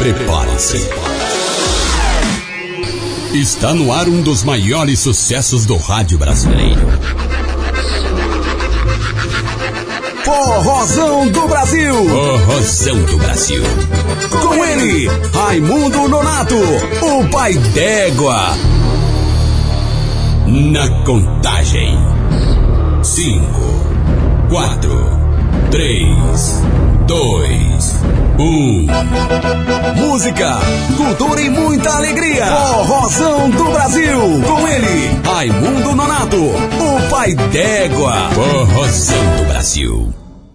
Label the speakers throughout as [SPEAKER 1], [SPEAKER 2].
[SPEAKER 1] Prepare-se. Está no ar um dos maiores sucessos do rádio brasileiro.
[SPEAKER 2] Forrozão do Brasil.
[SPEAKER 1] Forrozão do Brasil.
[SPEAKER 2] Com ele, Raimundo Nonato, o pai d'égua.
[SPEAKER 1] Na contagem: 5, 4, 3, 2, 1.
[SPEAKER 2] Música, cultura e muita alegria. Forrozão do Brasil. Com ele, Raimundo Nonato, o pai d'égua.
[SPEAKER 1] Forrozão do Brasil.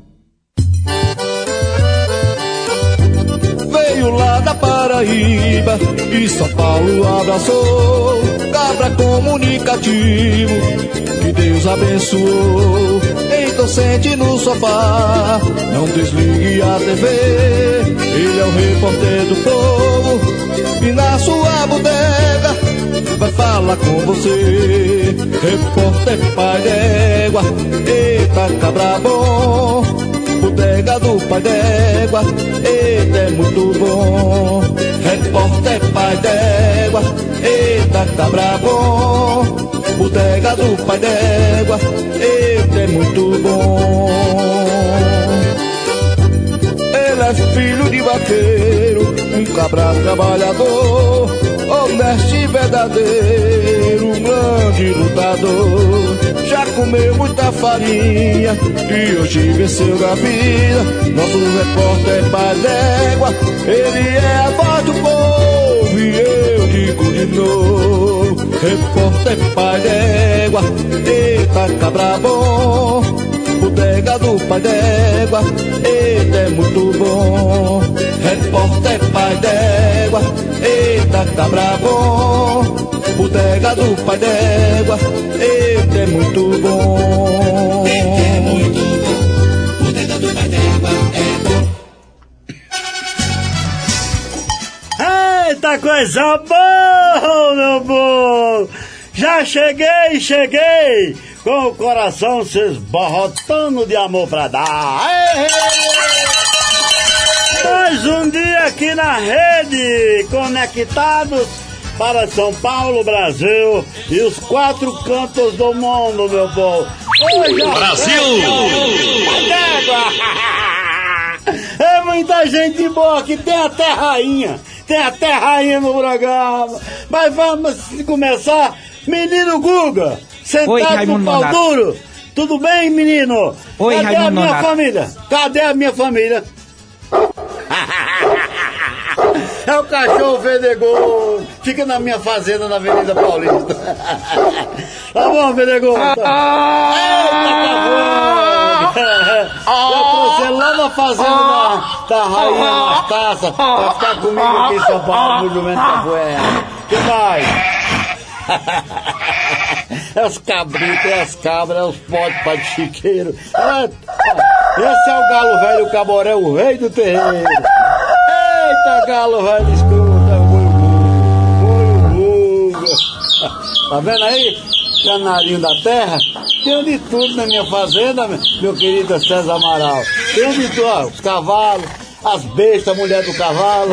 [SPEAKER 3] Veio lá da Paraíba e São Paulo abraçou. Cabra comunicativo, que Deus abençoou. Então sente no sofá, não desligue a TV. Ele é o repórter do povo e na sua bodega vai falar com você. Repórter pai d'égua, eita cabra bom. Bodega do pai d'égua, eita é muito bom. Repórter pai d'égua, eita cabra bom. Bodega do pai d'égua, eita é muito bom. Ele é filho de vaqueiro, um cabra trabalhador, honesto e verdadeiro, um grande lutador. Já comeu muita farinha e hoje venceu a vida. Nosso repórter pai d'égua, ele é a voz do povo e eu digo de novo. Repórter pai d'égua, eita cabra bom. Bodega do pai d'égua, eita é muito bom. Repórter pai d'égua, eita cabra bom. Bodega do pai d'égua, eita é muito bom. Eita é muito bom. Bodega do pai d'égua é bom.
[SPEAKER 4] Eita coisa boa, meu povo! Já cheguei! Com o coração se esbarrotando de amor pra dar. Mais um dia aqui na rede, conectados para São Paulo, Brasil e os 4 cantos do mundo, meu povo.
[SPEAKER 1] Brasil!
[SPEAKER 4] É muita gente boa aqui, tem até rainha no programa. Mas vamos começar, menino Guga. Sentado
[SPEAKER 5] Oi, Raimundo
[SPEAKER 4] no pau
[SPEAKER 5] Nonato.
[SPEAKER 4] duro. Tudo bem, menino?
[SPEAKER 5] Oi,
[SPEAKER 4] Cadê
[SPEAKER 5] Raimundo
[SPEAKER 4] a minha
[SPEAKER 5] Nonato.
[SPEAKER 4] família? Cadê a minha família? É o cachorro Fedegol. Fica na minha fazenda na Avenida Paulista. Tá bom, Fedegol? Eita, eu trouxe ele lá na fazenda da Rainha Anastácia pra ficar comigo aqui em São Paulo, no Jumento Capoeira. Que mais? É os cabritos, é as cabras, é os potes para de chiqueiro. Esse é o galo velho, o Caboré, o rei do terreiro. Eita, galo velho, escuta, tá vendo aí? Canarinho da terra. Tem de tudo na minha fazenda, meu querido César Amaral. Tem de tudo, ó, os cavalos, as bestas, a mulher do cavalo.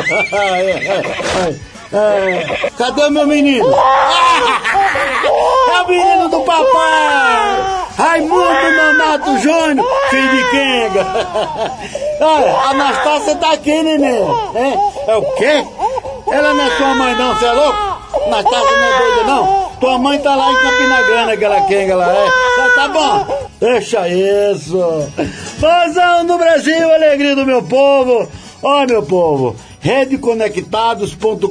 [SPEAKER 4] Cadê o meu menino? É o menino do papai! Raimundo Nonato Júnior, filho de Kenga. Olha, a Anastácia tá aqui, neném. É o quê? Ela não é sua mãe não, você é louco? Anastácia não é doida não? Tua mãe tá lá em Campina Grande, aquela Kenga lá, tá bom, deixa isso. Vozão do Brasil, alegria do meu povo. Ó, meu povo, redeconectados.com.br,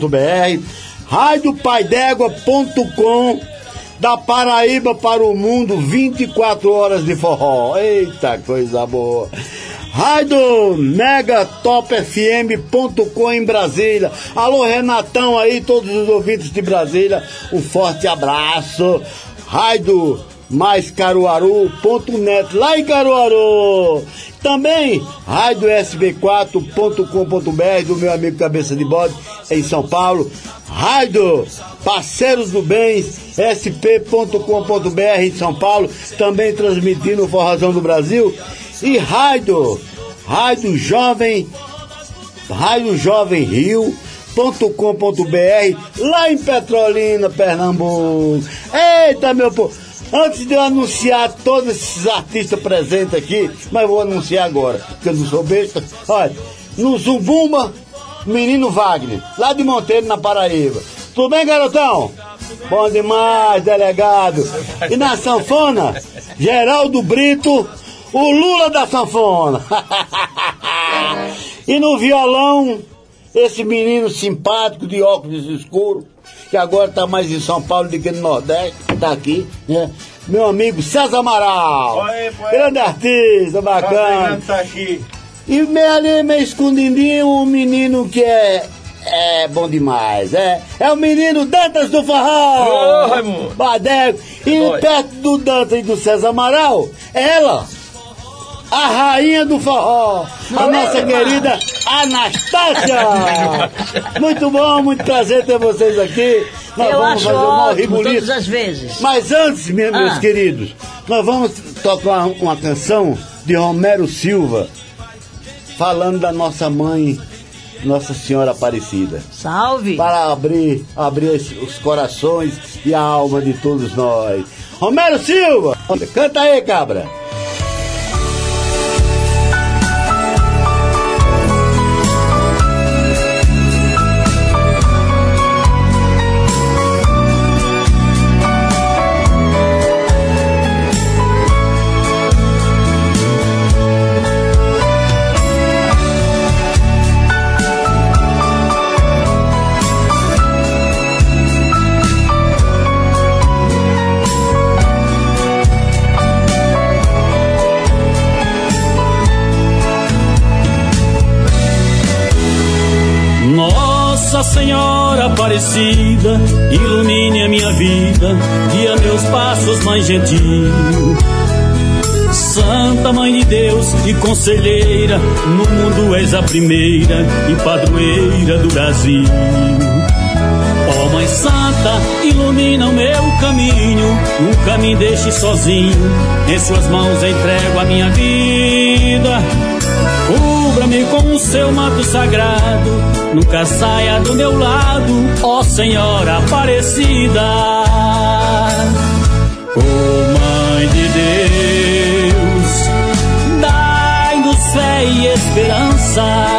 [SPEAKER 4] radiopaidégua.com, da Paraíba para o mundo, 24 horas de forró. Eita, coisa boa. Rádio megatopfm.com em Brasília. Alô, Renatão aí, todos os ouvintes de Brasília, um forte abraço. Rádio mais caruaru.net, lá em Caruaru. Também radiosb4.com.br do meu amigo Cabeça de Bode em São Paulo. Rádio Parceiros do Bens sp.com.br em São Paulo, também transmitindo o Forrozão do Brasil. E rádio Jovem radiojovenrio.com.br, lá em Petrolina, Pernambuco. Eita, meu povo! Antes de eu anunciar todos esses artistas presentes aqui, mas vou anunciar agora, porque eu não sou besta. Olha, no Zumbumba, Menino Wagner, lá de Monteiro, na Paraíba. Tudo bem, garotão? Bom demais, delegado. E na sanfona, Geraldo Brito, o Lula da sanfona. E no violão, esse menino simpático de óculos escuros, que agora tá mais em São Paulo do que no Nordeste, tá aqui, né? Meu amigo César Amaral.
[SPEAKER 3] Oi.
[SPEAKER 4] Grande artista, bacana.
[SPEAKER 3] Tá aqui.
[SPEAKER 4] E meio escondidinho, um menino que é bom demais, é o menino Dantas do Forró.
[SPEAKER 3] Ô, Raimundo.
[SPEAKER 4] Badeco. E perto do Dantas e do César Amaral, ela, a rainha do forró, a nossa querida Anastácia. Muito bom, muito prazer ter vocês aqui. Nós
[SPEAKER 5] Eu
[SPEAKER 4] vamos
[SPEAKER 5] acho
[SPEAKER 4] fazer uma
[SPEAKER 5] ótimo,
[SPEAKER 4] ribolita.
[SPEAKER 5] todas as vezes.
[SPEAKER 4] Mas antes, meus queridos, nós vamos tocar uma canção de Romero Silva, falando da nossa mãe, Nossa Senhora Aparecida.
[SPEAKER 5] Salve!
[SPEAKER 4] Para abrir os corações e a alma de todos nós. Romero Silva, canta aí, cabra.
[SPEAKER 6] Nossa Senhora Aparecida, ilumine a minha vida, guia meus passos, Mãe gentil. Santa Mãe de Deus e conselheira, no mundo és a primeira e padroeira do Brasil. Ó Mãe Santa, ilumina o meu caminho, nunca me deixe sozinho, em suas mãos entrego a minha vida. Cubra-me com o seu manto sagrado, nunca saia do meu lado, ó Senhora Aparecida. Ó Mãe de Deus, dai-nos fé e esperança,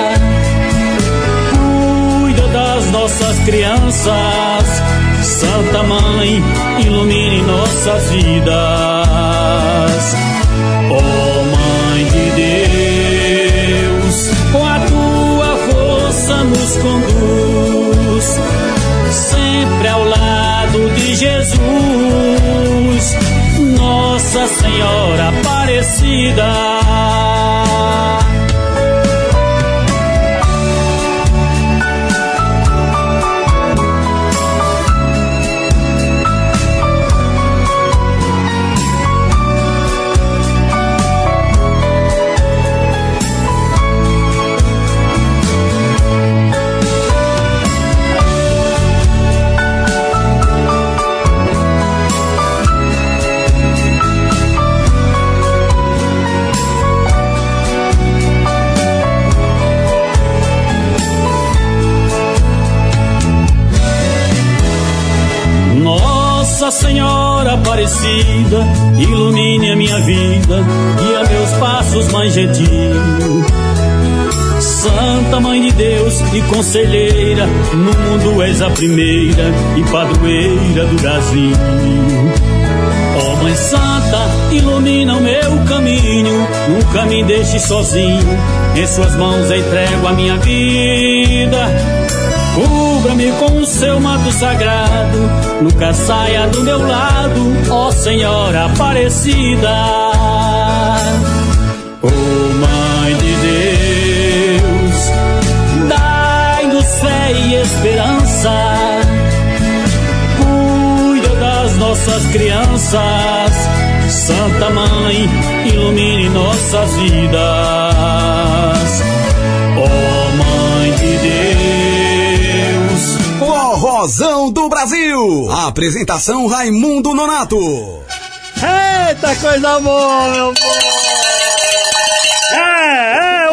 [SPEAKER 6] cuida das nossas crianças, Santa Mãe, ilumine nossas vidas. Ó Mãe de Deus, com a tua força nos conduz, sempre ao lado de Jesus, Nossa Senhora Aparecida. Nossa Senhora Aparecida, ilumine a minha vida, guia meus passos, Mãe gentil. Santa Mãe de Deus e conselheira, no mundo és a primeira e padroeira do Brasil. Ó Mãe Santa, ilumina o meu caminho, nunca me deixe sozinho, em suas mãos entrego a minha vida. Cubra-me com o seu manto sagrado, nunca saia do meu lado, ó Senhora Aparecida. Ó Mãe de Deus, dai-nos fé e esperança, cuida das nossas crianças, Santa Mãe, ilumine nossas vidas. Ó Mãe de Deus,
[SPEAKER 2] Forrozão do Brasil. Apresentação Raimundo Nonato.
[SPEAKER 4] Eita, coisa boa, meu povo!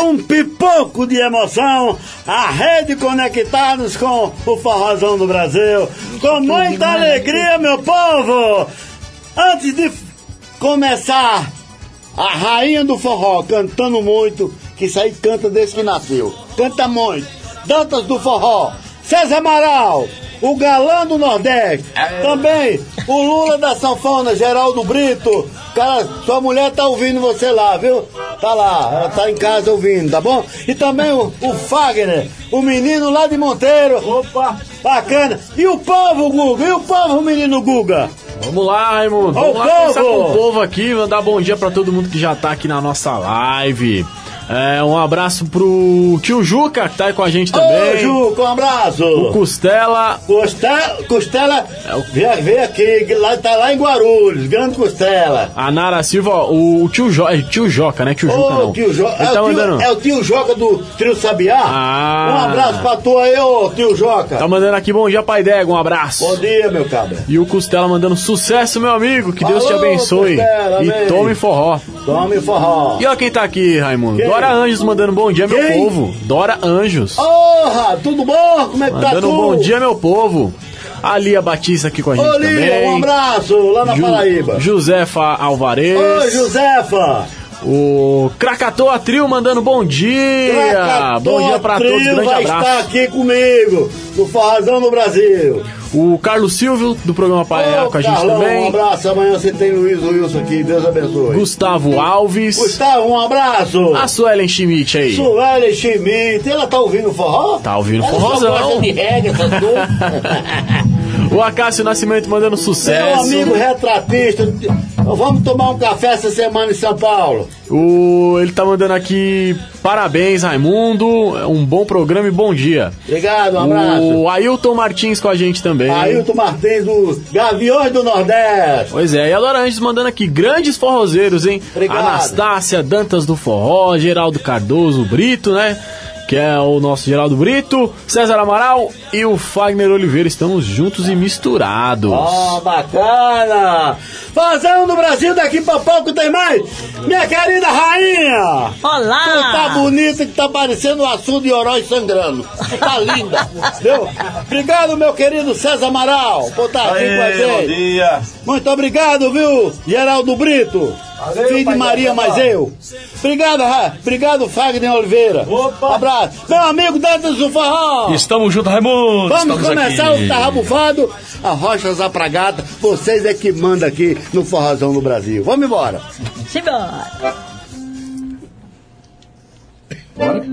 [SPEAKER 4] um pipoco de emoção, a rede conectados com o Forrozão do Brasil, com muita alegria, meu povo. Antes de começar, a rainha do forró cantando muito, que isso aí canta desde que nasceu, canta muito, Dantas do Forró, César Amaral, o galã do Nordeste, também o Lula da sanfona, Geraldo Brito. Cara, sua mulher tá ouvindo você lá, viu? Tá lá, ela tá em casa ouvindo, tá bom? E também o Fagner, o menino lá de Monteiro. Opa! Bacana. E o povo, Guga? E o povo, menino Guga?
[SPEAKER 5] Vamos lá, Raimundo. Vamos lá começar com o povo aqui, mandar bom dia pra todo mundo que já tá aqui na nossa live. Um abraço pro tio Juca, que tá aí com a gente também. Ô, Juca, um abraço. O Costela. Costela veio aqui, tá lá em Guarulhos, Grande Costela. A Nara Silva, ó, o tio Joca, né? Tio Juca não. Tio Joca. É o tio Joca do Trio Sabiá? Um abraço pra tu aí, ô tio Joca. Tá mandando aqui bom dia, Pai Dega, um abraço. Bom dia, meu cabra. E o Costela mandando sucesso, meu amigo, que Deus te abençoe. Costela, e tome forró. Tome forró. E ó quem tá aqui, Raimundo. Quem? Dora Anjos mandando bom dia, meu povo. Dora Anjos. Tudo bom? Como é que tá tudo? Mandando bom dia, meu povo. A Lia Batista aqui com a gente também. Lia, um abraço lá na Paraíba. Josefa Alvarez. Oi, Josefa. O Krakatoa Trio mandando bom dia. Bom dia pra todos, grande abraço. Vai estar aqui comigo, no Forrozão do Brasil. O Carlos Silvio, do programa Pai com a gente Carlão, também. Um abraço, amanhã você tem Luiz Wilson aqui, Deus abençoe. Gustavo Alves. Gustavo, um abraço. A Suelen Schmidt aí. Suelen Schmidt, ela tá ouvindo o forró? Tá ouvindo o forrozão. Ela gosta de reggae, essas coisas. O Acácio Nascimento mandando sucesso. Meu amigo retratista, vamos tomar um café essa semana em São Paulo. Ele tá mandando aqui parabéns, Raimundo, um bom programa e bom dia. Obrigado, um abraço. O Ailton Martins com a gente também. Ailton Martins do Gaviões do Nordeste. Pois é, e a Loranges mandando aqui grandes forrozeiros, hein? Obrigado. Anastácia, Dantas do Forró, Geraldo Cardoso Brito, né? Que é o nosso Geraldo Brito, César Amaral e o Fagner Oliveira. Estamos juntos e misturados. Bacana! Forrozão do Brasil, daqui pra pouco tem mais. Minha querida rainha! Olá! Tu tá bonita, que tá parecendo o açude de Oroz sangrando. Tá linda, viu? Obrigado, meu querido César Amaral, por estar aqui com a gente. Bom dia! Muito obrigado, viu, Geraldo Brito? Valeu, filho de Maria, mas eu. Obrigado, Fagner Oliveira. Opa. Abraço. Meu amigo Dantas do Forró. Estamos juntos, Raimundo. Vamos começar aqui. O Tarra Bufado, a Rocha Zapragata. Vocês é que mandam aqui no Forrozão do Brasil. Vamos embora. Simbora. Bora.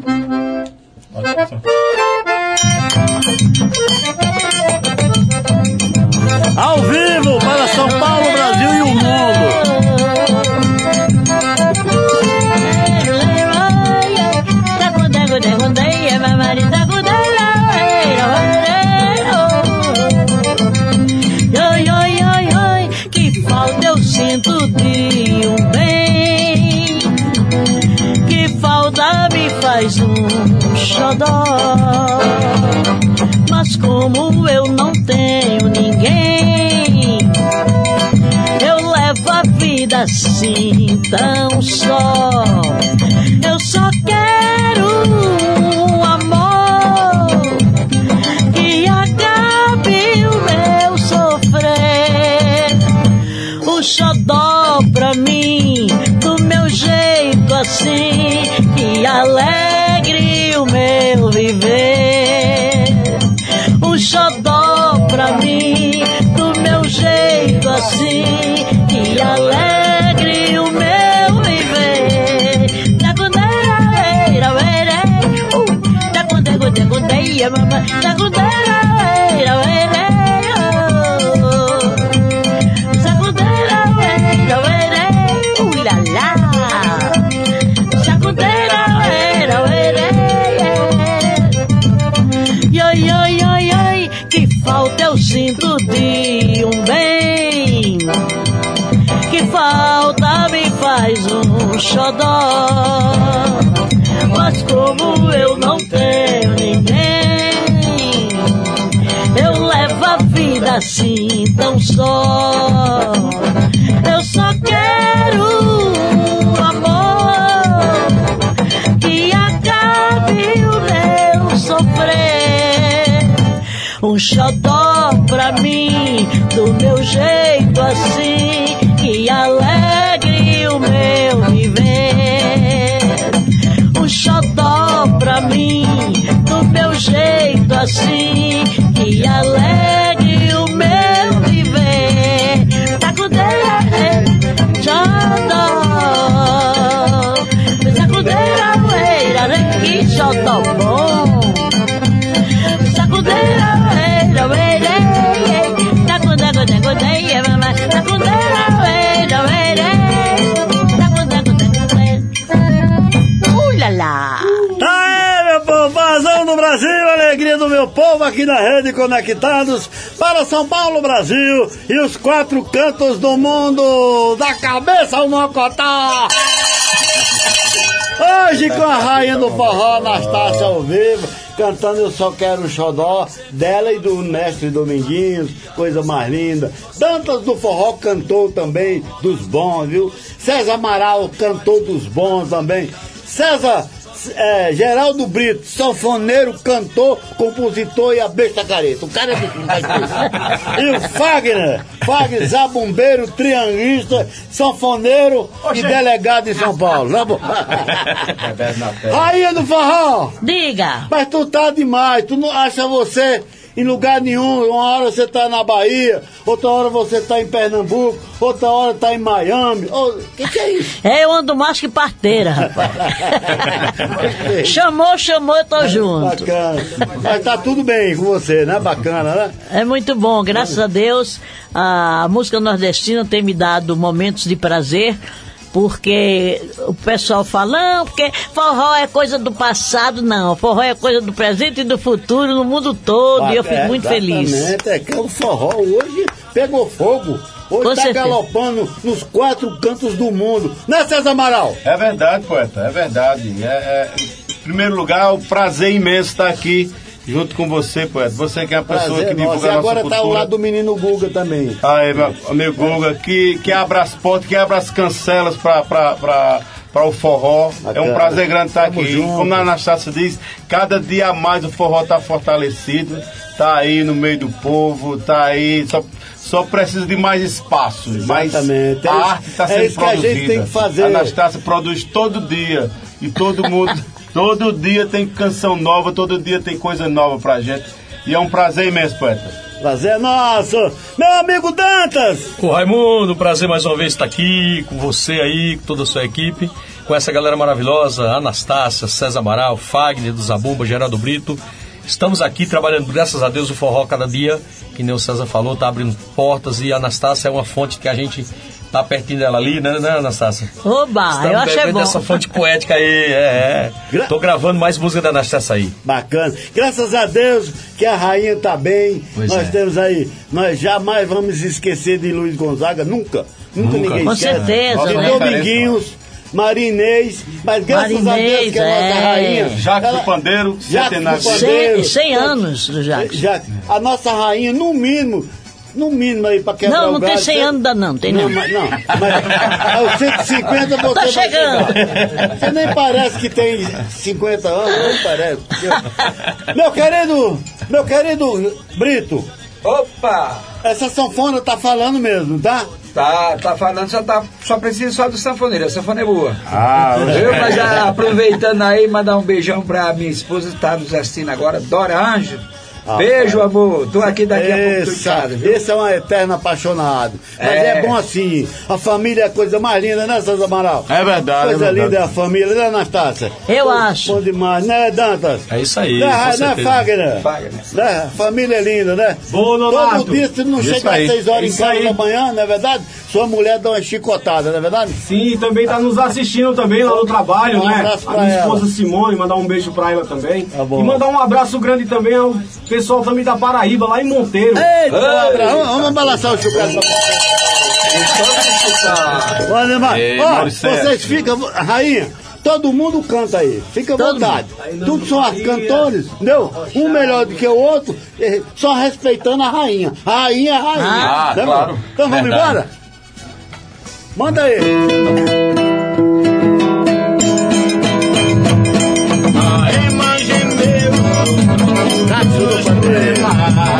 [SPEAKER 5] Ao vivo para São Paulo, Brasil e o mundo. Que falta eu sinto de um bem, que falta me faz um xodó. Mas como eu não tenho ninguém, eu levo a vida assim tão só. Eu só quero um amor que acabe o meu sofrer. O xodó pra mim, do meu jeito assim, que alegre o meu viver. O xodó pra mim, do meu jeito assim, que alegre o meu viver. Que falta eu sinto de um bem, que falta me faz um xodó. Mas como eu não tenho ninguém, eu levo a vida assim tão só. Eu só quero um amor que
[SPEAKER 7] um xodó pra mim, do meu jeito assim, que alegre o meu viver. Um xodó pra mim, do meu jeito assim, que alegre o meu viver. Sacudeira, xodó, sacudeira, que xodó bom. Sacudeira,
[SPEAKER 4] meu povo, vazão do Brasil, alegria do meu povo aqui na Rede Conectados para São Paulo, Brasil e os 4 cantos do mundo, da cabeça ao mocotó. Hoje com a rainha do forró, Anastácia ao vivo, cantando Eu Só Quero um Xodó, dela e do mestre Dominguinhos, coisa mais linda. Dantas do forró cantou também, dos bons, viu? César Amaral cantou dos bons também. Geraldo Brito, sanfoneiro, cantor, compositor e a besta careta. O cara é difícil. E o Fagner, zabumbeiro, trianguista, sanfoneiro e delegado em São Paulo. Tá bom? Rainha do forró!
[SPEAKER 7] Diga!
[SPEAKER 4] Mas tu tá demais, tu não acha você em lugar nenhum. Uma hora você tá na Bahia, outra hora você tá em Pernambuco, outra hora tá em Miami. Que é isso?
[SPEAKER 7] Eu ando mais que parteira, rapaz. Chamou, eu tô junto.
[SPEAKER 4] Bacana. Mas tá tudo bem com você, né? Bacana, né?
[SPEAKER 7] É muito bom, graças a Deus. A música nordestina tem me dado momentos de prazer, porque o pessoal fala, não, porque forró é coisa do passado. Não, forró é coisa do presente e do futuro no mundo todo, e eu fico muito feliz.
[SPEAKER 4] É que o forró hoje pegou fogo. Hoje está galopando nos 4 cantos do mundo. Né, César Amaral?
[SPEAKER 8] É verdade, poeta, é verdade. Em primeiro lugar, o prazer imenso estar aqui junto com você, poeta. Você que é a pessoa que divulga a nossa cultura. E agora está ao lado
[SPEAKER 4] do menino Guga também.
[SPEAKER 8] Meu amigo Guga, que abra as portas, que abra as cancelas para o forró. É um prazer grande estar aqui. Juntos. Como a Anastácia diz, cada dia a mais o forró está fortalecido, está aí no meio do povo, está aí, só precisa de mais espaço.
[SPEAKER 4] Exatamente.
[SPEAKER 8] A arte está sendo
[SPEAKER 4] isso
[SPEAKER 8] produzida.
[SPEAKER 4] Que a gente tem que fazer.
[SPEAKER 8] A Anastácia produz todo dia e todo mundo, todo dia tem canção nova, todo dia tem coisa nova pra gente. E é um prazer imenso, poeta.
[SPEAKER 4] Prazer nosso, meu amigo Dantas!
[SPEAKER 9] Ô Raimundo, prazer mais uma vez estar aqui com você aí, com toda a sua equipe, com essa galera maravilhosa, Anastácia, César Amaral, Fagner do Zabumba, Geraldo Brito. Estamos aqui trabalhando, graças a Deus, o forró cada dia, que nem o César falou, tá abrindo portas, e a Anastácia é uma fonte que a gente tá pertinho dela ali, né, Anastácia?
[SPEAKER 7] Oba, eu achei bom.
[SPEAKER 9] Essa fonte poética aí, Tô gravando mais música da Anastácia aí.
[SPEAKER 4] Bacana. Graças a Deus que a rainha tá bem. Temos aí, nós jamais vamos esquecer de Luiz Gonzaga, nunca ninguém
[SPEAKER 7] com
[SPEAKER 4] esquece.
[SPEAKER 7] Com certeza,
[SPEAKER 4] de Dominguinhos, Marinês, mas graças a Deus que a nossa rainha...
[SPEAKER 8] Jacques do Pandeiro,
[SPEAKER 4] centenário.
[SPEAKER 7] 100 anos do Jacques.
[SPEAKER 4] A nossa rainha, no mínimo aí pra quebrar
[SPEAKER 7] não tem 100 anos ainda não, tem não.
[SPEAKER 4] Mas aos 150 você
[SPEAKER 7] tá chegando.
[SPEAKER 4] Você nem parece que tem 50 anos, nem parece. Meu querido Brito.
[SPEAKER 10] Opa!
[SPEAKER 4] Essa sanfona tá falando mesmo, tá?
[SPEAKER 10] Tá falando, só precisa só do sanfoneiro, a sanfona é boa.
[SPEAKER 4] Viu?
[SPEAKER 10] Mas aproveitando aí, mandar um beijão pra minha esposa que tá nos assistindo agora, Dora Anjo. Beijo, amor. Tô aqui daqui a pouco tô em casa, viu?
[SPEAKER 4] Esse é um eterno apaixonado. Mas é bom assim. A família é a coisa mais linda, né, César Amaral?
[SPEAKER 8] É verdade.
[SPEAKER 4] Coisa linda é a família, né, Anastácia?
[SPEAKER 7] Eu acho.
[SPEAKER 4] Bom demais, né, Dantas?
[SPEAKER 9] É isso aí.
[SPEAKER 4] Né, Fagner? Né? Família é linda, né?
[SPEAKER 5] Bom, Nonato.
[SPEAKER 4] Todo dia, se não chega às 6 horas em casa da manhã, não é verdade? Sua mulher dá uma chicotada, não é verdade?
[SPEAKER 5] Sim, também tá nos assistindo também lá no trabalho, né?
[SPEAKER 4] Abraço pra
[SPEAKER 5] a minha
[SPEAKER 4] ela.
[SPEAKER 5] esposa Simone, mandar um beijo pra ela também.
[SPEAKER 4] Tá bom.
[SPEAKER 5] E mandar um abraço grande também ao pessoal também da Paraíba, lá em Monteiro.
[SPEAKER 4] Eita, vamos balançar o chucado. Vocês ficam, rainha, todo mundo canta aí, fica à vontade. Tudo são cantores, entendeu? Um melhor do que o outro, só respeitando a rainha. A rainha é a rainha. Tá, claro. Então vamos embora? Manda aí. Cacho do Pandeiro.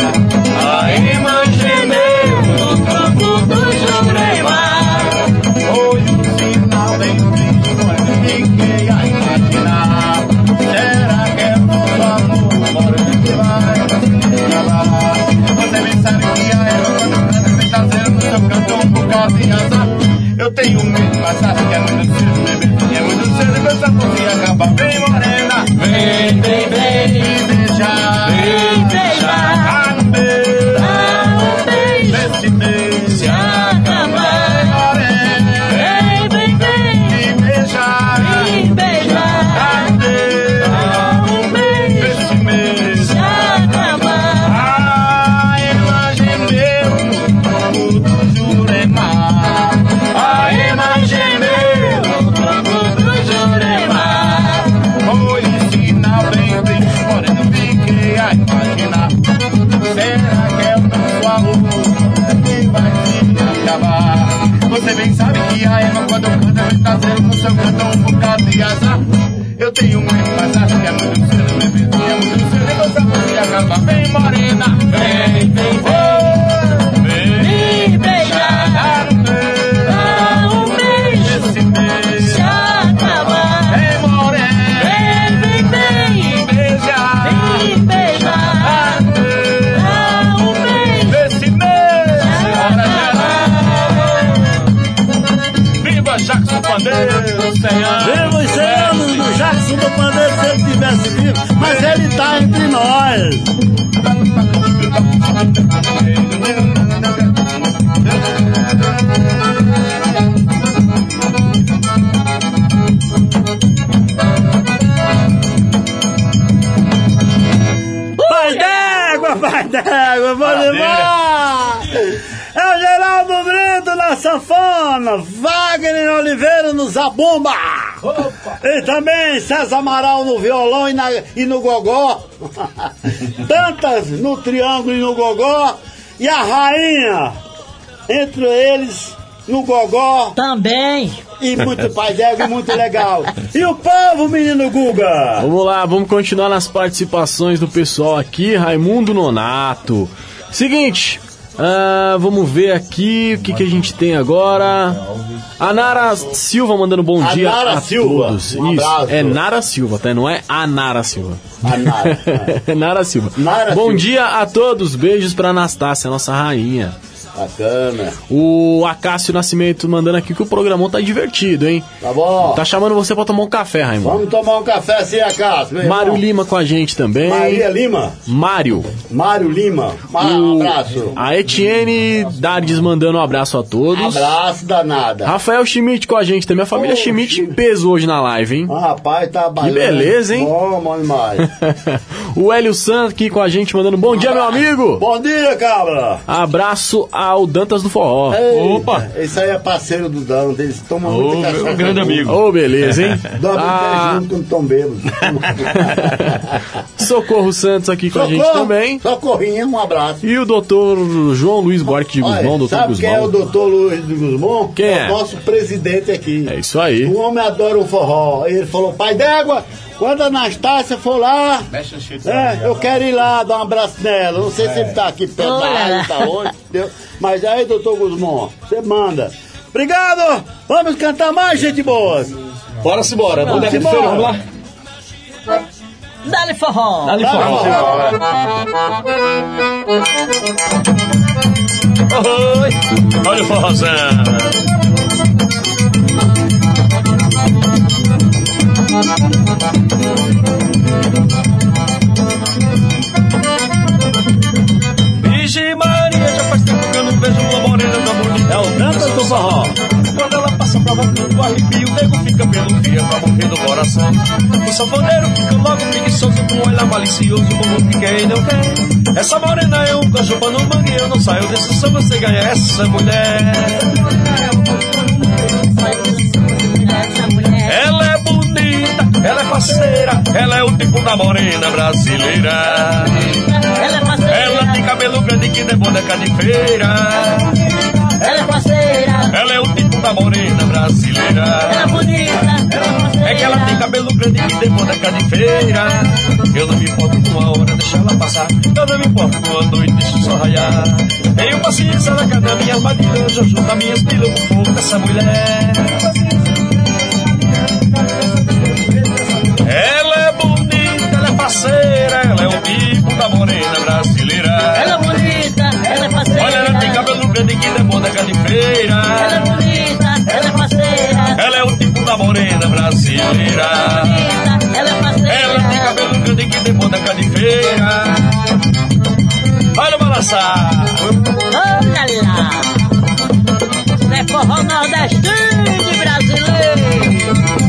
[SPEAKER 4] tá entre nós. Vai d'égua, vamos embora! É o Geraldo Brito na sanfona, Wagner Oliveira no zabumba! Opa. E também César Amaral no violão e no gogó. Tantas no triângulo e no gogó. E a rainha, entre eles, no gogó.
[SPEAKER 7] Também.
[SPEAKER 4] E muito pai d'égua e muito legal. E o povo, menino Guga?
[SPEAKER 5] Vamos lá, vamos continuar nas participações do pessoal aqui. Raimundo Nonato. Seguinte, vamos ver aqui o que a gente tem agora. A Nara Silva mandando bom dia a todos.
[SPEAKER 4] Um
[SPEAKER 5] isso, é Nara Silva, tá? Não é a Nara Silva.
[SPEAKER 4] A Nara.
[SPEAKER 5] É Nara Silva. Bom dia a todos, beijos pra Anastácia, nossa rainha.
[SPEAKER 4] Bacana.
[SPEAKER 5] O Acácio Nascimento mandando aqui que o programão tá divertido, hein?
[SPEAKER 4] Tá bom.
[SPEAKER 5] Tá chamando você pra tomar um café, Raimundo.
[SPEAKER 4] Vamos tomar um café sim, Acácio.
[SPEAKER 5] Mário Lima com a gente também.
[SPEAKER 4] Maria Lima?
[SPEAKER 5] Mário
[SPEAKER 4] Lima. Um abraço.
[SPEAKER 5] A Etienne Dardes mandando um abraço a todos.
[SPEAKER 4] Abraço danada.
[SPEAKER 5] Rafael Schmidt com a gente também. A família Schmidt em peso hoje na live, hein?
[SPEAKER 4] Rapaz, tá
[SPEAKER 5] que beleza, hein?
[SPEAKER 4] Bom demais.
[SPEAKER 5] O Hélio Santos aqui com a gente mandando bom dia, meu amigo.
[SPEAKER 4] Bom dia, cabra.
[SPEAKER 5] Abraço ao Dantas do Forró.
[SPEAKER 4] Eita, opa! Esse aí é parceiro do Dantas, eles tomam muita cachaça.
[SPEAKER 9] Meu grande amigo.
[SPEAKER 5] Ô, beleza, hein?
[SPEAKER 4] Dorme junto com o Tom Bêbado.
[SPEAKER 5] Socorro Santos aqui com a gente também.
[SPEAKER 4] Socorrinha, um abraço.
[SPEAKER 5] E o doutor João Luiz Buarque de Guzmão, doutor
[SPEAKER 4] sabe
[SPEAKER 5] Guzmão.
[SPEAKER 4] Quem é o doutor Luiz de Guzmão?
[SPEAKER 5] Quem é?
[SPEAKER 4] O nosso presidente aqui.
[SPEAKER 5] É isso aí.
[SPEAKER 4] O homem adora o forró. E ele falou, pai d'égua, quando a Anastácia for lá, eu quero ir lá dar um abraço nela. Não sei se ele tá aqui perto da área, tá onde, entendeu? Mas aí, doutor Guzmão, você manda. Obrigado! Vamos cantar mais, gente boa!
[SPEAKER 9] Bora-se embora. Vamos lá.
[SPEAKER 7] Dá-lhe forró!
[SPEAKER 9] Dá-lhe forró! Oi! Olha o forrozão! Vixe Maria, já faz tempo que eu não vejo uma morena tão bonita.
[SPEAKER 4] É o Dantas do forró.
[SPEAKER 9] Quando ela passa pra bater o arrepio, o nego fica pelo dia pra morrer do coração. O sanfoneiro fica logo preguiçoso, com um olhar malicioso, como ninguém não quer. Essa morena é um cajupa no mangue, eu não saio desse samba sem ganhar essa mulher. Ela é bonita, ela é parceira, ela é o tipo da morena brasileira. Ela tem cabelo grande que de boneca de feira.
[SPEAKER 7] Ela é parceira.
[SPEAKER 9] Ela é o tipo da morena brasileira.
[SPEAKER 7] Ela é bonita, ela é parceira.
[SPEAKER 9] É que ela tem cabelo grande que de boneca de feira. Eu não me importo com a hora, deixa ela passar. Eu não me importo com a noite, deixa o sol raiar. Tenho paciência na cara da minha armadilha. Eu junto a minha espilha com fogo dessa mulher. Ela é bonita, ela é parceira, ela é o tipo da morena brasileira.
[SPEAKER 7] Ela é bonita, ela é parceira.
[SPEAKER 9] Olha, ela tem cabelo grande que de boneca de feira.
[SPEAKER 7] Ela é bonita, ela é parceira.
[SPEAKER 9] Ela é o tipo da morena brasileira.
[SPEAKER 7] Ela é bonita, ela é parceira.
[SPEAKER 9] Ela tem cabelo grande que de boneca de feira. Olha o balançar.
[SPEAKER 7] Olha lá. É forró nordestino brasileiro.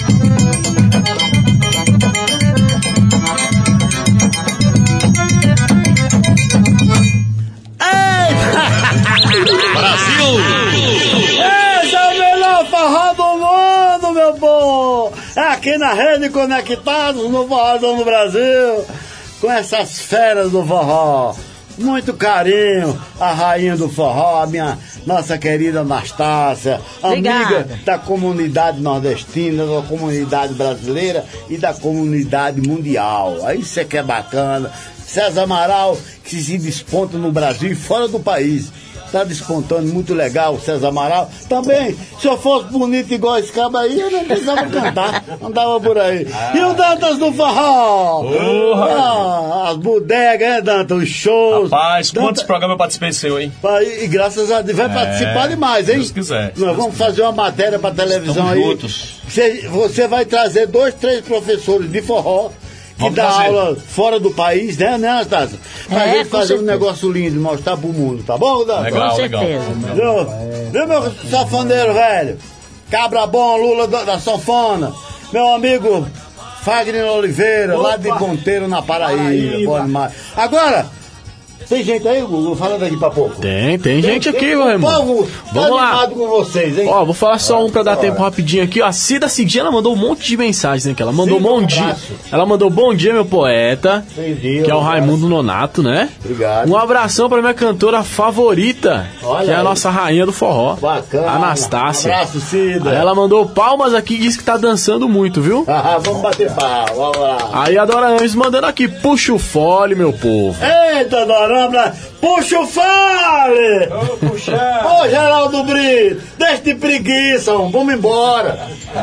[SPEAKER 2] Brasil!
[SPEAKER 4] Esse é o melhor forró do mundo, meu povo! É aqui na Rede Conectados, no Forrozão do Brasil, com essas feras do forró. Muito carinho, a rainha do forró, a minha nossa querida Anastácia, amiga da comunidade nordestina, da comunidade brasileira e da comunidade mundial. Aí você que é bacana. César Amaral, que se desponta no Brasil e fora do país. Tá despontando, muito legal, César Amaral. Também, se eu fosse bonito igual esse cabo aí, eu não precisava cantar, andava por aí. E o Dantas do forró? As bodegas, né, Dantas? Os shows.
[SPEAKER 9] Rapaz, quantos programas eu participei seu, hein?
[SPEAKER 4] E graças a Deus, vai participar demais, hein?
[SPEAKER 9] Se Deus quiser.
[SPEAKER 4] Nós vamos fazer uma matéria pra televisão aí.
[SPEAKER 9] Juntos.
[SPEAKER 4] Você vai trazer 2, 3 professores de forró que dá aula fora do país, né, Anastácia? Pra gente fazer um negócio lindo, mostrar pro mundo, tá bom, Dani?
[SPEAKER 9] Legal,
[SPEAKER 7] com certeza.
[SPEAKER 4] Viu, meu sanfoneiro velho? Cabra bom, Lula da sanfona. Meu amigo Fagner Oliveira, lá de Ponteiro, na Paraíba. Bom demais. Agora, tem gente aí, Gugu, falando aqui pra pouco?
[SPEAKER 5] Tem gente aqui, meu irmão.
[SPEAKER 4] Vamos lá. Com vocês, hein?
[SPEAKER 5] Ó, vou falar só um pra dar tempo rapidinho aqui. Ó, a Cida Cidinha, ela mandou um monte de mensagens aqui. Ela mandou bom dia. Ela mandou bom dia, meu poeta. Que é o Raimundo Nonato, né?
[SPEAKER 4] Obrigado.
[SPEAKER 5] Um abração pra minha cantora favorita, que é a nossa rainha do forró.
[SPEAKER 4] Bacana.
[SPEAKER 5] Anastácia.
[SPEAKER 4] Um abraço, Cida.
[SPEAKER 5] Aí ela mandou palmas aqui e disse que tá dançando muito, viu?
[SPEAKER 4] Vamos bater palma, vamos lá.
[SPEAKER 5] Aí a Dora Anjos mandando aqui, puxa o fole, meu povo.
[SPEAKER 4] Eita, Dora, puxa o fole! Ô, Geraldo Brito, deixa de preguiça, vamos embora.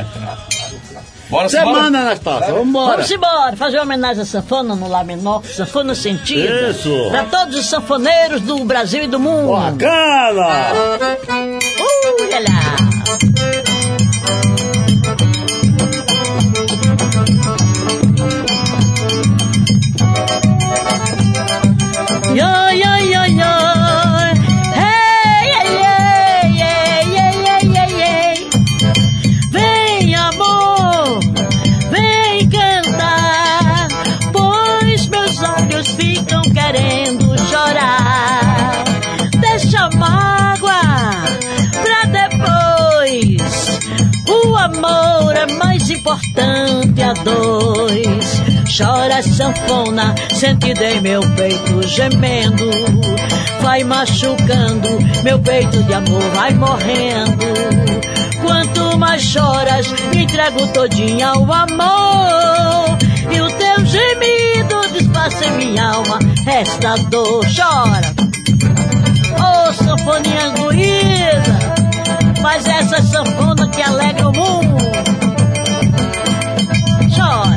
[SPEAKER 4] Você manda, Anastácia, vamos embora.
[SPEAKER 7] Vamos embora, fazer uma homenagem à sanfona no Lá menor, sanfona sentida.
[SPEAKER 4] Isso.
[SPEAKER 7] Pra todos os sanfoneiros do Brasil e do mundo.
[SPEAKER 4] Bacana!
[SPEAKER 7] Olha lá. Vem, amor, vem cantar, pois meus olhos ficam querendo chorar. Deixa a mágoa pra depois, o amor é mais importante a dois. Chora sanfona, sentida em meu peito gemendo, vai machucando, meu peito de amor vai morrendo. Quanto mais choras, me entrego todinha ao amor, e o teu gemido desfaça em minha alma esta dor. Chora, oh sanfoninha doída, mas essa sanfona que alegra o mundo. Chora.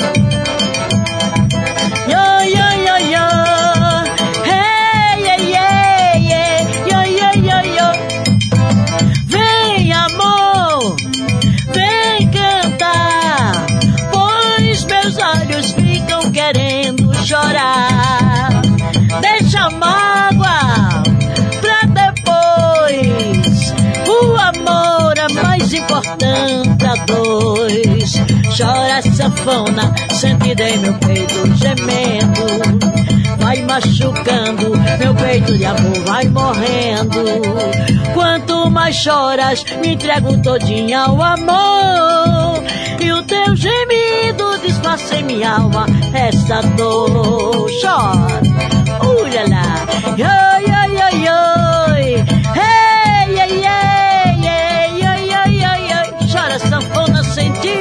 [SPEAKER 7] Vem, amor, vem cantar, pois meus olhos ficam querendo chorar. Deixa a mágoa pra depois, o amor é mais importante a dois. Chora sanfona, sentida em meu peito gemendo, vai machucando, meu peito de amor vai morrendo. Quanto mais choras, me entrego todinha ao amor, e o teu gemido desfaça em minha alma esta dor. Chora, olha lá, oi, oi, oi, oi, ei, ei, ei, ei, oi, oi, oi, oi. Chora sanfona sentida.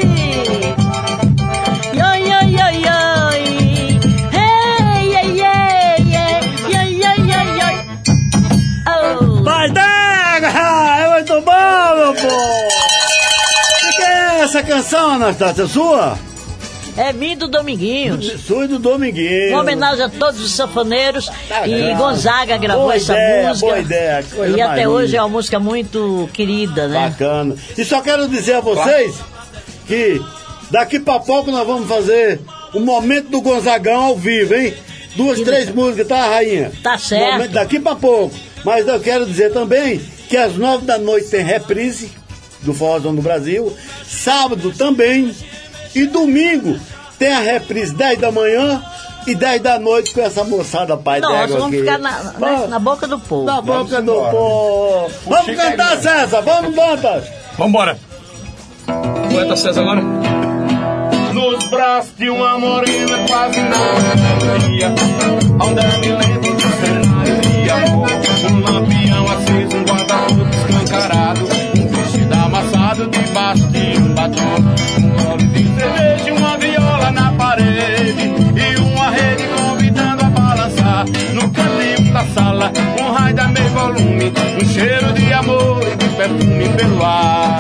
[SPEAKER 4] Essa canção, Anastácia, sua?
[SPEAKER 7] É minha do Dominguinhos.
[SPEAKER 4] Sua e do Dominguinhos.
[SPEAKER 7] Uma homenagem a todos os sanfoneiros. E Gonzaga gravou
[SPEAKER 4] boa
[SPEAKER 7] essa
[SPEAKER 4] ideia,
[SPEAKER 7] música.
[SPEAKER 4] Boa ideia, coisa
[SPEAKER 7] e até
[SPEAKER 4] linda.
[SPEAKER 7] hoje é uma música muito querida, né?
[SPEAKER 4] Bacana. E só quero dizer a vocês que daqui pra pouco nós vamos fazer o momento do Gonzagão ao vivo, hein? Duas, três músicas, tá, rainha?
[SPEAKER 7] Tá certo.
[SPEAKER 4] Momento daqui pra pouco. Mas eu quero dizer também que às 9 da noite tem reprise do Forrozão do Brasil. Sábado também. E domingo tem a reprise 10 da manhã e 10 da noite com essa moçada pai d'égua aqui.
[SPEAKER 7] Nós vamos ficar na boca do povo.
[SPEAKER 4] Na boca do povo. Vamos cantar, César. Vamos, Dantas.
[SPEAKER 9] Vambora. Poeta César agora.
[SPEAKER 8] Nos braços de uma morena quase nada dia, onde me lembro do cenário de amor. Um lampião aceso, um guarda-roupa escancarado, um vestido amassado debaixo de um batom, um gole de cerveja e uma viola na parede, e uma rede convidando a balançar. No cantinho da sala, um raio da meio volume, um cheiro de amor e de perfume pelo ar.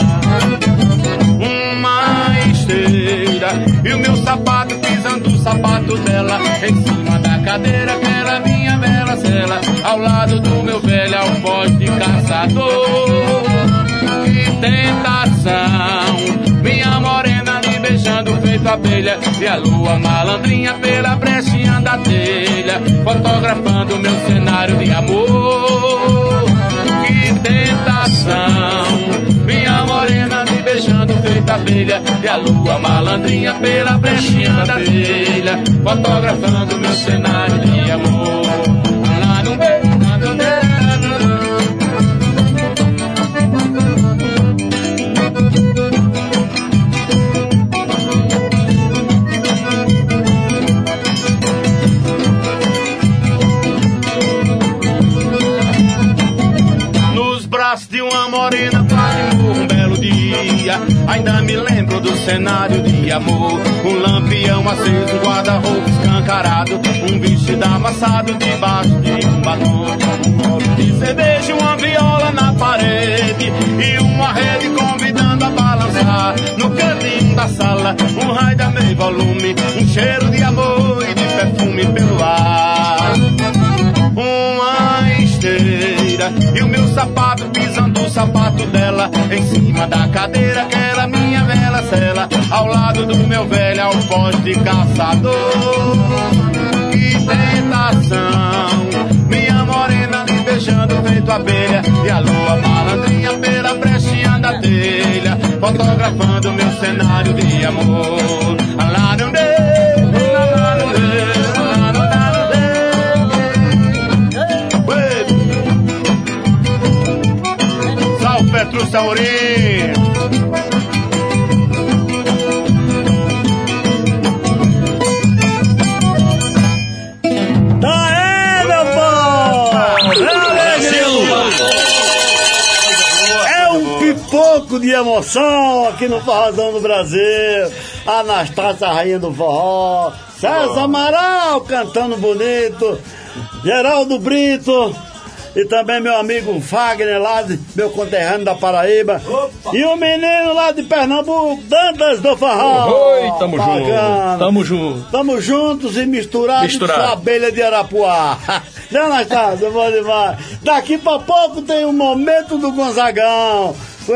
[SPEAKER 8] Uma esteira e o meu sapato pisando o sapato dela, em cima da cadeira que era minha bela cela, ao lado do meu velho alfoz de caçador. Que tentação, minha morena me beijando feito
[SPEAKER 11] feito abelha, e a lua malandrinha pela brechinha da telha, fotografando meu cenário de amor. Que tentação, minha morena me beijando feito abelha, e a lua malandrinha pela brechinha da telha, fotografando meu cenário de amor. Lá no meio, de uma morena quase um belo dia. Ainda me lembro do cenário de amor, um lampião aceso, um guarda-roupa escancarado, um vestido amassado debaixo de um batom, um copo de cerveja, uma viola na parede e uma rede convidando a balançar. No cantinho da sala, um raio da meio volume, um cheiro de amor e de perfume pelo ar. Uma esteira e o meu sapato pisando o sapato dela em cima da cadeira que era minha bela cela, ao lado do meu velho alfoz de caçador. Que tentação, minha morena me beijando feito abelha, e a lua malandrinha pela brechinha da telha, fotografando meu cenário de amor. Lá no meio, lá no meio. Petro Saurim.
[SPEAKER 4] Tá aí, meu povo! É um pipoco de emoção aqui no Forrozão do Brasil. Anastácia, rainha do forró, César Amaral cantando bonito, Geraldo Brito, e também meu amigo Fagner, lá de meu conterrâneo da Paraíba. Opa. E o menino lá de Pernambuco, Dantas do Forró.
[SPEAKER 9] Oi, tamo junto. Tamo junto.
[SPEAKER 4] Tamo juntos e misturados com a abelha de Arapuá. Já nós estamos, eu vou demais. Daqui pra pouco tem um momento do Gonzagão. Com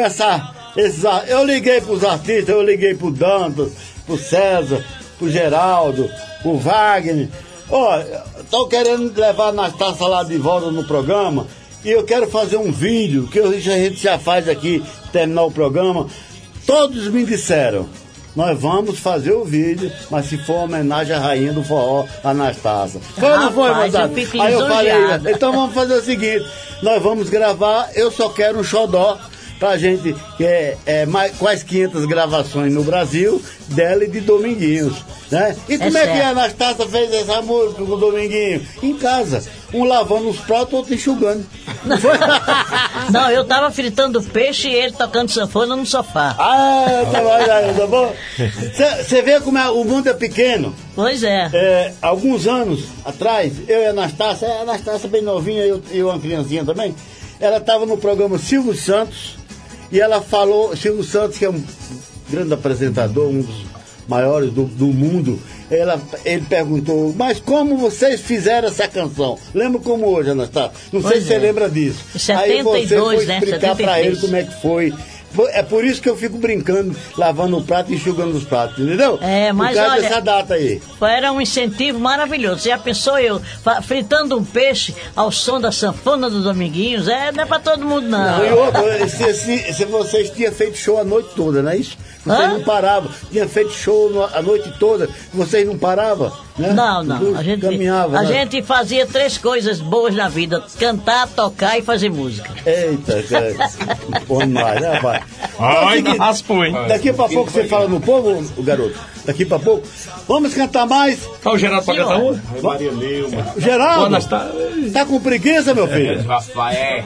[SPEAKER 4] eu liguei pros artistas, eu liguei pro Dantas, pro César, pro Geraldo, pro Wagner. Tô querendo levar a Anastácia lá de volta no programa, e eu quero fazer um vídeo que a gente já faz aqui, terminar o programa. Todos me disseram, nós vamos fazer o vídeo, mas se for homenagem à rainha do forró, Anastácia. Foi ou não foi, Mozart? Aí eu falei, então vamos fazer o seguinte, nós vamos gravar Eu Só Quero um Xodó, pra gente, que é quase 500 gravações no Brasil, dela e de Dominguinhos, né? E como é que a Anastácia fez essa música com o Dominguinho? Em casa, um lavando os pratos, outro enxugando.
[SPEAKER 7] Não, eu tava fritando peixe e ele tocando sanfona no sofá.
[SPEAKER 4] Tá bom? Você vê como o mundo é pequeno?
[SPEAKER 7] Pois é.
[SPEAKER 4] Alguns anos atrás, eu e a Anastácia bem novinha, eu uma criancinha também, ela estava no programa Silvio Santos, e ela falou, Silvio Santos, que é um grande apresentador, um dos maiores do mundo, ele perguntou, mas como vocês fizeram essa canção? Lembra como hoje, Anastácia? Não sei se você lembra disso.
[SPEAKER 7] 72,
[SPEAKER 4] aí você foi explicar, né? Para ele como é que foi. É por isso que eu fico brincando, lavando o prato e enxugando os pratos, entendeu?
[SPEAKER 7] Mas
[SPEAKER 4] por causa
[SPEAKER 7] olha,
[SPEAKER 4] dessa data aí.
[SPEAKER 7] Era um incentivo maravilhoso. Você já pensou eu fritando um peixe ao som da sanfona do Dominguinhos? Não é pra todo mundo, não.
[SPEAKER 4] E outra, se vocês tinham feito show a noite toda, não é isso? Vocês não paravam. Tinha feito show a noite toda, vocês não paravam, né?
[SPEAKER 7] Não. A gente caminhava. A gente fazia 3 coisas boas na vida: cantar, tocar e fazer música.
[SPEAKER 4] Eita, bom demais, né, rapaz?
[SPEAKER 9] Raspou, hein?
[SPEAKER 4] Daqui pra pouco você fala no povo, o garoto. Daqui pra pouco. Vamos cantar mais.
[SPEAKER 9] Tá o Geraldo pra cantar um?
[SPEAKER 8] Maria Neuma.
[SPEAKER 4] Geraldo, tá com preguiça, meu filho?
[SPEAKER 8] Rafael.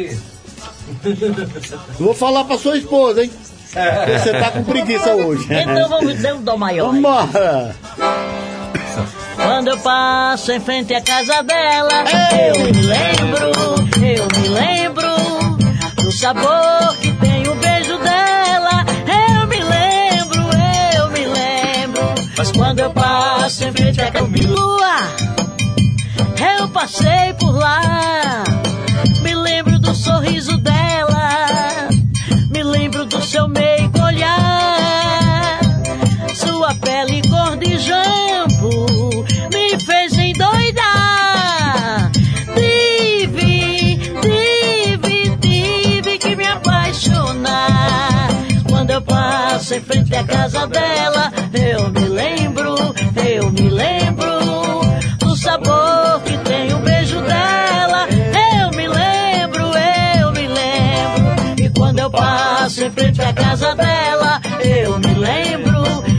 [SPEAKER 4] Vou falar pra sua esposa, hein? Você tá com preguiça hoje.
[SPEAKER 7] Então vamos dar um dó maior.
[SPEAKER 4] Vambora.
[SPEAKER 7] Quando eu passo em frente à casa dela, eu me lembro do sabor que tem o beijo dela. Eu me lembro. Mas quando eu passo em frente à Lua, eu passei por lá. Me lembro do sorriso dela, me lembro do seu meigo olhar, sua pele passo em frente à casa dela, eu me lembro do sabor que tem o beijo dela. Eu me lembro. E quando eu passo em frente à casa dela, eu me lembro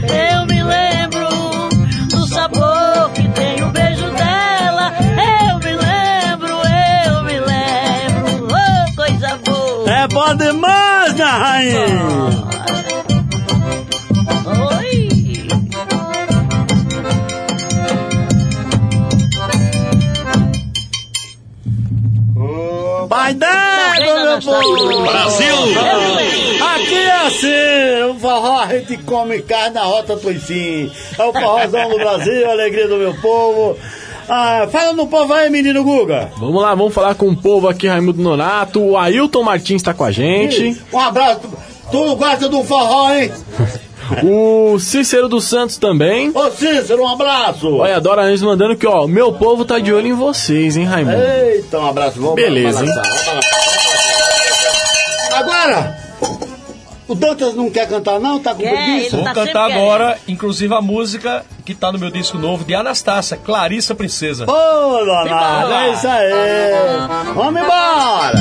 [SPEAKER 7] do sabor que tem o beijo dela. Eu me lembro, oh, coisa boa.
[SPEAKER 4] É bom demais, né, rainha? Pai d'égua, meu povo!
[SPEAKER 9] Brasil!
[SPEAKER 4] Aqui é assim, o forró a gente come carne na rota Tuicinho. É o forrozão do Brasil, a alegria do meu povo. Ah, fala no povo aí, menino Guga.
[SPEAKER 5] Vamos lá, vamos falar com o povo aqui, Raimundo Nonato. O Ailton Martins tá com a gente.
[SPEAKER 4] Um abraço, tu gosta do forró, hein?
[SPEAKER 5] O Cícero dos Santos também.
[SPEAKER 4] Ô Cícero, um abraço.
[SPEAKER 5] Olha, a Dora Anjos mandando que, ó, meu povo tá de olho em vocês, hein, Raimundo?
[SPEAKER 4] Eita, um abraço. Vamos
[SPEAKER 5] beleza, hein?
[SPEAKER 4] Agora, o Dantas não quer cantar não? Tá com preguiça?
[SPEAKER 9] Vou cantar agora, inclusive a música que tá no meu disco novo de Anastácia, Clarissa Princesa.
[SPEAKER 4] Ô, Leonardo, é isso aí. Vamos embora.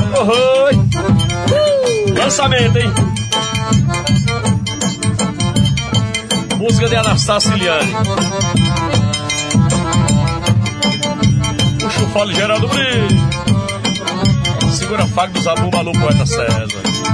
[SPEAKER 9] Lançamento, hein? Música de Anastácia Iliane. Puxa o fole Geraldo Brito. Segura a faca do Zabumba no poeta César.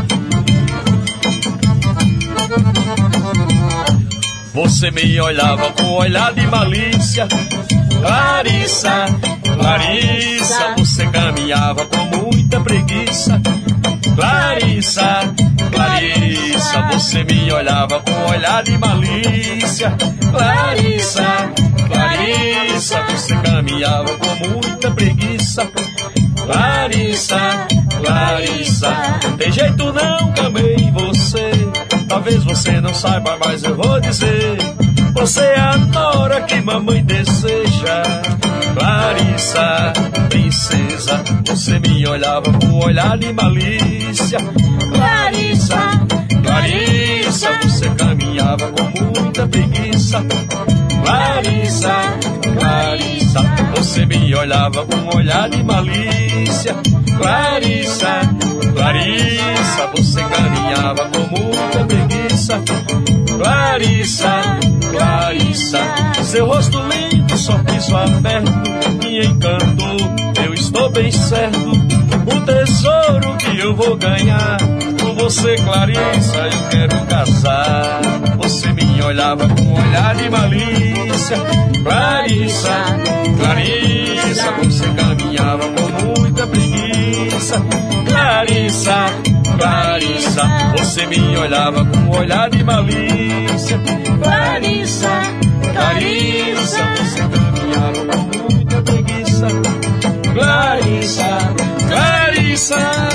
[SPEAKER 9] Você me olhava com olhar de malícia. Clarissa, Clarissa, você caminhava com muita preguiça. Clarissa, Clarissa, você me olhava com olhar de malícia. Clarissa, Clarissa, você caminhava com muita preguiça. Clarissa, Clarissa, tem jeito não que amei você. Talvez você não saiba, mas eu vou dizer. Você é a nora que mamãe deseja. Clarissa, princesa, você me olhava com olhar de malícia. Clarissa, Clarissa, você caminhava com muita preguiça. Clarissa, Clarissa, você me olhava com olhar de malícia. Clarissa, Clarissa, você caminhava com muita preguiça. Clarissa, Clarissa, seu rosto lindo, sorriso aberto me encantou. Eu estou bem certo, o tesouro que eu vou ganhar com você, Clarissa, eu quero casar. Você me olhava com olhar de malícia. Clarissa, Clarissa, você caminhava com muita preguiça. Clarissa, Clarissa, você me olhava com olhar de malícia. Clarissa, Clarissa, você caminhava com muita preguiça. Clarissa, Clarissa,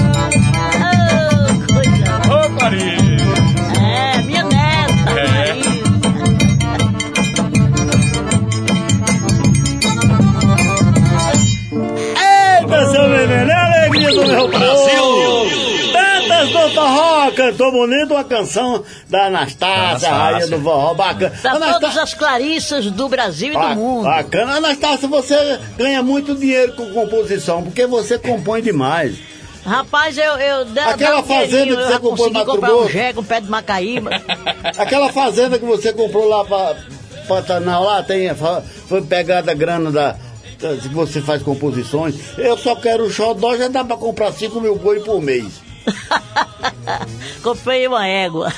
[SPEAKER 7] oh, coisa boa.
[SPEAKER 9] Ô, Clarissa.
[SPEAKER 7] É, minha neta.
[SPEAKER 9] É.
[SPEAKER 4] Eita, seu menino, é a alegria do meu povo. Dantas do forró, cantou bonito uma canção da Anastácia, a rainha do forró, bacana.
[SPEAKER 7] Pra todas as Clarissas do Brasil e do mundo.
[SPEAKER 4] Bacana. Anastácia, você ganha muito dinheiro com composição, porque você compõe demais.
[SPEAKER 7] Rapaz,
[SPEAKER 4] aquela fazenda que você comprou na
[SPEAKER 7] comprar um jegue, um pé de macaíba.
[SPEAKER 4] Aquela fazenda que você comprou lá pra Pantanal, lá foi pegada a grana que você faz composições. Eu só quero o xodó, já dá pra comprar 5 mil boi por mês.
[SPEAKER 7] Comprei uma égua.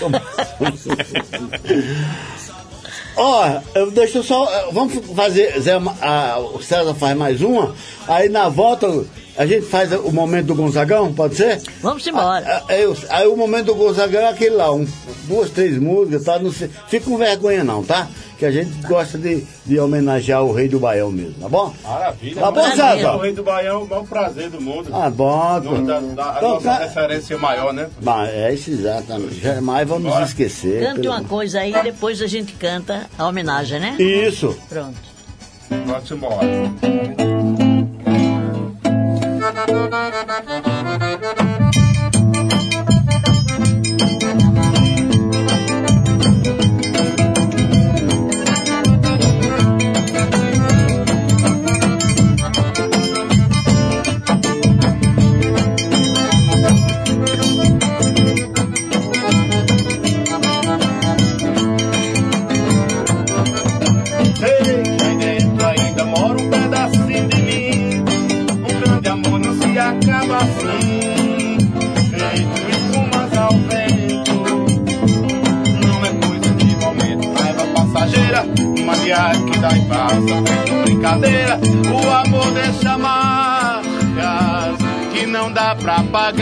[SPEAKER 4] Ó, deixa eu só. Vamos fazer. O César faz mais uma. Aí na volta a gente faz o momento do Gonzagão, pode ser?
[SPEAKER 7] Vamos embora.
[SPEAKER 4] Aí o momento do Gonzagão é aquele lá, 2, 3 músicas, tá? Não sei, fica com vergonha não, tá? Que a gente gosta de homenagear o Rei do Baião mesmo, tá bom?
[SPEAKER 8] Maravilha.
[SPEAKER 4] Tá bom, César?
[SPEAKER 8] O Rei do Baião é o maior prazer do mundo.
[SPEAKER 4] Ah, bom.
[SPEAKER 8] A nossa referência maior, né?
[SPEAKER 4] É isso, exatamente. Jamais vamos nos esquecer.
[SPEAKER 7] Cante uma coisa aí, depois a gente canta a homenagem, né?
[SPEAKER 4] Isso.
[SPEAKER 7] Pronto.
[SPEAKER 8] Vamos embora.
[SPEAKER 11] brincadeira. O amor deixa marcas que não dá pra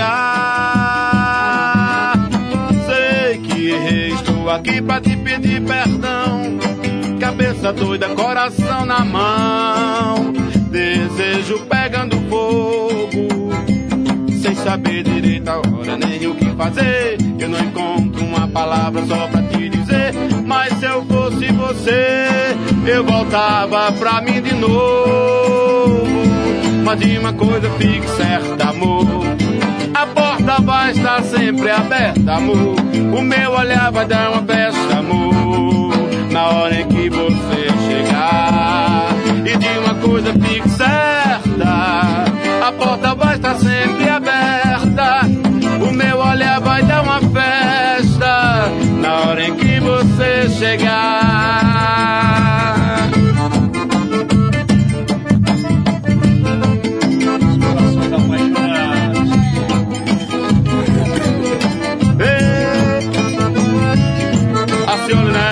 [SPEAKER 11] pagar. Sei que errei, estou aqui pra te pedir perdão. Cabeça doida, coração na mão, desejo pegando fogo, sem saber direito a hora nem o que fazer. Eu não encontro uma palavra só pra te dizer, mas se eu fosse você, eu voltava pra mim de novo. Mas de uma coisa fique certa, amor, a porta vai estar sempre aberta, amor. O meu olhar vai dar uma festa, amor, na hora em que você chegar. E de uma coisa fique certa, a porta vai estar sempre aberta. O meu olhar vai dar uma festa na hora em que você chegar. Corações apaixonados. A senhora, né?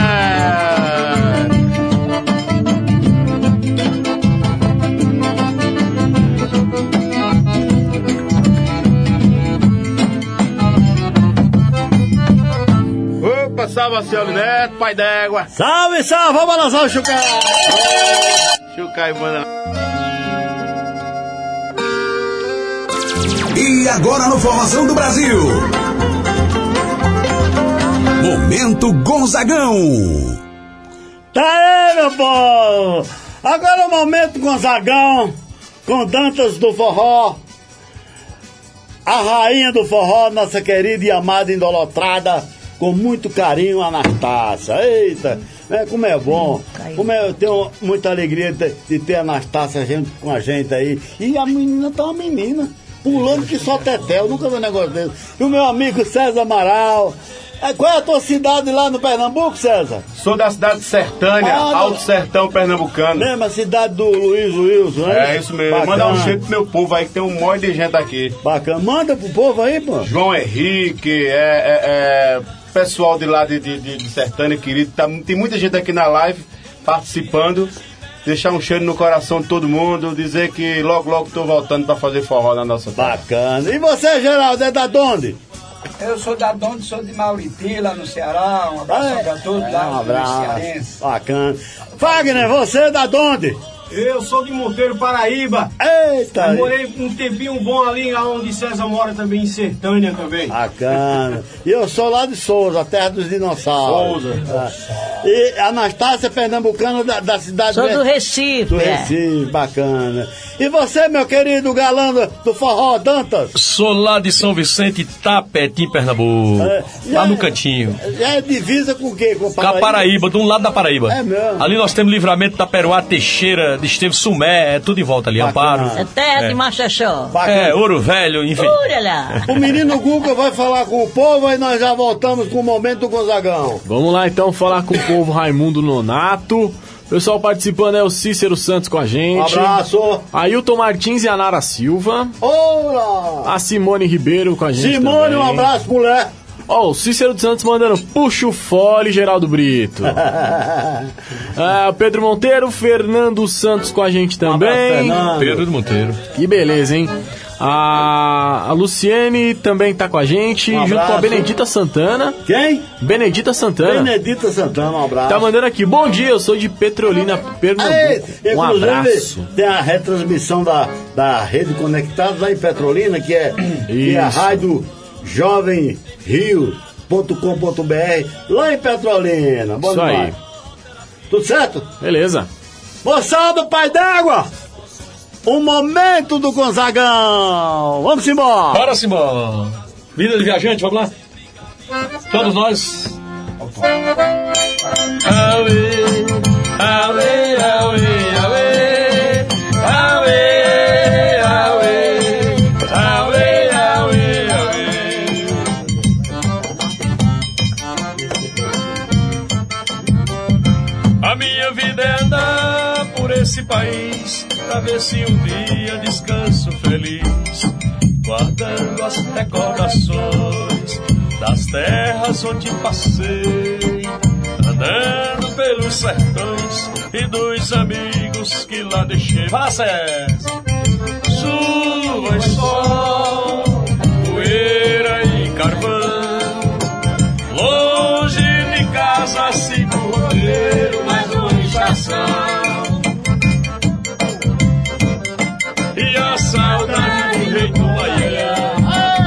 [SPEAKER 11] Salve, senhor Neto, pai d'égua.
[SPEAKER 4] Salve, salve, vamos lançar o Chucai.
[SPEAKER 11] Chucai, mano.
[SPEAKER 2] E agora no Formação do Brasil, Momento Gonzagão.
[SPEAKER 4] Tá aí, meu povo. Agora é o Momento Gonzagão, com Dantas do Forró, a rainha do forró, nossa querida e amada idolatrada, com muito carinho, Anastácia. Eita, como é bom. Eu tenho muita alegria de ter a Anastácia com a gente aí. E a menina tá uma menina, pulando que só teté. Eu nunca vi um negócio desse. E o meu amigo César Amaral. Qual é a tua cidade lá no Pernambuco, César?
[SPEAKER 8] Sou da cidade de Sertânia, Alto Sertão Pernambucano.
[SPEAKER 4] Mesmo a cidade do Luiz Wilson, né?
[SPEAKER 8] É isso mesmo. Bacana. Mandar um cheiro pro meu povo aí, que tem um monte de gente aqui.
[SPEAKER 4] Bacana. Manda pro povo aí, pô.
[SPEAKER 8] João Henrique, pessoal de lá de Sertânia, querido. Tem muita gente aqui na live participando. Deixar um cheiro no coração de todo mundo. Dizer que logo tô voltando pra fazer forró na nossa terra.
[SPEAKER 4] Bacana. E você, Geraldo, é da onde?
[SPEAKER 10] Eu sou da Donde, sou de Mauriti, lá no Ceará. Um abraço pra todos lá,
[SPEAKER 4] um abraço. Bacana. Wagner, você é da onde?
[SPEAKER 12] Eu sou de Monteiro, Paraíba.
[SPEAKER 4] Eita!
[SPEAKER 12] Eu morei um tempinho bom ali, onde César mora também, em Sertânia também.
[SPEAKER 4] Bacana. E eu sou lá de Souza, terra dos dinossauros.
[SPEAKER 12] Souza.
[SPEAKER 4] E Anastácia Pernambucana da cidade...
[SPEAKER 7] Sou do Recife.
[SPEAKER 4] Do Recife, bacana. E você, meu querido galã do forró, Dantas?
[SPEAKER 9] Sou lá de São Vicente, Tapetim, Pernambuco. Lá no cantinho.
[SPEAKER 4] Já é divisa com o quê? Com
[SPEAKER 9] a Paraíba, de um lado da Paraíba.
[SPEAKER 4] É mesmo.
[SPEAKER 9] Ali nós temos Livramento da Peruá, Teixeira, de Esteves, Sumé, é tudo em volta ali, Amparo.
[SPEAKER 7] É terra de Machachó.
[SPEAKER 9] Ouro Velho, enfim.
[SPEAKER 7] Olha lá.
[SPEAKER 4] O menino Guga vai falar com o povo e nós já voltamos com o Momento Gonzagão.
[SPEAKER 5] Vamos lá então falar com o povo Raimundo Nonato. O pessoal participando é o Cícero Santos com a gente.
[SPEAKER 4] Um abraço.
[SPEAKER 5] Ailton Martins e a Nara Silva.
[SPEAKER 4] Olá.
[SPEAKER 5] A Simone Ribeiro com a gente
[SPEAKER 4] Simone, também. Um abraço, mulher.
[SPEAKER 5] Ó, o Cícero Santos mandando puxa o fole, Geraldo Brito. Pedro Monteiro, Fernando Santos com a gente também.
[SPEAKER 9] Pedro Monteiro.
[SPEAKER 5] Que beleza, hein? A Luciene também tá com a gente, junto com a Benedita Santana.
[SPEAKER 4] Quem?
[SPEAKER 5] Benedita Santana.
[SPEAKER 4] Benedita Santana, um abraço.
[SPEAKER 5] Tá mandando aqui, bom dia, eu sou de Petrolina, Pernambuco. Um abraço.
[SPEAKER 4] Tem a retransmissão da Rede Conectados lá em Petrolina, que é a rádio Jovem Rio.com.br, lá em Petrolina. Bom
[SPEAKER 5] isso
[SPEAKER 4] demais.
[SPEAKER 5] aí.
[SPEAKER 4] Tudo certo?
[SPEAKER 5] Beleza.
[SPEAKER 4] Moçada, pai d'água! O Momento do Gonzagão! Vamos embora!
[SPEAKER 9] Bora embora! Vida de viajante, vamos lá? Todos nós. Aue, aue, aue, aue, aue, aue, aue, aue. A minha vida é andar por esse país, pra ver se um dia descanso feliz, guardando as recordações das terras onde passei, andando pelos sertões e dos amigos amigos que lá deixei. Fala, César. Chuva e sol, poeira e carvão, longe de casa sigo o roteiro, mais uma estação. E a saudade do rei do Bahia.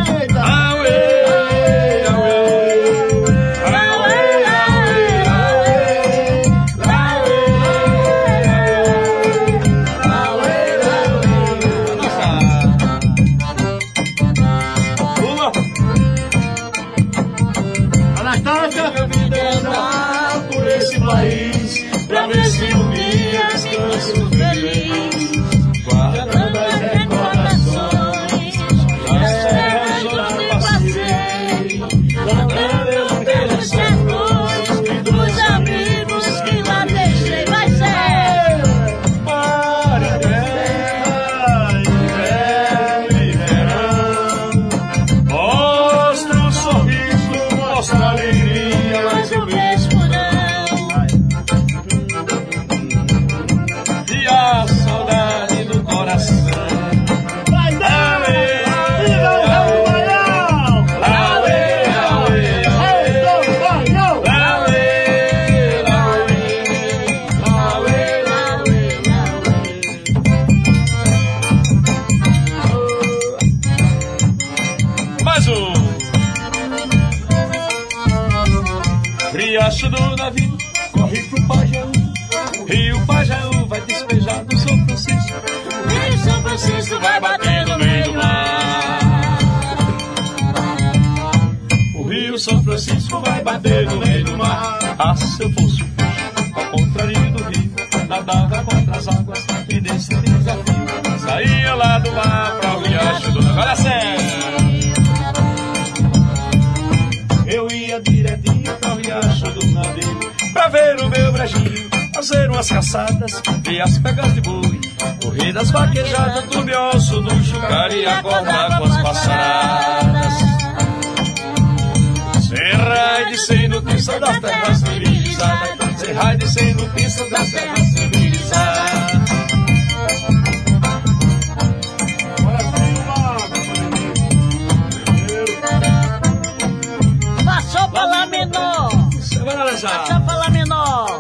[SPEAKER 6] Pra ver se um dia descanso feliz, guardando as recordações das terras onde passei, lembrando pelos sertões dos amigos que lá deixei. Vai ser
[SPEAKER 9] mar e terra, inverno e verão, mostra um sorriso, mostra alegria, mas eu vejo a saudade do coração. Vai dar! Mais um! Riacho do navio corre pro Pajaú, Rio Pajaú vai despejar do São Francisco,
[SPEAKER 6] Rio São Francisco vai bater no meio do mar.
[SPEAKER 9] O Rio São Francisco vai bater no meio do mar. Ah, se eu fosse um peixe, ao contrário do rio, nadava contra as águas e desse desafio saía lá do mar pra o riacho do navio. Olha sério! Eu ia direitinho pra o riacho do navio pra ver o meu brejinho, fazer umas caçadas, ver as pegas de boi, corridas vaquejadas do mioço, do chucari e acordar com as passaradas. Sem raio, sem notícia das terras civilizadas, sem raio, sem notícia das terras civilizadas.
[SPEAKER 7] Passou pra lá menor. Passou pra lá menor.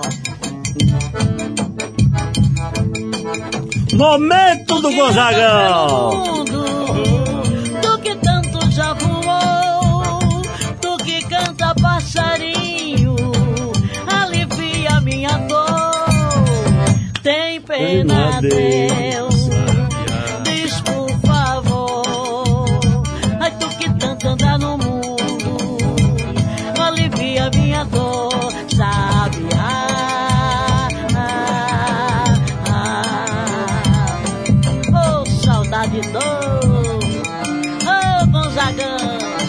[SPEAKER 4] Momento do Gonzagão.
[SPEAKER 7] Tu que tanto já voou, tu que canta passarinho, alivia minha dor. Tem pena, Deus, diz por favor. Ai, tu que tanto anda no mundo, alivia minha dor, sabe? Saudade do Gonzagão.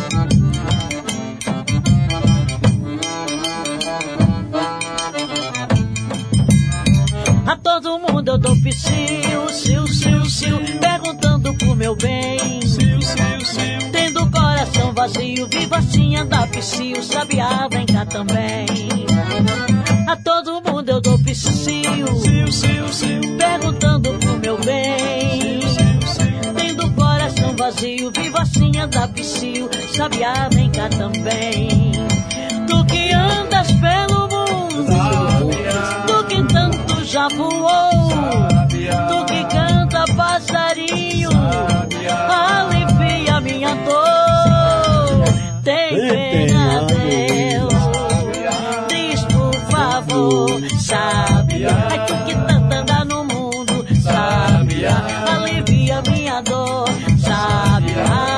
[SPEAKER 7] A todo mundo eu dou psiu, sil, perguntando por meu bem. Tendo o coração vazio, viva assim andar psiu, sabiá, vem cá também. A todo mundo eu dou psiu, perguntando por meu bem. Tendo o coração vazio, vivo assim andar psiu, sabiá, vem cá também. Tu que andas pelo mundo, tu que tanto já voou, tu que canta passarinho, alivia minha dor. Tem pena, Deus, diz por favor, sabiá. Ai, tu que tanto anda no mundo, sabiá, alivia minha dor, sabiá.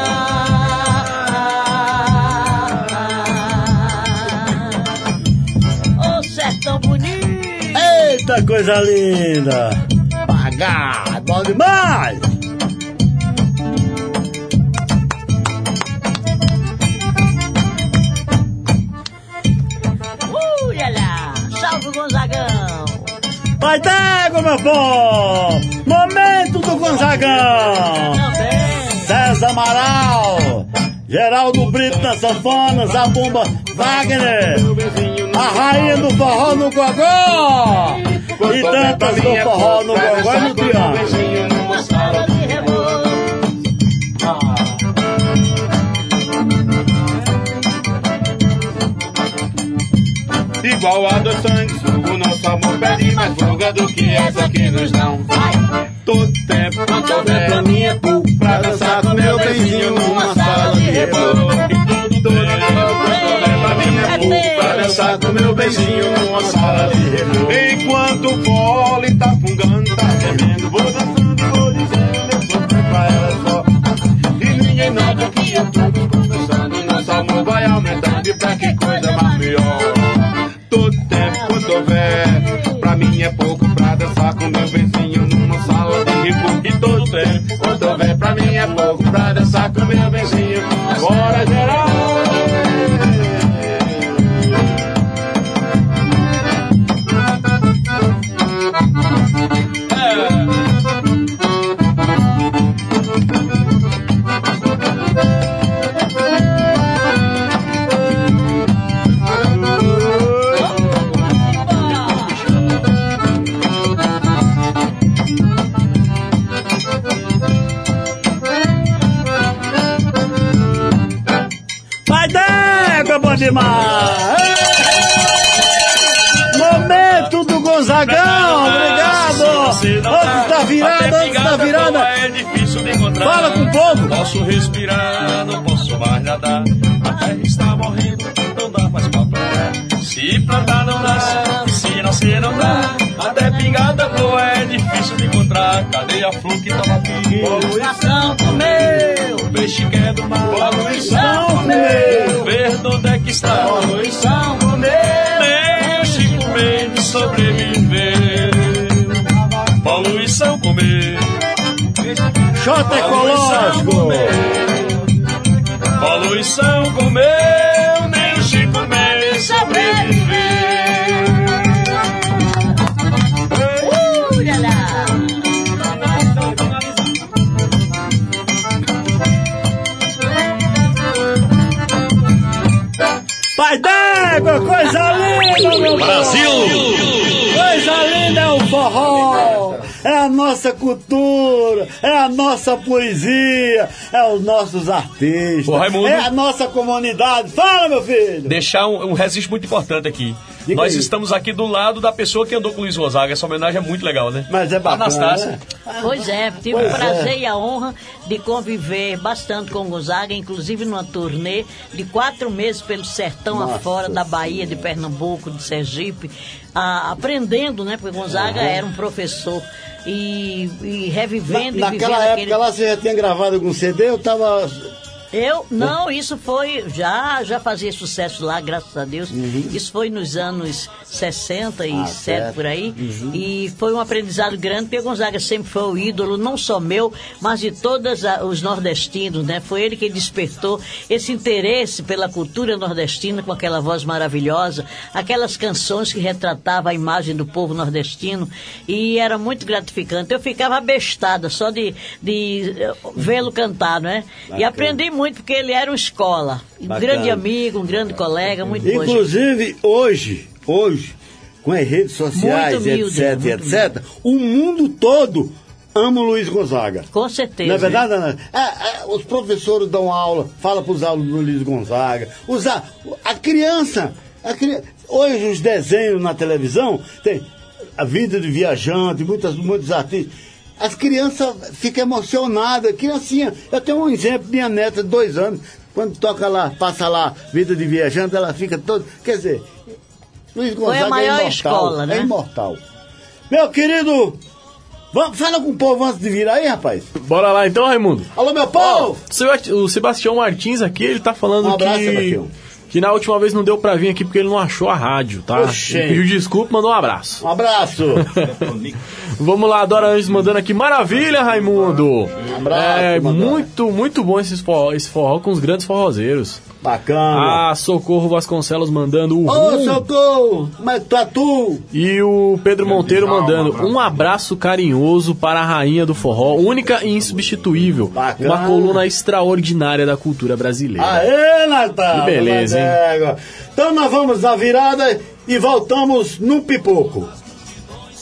[SPEAKER 7] Ô sertão bonito.
[SPEAKER 4] Eita coisa linda. Pagar, bom demais.
[SPEAKER 7] Salve o Gonzagão.
[SPEAKER 4] Vai d'água, meu povo. Momento do Gonzagão. César Amaral, Geraldo Brito na sanfona, Zabumba Wagner, a rainha do forró no gogó, E tantas do forró no gogó e no piano.
[SPEAKER 11] Igual a do sanguessuga, o nosso amor pede mais fuga do que essa que nos dão. Todo tempo, quando houver pra mim é pouco, pra dançar com meu benzinho numa sala de reboco. E todo tempo, quando houver pra mim é pouco, pra dançar com meu benzinho numa sala de reboco. Enquanto o fole tá fungando, tá gemendo, vou dançando e vou dizendo, eu sou pra ela só. E ninguém nota que eu tô conversando, e nosso amor vai aumentando, e pra que coisa mais melhor. Todo tempo, quando houver, pra mim é pouco, pra dançar com meu vizinho numa sala de rico. E todo tempo, quando houver, pra mim é pouco, pra dançar com meu vizinho. Bora, geral!
[SPEAKER 4] Demais! Momento do Gonzagão, obrigado! Onde está virada, onde está virada?
[SPEAKER 9] É difícil de encontrar.
[SPEAKER 4] Fala com o povo!
[SPEAKER 9] Posso respirar, não posso mais nadar. A terra está morrendo, não dá mais pra plantar. Se plantar não nasce, se nascer não dá. Até pingada boa é difícil de encontrar. Cadê a flor que tava aqui?
[SPEAKER 7] Poluição comeu!
[SPEAKER 9] O peixe que é do mar.
[SPEAKER 7] Poluição comeu!
[SPEAKER 9] Verde onde é que está?
[SPEAKER 7] Poluição comeu!
[SPEAKER 9] Nem o Chico Mendes sobreviveu. Poluição comeu!
[SPEAKER 4] Xota ecológico!
[SPEAKER 9] Poluição comeu! Nem o Chico Mendes sobreviveu.
[SPEAKER 4] Pai d'égua, coisa linda, meu
[SPEAKER 9] Brasil!
[SPEAKER 4] Coisa linda é o forró, é a nossa cultura, é a nossa poesia, é os nossos artistas,
[SPEAKER 9] Ô, Raimundo,
[SPEAKER 4] é a nossa comunidade. Fala, meu filho!
[SPEAKER 9] Deixar um registro muito importante aqui.
[SPEAKER 4] Diga
[SPEAKER 9] Nós
[SPEAKER 4] aí.
[SPEAKER 9] Estamos aqui do lado da pessoa que andou com o Luiz Gonzaga. Essa homenagem é muito legal, né?
[SPEAKER 4] Mas é bacana,
[SPEAKER 9] Anastácia.
[SPEAKER 4] né?
[SPEAKER 7] Pois é, tive o prazer e a honra de conviver bastante com o Gonzaga, inclusive numa turnê de 4 meses pelo sertão afora da Bahia, de Pernambuco, de Sergipe, aprendendo, né? Porque Gonzaga era um professor e revivendo e vivendo
[SPEAKER 4] Naquela época lá você já tinha gravado algum CD? Eu tava...
[SPEAKER 7] Não, isso foi, já fazia sucesso lá, graças a Deus. Isso foi nos anos 67, por aí. E foi um aprendizado grande, porque Gonzaga sempre foi o ídolo, não só meu, mas de todos os nordestinos, né? Foi ele que despertou esse interesse pela cultura nordestina, com aquela voz maravilhosa, aquelas canções que retratavam a imagem do povo nordestino, e era muito gratificante. Eu ficava abestada só de vê-lo cantar, né? E aprendi muito, porque ele era uma escola. Um grande amigo, um grande colega, muito bom.
[SPEAKER 4] Inclusive, hoje, com as redes sociais,
[SPEAKER 7] humilde,
[SPEAKER 4] etc., o mundo todo ama o Luiz Gonzaga.
[SPEAKER 7] Com certeza.
[SPEAKER 4] Não é verdade, Ana? Os professores dão aula, falam para os alunos do Luiz Gonzaga. A criança, hoje os desenhos na televisão, tem a vida de viajante, muitos artistas. As crianças ficam emocionadas. Criancinha, eu tenho um exemplo, minha neta de 2 anos, quando toca lá, passa lá, vida de viajante, ela fica toda... Quer dizer, Luiz Gonzaga
[SPEAKER 7] foi a maior
[SPEAKER 4] é imortal,
[SPEAKER 7] escola, né?
[SPEAKER 4] É imortal. Meu querido, fala com o povo antes de vir aí, rapaz.
[SPEAKER 5] Bora lá então, Raimundo.
[SPEAKER 4] Alô, meu povo!
[SPEAKER 5] O Sebastião Martins aqui, ele tá falando
[SPEAKER 4] Um abraço, Sebastião.
[SPEAKER 5] Que na última vez não deu pra vir aqui porque ele não achou a rádio, tá? Ele pediu desculpa, mandou um abraço.
[SPEAKER 4] Um abraço.
[SPEAKER 5] Vamos lá, Dora Anjos mandando aqui. Maravilha, Raimundo.
[SPEAKER 4] Um abraço.
[SPEAKER 5] Muito bom esse forró com os grandes forrozeiros.
[SPEAKER 4] Bacana.
[SPEAKER 5] Socorro Vasconcelos mandando
[SPEAKER 4] Socorro! Mas tu!
[SPEAKER 5] E o Pedro Monteiro mandando um abraço carinhoso para a rainha do forró, única e insubstituível.
[SPEAKER 4] Bacana.
[SPEAKER 5] Uma coluna extraordinária da cultura brasileira.
[SPEAKER 4] Aê, Natal!
[SPEAKER 5] Que beleza, hein?
[SPEAKER 4] Então nós vamos na virada e voltamos no pipoco.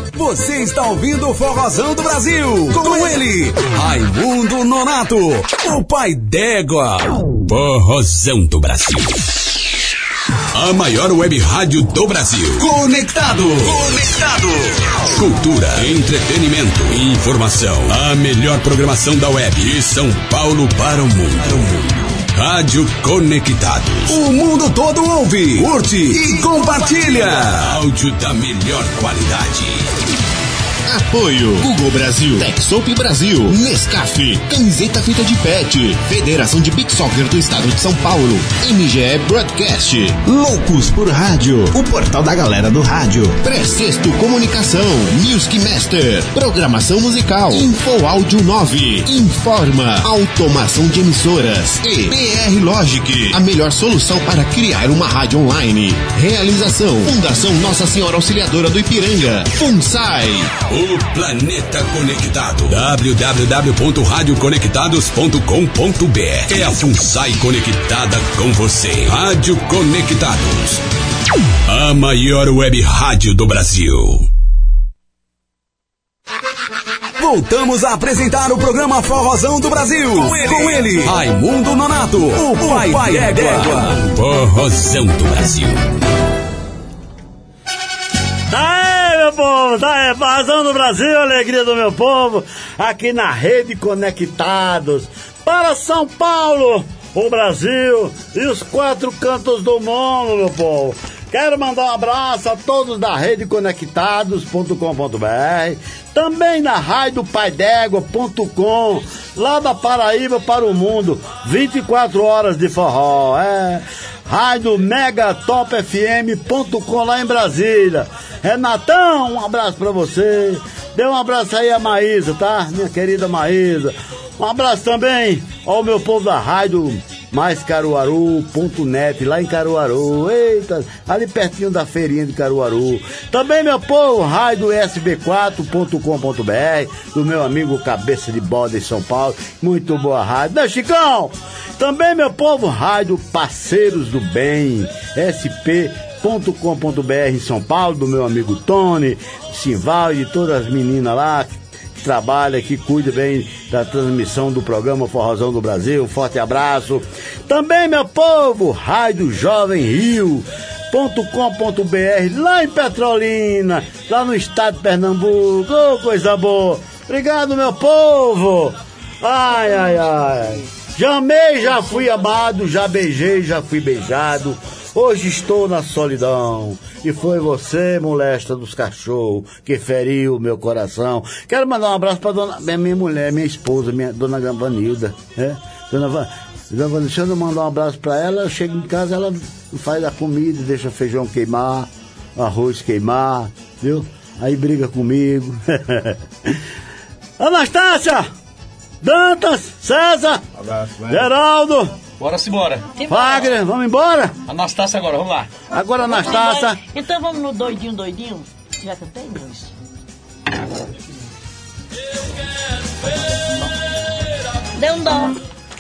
[SPEAKER 2] Você está ouvindo o Forrozão do Brasil. Com ele, Raimundo Nonato, o pai d'égua.
[SPEAKER 1] Forrozão do Brasil. A maior web rádio do Brasil. Conectado. Cultura, entretenimento, informação. A melhor programação da web. De São Paulo para o mundo. Rádio Conectados.
[SPEAKER 2] O mundo todo ouve, curte e compartilha.
[SPEAKER 1] Áudio da melhor qualidade.
[SPEAKER 13] Apoio Google Brasil, Texop Brasil, Nescafé, Camiseta Feita de Pet, Federação de Beach Soccer do Estado de São Paulo, MGE Broadcast, Loucos por Rádio, o portal da galera do rádio, Precesto Comunicação, Music Master, Programação Musical, Info Áudio 9, Informa, Automação de Emissoras e PR Logic, a melhor solução para criar uma rádio online. Realização, Fundação Nossa Senhora Auxiliadora do Ipiranga, FUNSAI.
[SPEAKER 1] O planeta conectado. www.radioconectados.com.br. É a FUNSAI conectada com você. Rádio Conectados. A maior web rádio do Brasil.
[SPEAKER 2] Voltamos a apresentar o programa Forrozão do Brasil. Com ele, Raimundo Nonato, o pai d'égua.
[SPEAKER 1] Forrozão do Brasil.
[SPEAKER 4] Meu povo, tá aí, Forrozão do Brasil, alegria do meu povo, aqui na Rede Conectados, para São Paulo, o Brasil e os 4 cantos do mundo, meu povo. Quero mandar um abraço a todos da redeconectados.com.br, também na raidopaidégua.com, lá da Paraíba para o mundo, 24 horas de forró, RádioMegaTopFM.com lá em Brasília. Renatão, um abraço pra você. Dê um abraço aí a Maísa, tá? Minha querida Maísa. Um abraço também ao meu povo da rádio maiscaruaru.net, lá em Caruaru. Eita, ali pertinho da feirinha de Caruaru. Também meu povo, rádio sb4.com.br, do meu amigo Cabeça de Bode em São Paulo. Muito boa rádio, né, Chicão? Também meu povo, rádio Parceiros do Bem, sp.com.br em São Paulo, do meu amigo Tony, Simval e de todas as meninas lá que trabalha, que cuida bem da transmissão do programa Forrozão do Brasil. Forte abraço. Também meu povo, rádio Jovem Rio.com.br, lá em Petrolina, lá no estado de Pernambuco. Oh, coisa boa. Obrigado, meu povo. Ai, ai, ai. Já amei, já fui amado, já beijei, já fui beijado. Hoje estou na solidão. E foi você, molesta dos cachorros, que feriu o meu coração. Quero mandar um abraço pra minha mulher, minha esposa, dona Vanilda. Dona Vanilda, deixa eu mandar um abraço pra ela. Eu chego em casa, ela faz a comida, deixa feijão queimar, arroz queimar, viu? Aí briga comigo. Anastácia! Dantas, César,
[SPEAKER 9] abraço,
[SPEAKER 4] Geraldo,
[SPEAKER 9] bora-se embora.
[SPEAKER 4] Wagner, vamos embora?
[SPEAKER 9] Anastácia agora, vamos lá.
[SPEAKER 4] Agora Anastácia.
[SPEAKER 7] Então vamos no doidinho. Já cantei dois. Deu um dó.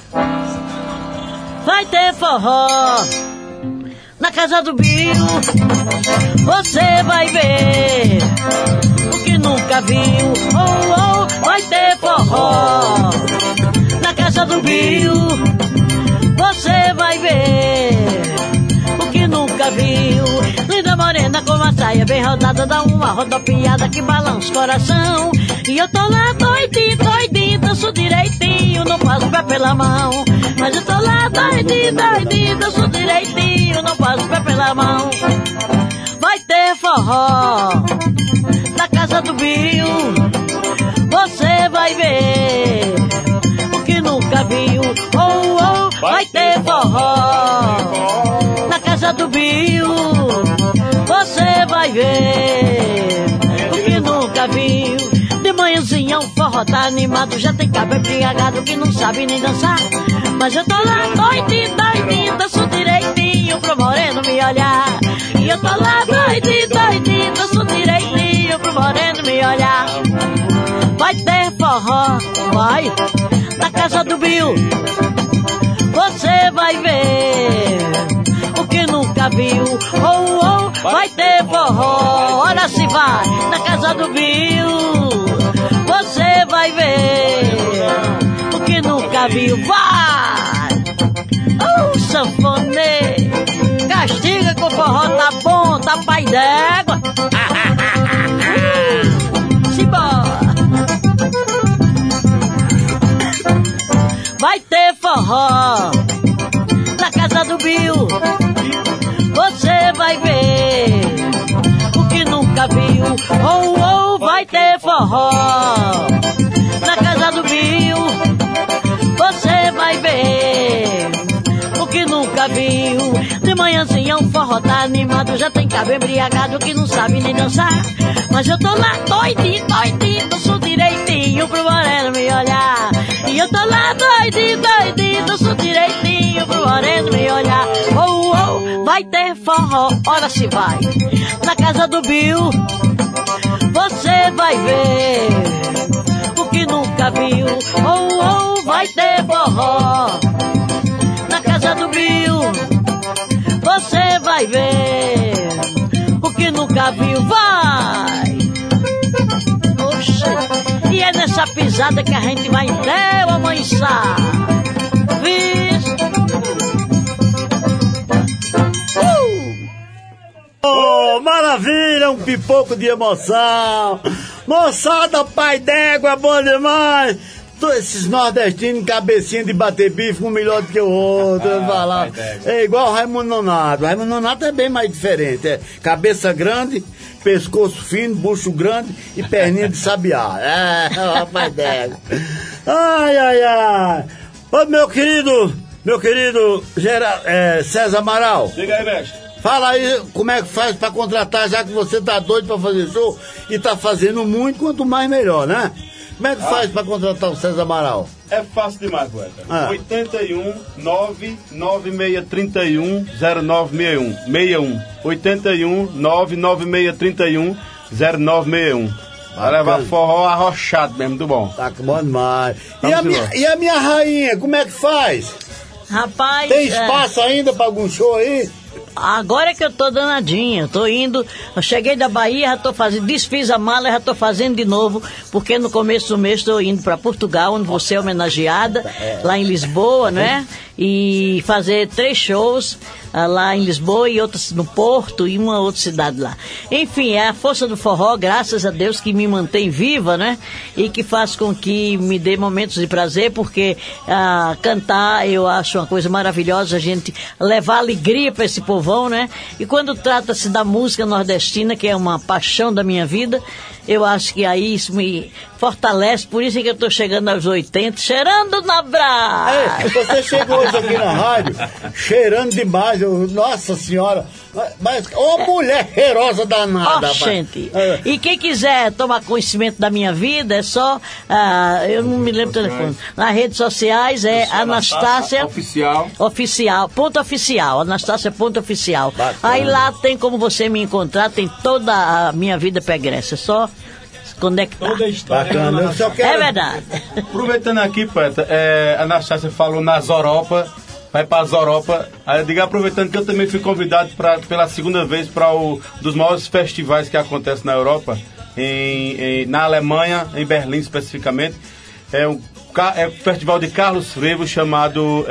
[SPEAKER 7] Vai ter forró na casa do Bill. Você vai ver o que nunca viu. Oh, oh, vai ter forró na casa do Bill. Você vai ver o que nunca viu. Linda morena com uma saia bem rodada, dá uma rodopiada que balança o coração. E eu tô lá doidinho, danço direitinho, não passo o pé pela mão. Mas eu tô lá doidinho, danço direitinho, não passo o pé pela mão. Vai ter forró na casa do Bill. Você vai ver o que nunca viu. Oh, oh, vai ter forró na casa do Bill. Você vai ver o que nunca viu. De manhãzinha o forró tá animado, já tem cabelo embriagado que não sabe nem dançar. Mas eu tô lá doidinho, danço direitinho pro moreno me olhar. E eu tô lá doidinho, danço direitinho pro moreno me olhar. Vai ter forró, vai, na casa do Bill. Você vai ver o que nunca viu. Oh, oh, vai ter forró, ora se vai na casa do Bill. Você vai ver o que nunca viu. Vai! Oh, sanfoneiro, castiga que o forró tá bom, tá pai d'égua. Simbora! Vai ter forró na casa do Bill. Você vai ver o que nunca viu. Oh, oh, vai ter forró na casa do Bill. Você vai ver o que nunca viu. De manhãzinha um forró tá animado. Já tem cabo embriagado que não sabe nem dançar. Mas eu tô lá doidinho, doidinho, danço direitinho pro moreno me olhar. E eu tô lá doidinho, doidinho, danço direitinho pro moreno me olhar. Oh, oh, vai ter forró, ora se vai na casa do Bill. Você vai ver o que nunca viu. Oh, oh, vai ter forró na casa do Bill. Você vai ver o que nunca viu. Vai! Oxe, e é nessa pisada que a gente vai até o amanhecer. Visto?
[SPEAKER 4] Oh, maravilha, um pipoco de emoção. Moçada, pai d'égua, bom demais. Todos esses nordestinos, cabecinha de bater bife, um melhor do que o outro. Falar. É igual o Raimundo Nonato. O Raimundo Nonato é bem mais diferente. É cabeça grande, pescoço fino, bucho grande e perninha de sabiá. É, pai d'égua. Ai, ai, ai. Ô, meu querido César Amaral.
[SPEAKER 8] Diga aí, mestre.
[SPEAKER 4] Fala aí como é que faz pra contratar, já que você tá doido pra fazer show e tá fazendo muito, quanto mais melhor, né? Como é que faz pra contratar o César Amaral?
[SPEAKER 8] É fácil demais, poeta. 81 99631 0961 81 99631 0961. Vai levar forró arrochado mesmo, do bom.
[SPEAKER 4] Tá bom demais. E a minha rainha, como é que faz?
[SPEAKER 7] Rapaz...
[SPEAKER 4] Tem espaço ainda pra algum show aí?
[SPEAKER 7] Agora é que eu tô danadinha, tô indo, eu cheguei da Bahia, já tô fazendo, desfiz a mala, já tô fazendo de novo, porque no começo do mês tô indo pra Portugal, onde vou ser homenageada, lá em Lisboa, né? E fazer 3 shows lá em Lisboa e outros no Porto e uma outra cidade lá. Enfim, é a força do forró, graças a Deus, que me mantém viva, né? E que faz com que me dê momentos de prazer, porque cantar eu acho uma coisa maravilhosa, a gente levar alegria para esse povão, né? E quando trata-se da música nordestina, que é uma paixão da minha vida, eu acho que aí isso me fortalece, por isso é que eu tô chegando aos 80, cheirando na brasa.
[SPEAKER 4] Você chegou hoje aqui na rádio, cheirando demais, nossa senhora, mas uma mulher cheirosa danada.
[SPEAKER 7] Gente, e quem quiser tomar conhecimento da minha vida, é só, eu não me lembro do telefone, nas redes sociais é Anastácia Oficial, ponto oficial, Anastácia ponto oficial. Aí lá tem como você me encontrar, tem toda a minha vida pregressa, é só conectar.
[SPEAKER 4] Bacana, eu só quero...
[SPEAKER 7] É verdade.
[SPEAKER 8] Aproveitando aqui, poeta, a Anastácia falou nas Europa, vai para as Europa. Aí eu digo, aproveitando que eu também fui convidado pela segunda vez para um dos maiores festivais que acontece na Europa, na Alemanha, em Berlim especificamente. É o festival de Carlos Frevo, chamado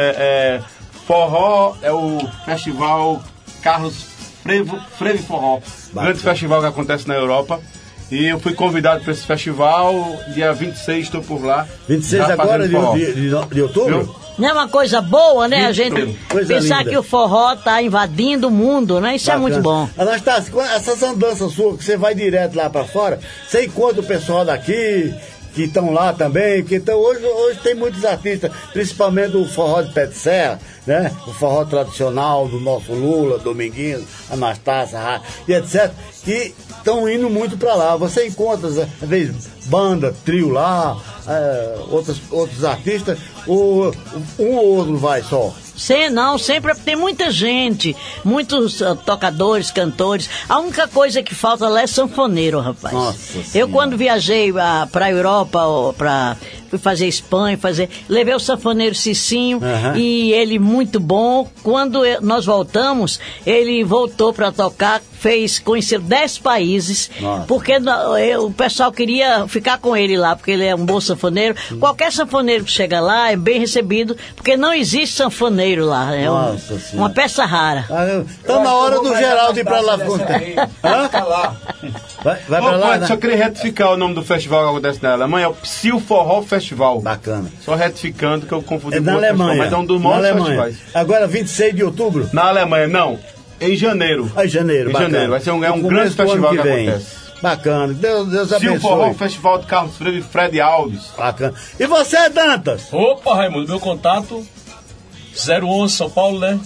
[SPEAKER 8] Forró, é o festival Carlos Frevo Forró. Grande festival que acontece na Europa. E eu fui convidado para esse festival, dia 26 estou por lá.
[SPEAKER 4] 26 agora de outubro?
[SPEAKER 7] Não é uma coisa boa, né? A gente pensar que o forró tá invadindo o mundo, né? Isso é muito bom.
[SPEAKER 4] Anastácia, essas andanças suas que você vai direto lá para fora, você encontra o pessoal daqui que estão lá também, que então hoje tem muitos artistas, principalmente o forró de pé de serra, né? O forró tradicional do nosso Lula, Dominguinhos, Anastácia e etc, que estão indo muito para lá. Você encontra, às vezes, banda, trio lá, outros artistas, ou um ou outro vai só?
[SPEAKER 7] Sempre tem muita gente, muitos tocadores, cantores. A única coisa que falta lá é sanfoneiro, rapaz.
[SPEAKER 4] Nossa
[SPEAKER 7] eu quando viajei para a Europa, para fui fazer Espanha, levei o sanfoneiro Cicinho, e ele muito bom. Quando nós voltamos, ele voltou para tocar, conheceu 10 países, porque o pessoal queria ficar com ele lá, porque ele é um bom sanfoneiro. Qualquer sanfoneiro que chega lá é bem recebido, porque não existe sanfoneiro lá, é uma peça rara.
[SPEAKER 4] Tá na hora do Geraldo ir pra lá. Vai pra lá, né?
[SPEAKER 8] Só queria retificar o nome do festival que acontece na Alemanha, é o Psyu Forró Festival.
[SPEAKER 4] Bacana.
[SPEAKER 8] Só retificando que eu confundi
[SPEAKER 4] com o Alemanha,
[SPEAKER 8] festival, mas é um dos maiores festivais.
[SPEAKER 4] Agora 26 de outubro?
[SPEAKER 8] Na Alemanha, não. Em janeiro.
[SPEAKER 4] Em janeiro, bacana.
[SPEAKER 8] Vai ser um grande festival que acontece.
[SPEAKER 4] Bacana, Deus abençoe.
[SPEAKER 8] Psyu Forró Festival de Carlos Freire e Fred Alves.
[SPEAKER 4] Bacana. E você, Dantas?
[SPEAKER 9] Opa, Raimundo, meu contato 011 São Paulo, né?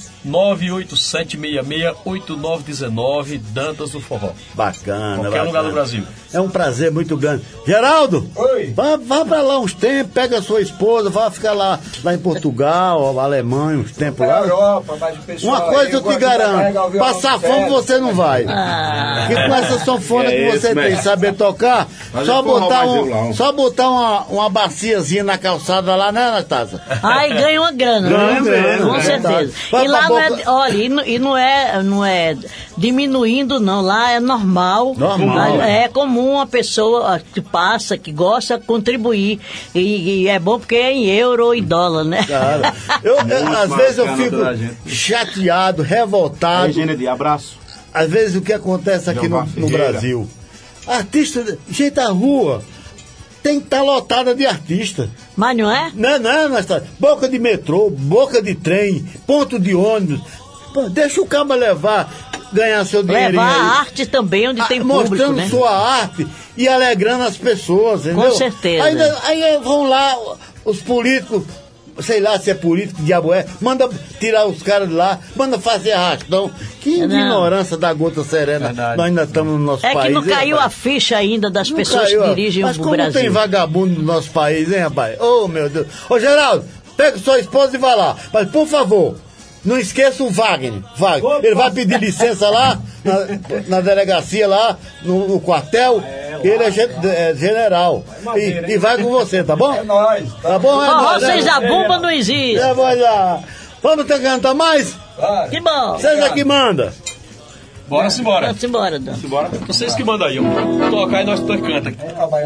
[SPEAKER 9] 987668919, Dantas do Forró.
[SPEAKER 4] Bacana.
[SPEAKER 9] Qualquer lugar do Brasil.
[SPEAKER 4] É um prazer muito grande. Geraldo, vá pra lá uns tempos, pega a sua esposa, vá ficar lá em Portugal, Alemanha, uns tempos lá.
[SPEAKER 10] Europa, mas o pessoal,
[SPEAKER 4] uma coisa eu te garanto, passar fome você não vai. Porque com essa sanfona que você tem, saber tocar, só botar uma baciazinha na calçada lá, né, Anastasia?
[SPEAKER 7] E ganha uma grana. Com certeza. E lá não é, olha, e não é diminuindo não, lá é normal. É comum uma pessoa que passa, que gosta, contribuir, e é bom porque é em euro e dólar, né?
[SPEAKER 4] Claro. Às vezes eu fico chateado, revoltado.
[SPEAKER 8] Regina de abraço.
[SPEAKER 4] Às vezes o que acontece aqui no Brasil, artista, gente da rua tem que estar lotada de artista.
[SPEAKER 7] Mas não é?
[SPEAKER 4] Não, boca de metrô, boca de trem, ponto de ônibus. Pô, deixa o cara ganhar seu dinheiro.
[SPEAKER 7] Levar a arte também onde tem público,
[SPEAKER 4] mostrando,
[SPEAKER 7] né?
[SPEAKER 4] Sua arte e alegrando as pessoas, entendeu?
[SPEAKER 7] Com certeza.
[SPEAKER 4] Aí vão lá os políticos, sei lá se é político, diabo manda tirar os caras de lá, manda fazer arrastão. Que ignorância da gota serena. Verdade. Nós ainda estamos no nosso país.
[SPEAKER 7] É que não caiu a ficha ainda das pessoas que dirigem o Brasil.
[SPEAKER 4] Mas como tem vagabundo no nosso país, hein, rapaz? Oh, meu Deus. Ô, Geraldo, pega sua esposa e vai lá. Mas, por favor, não esqueça o Wagner. Ele vai pedir licença lá, na delegacia lá, no quartel. Ele é general. E vai com você, tá bom?
[SPEAKER 10] É nóis.
[SPEAKER 4] Tá bom?
[SPEAKER 7] Vocês a bomba não existe.
[SPEAKER 4] Vamos cantar mais?
[SPEAKER 10] Vai.
[SPEAKER 7] Que bom.
[SPEAKER 4] Vocês é que manda.
[SPEAKER 9] Bora-se embora.
[SPEAKER 7] Vamos embora, Dan.
[SPEAKER 9] Vocês que mandam aí. Eu tocar e nós canta aqui.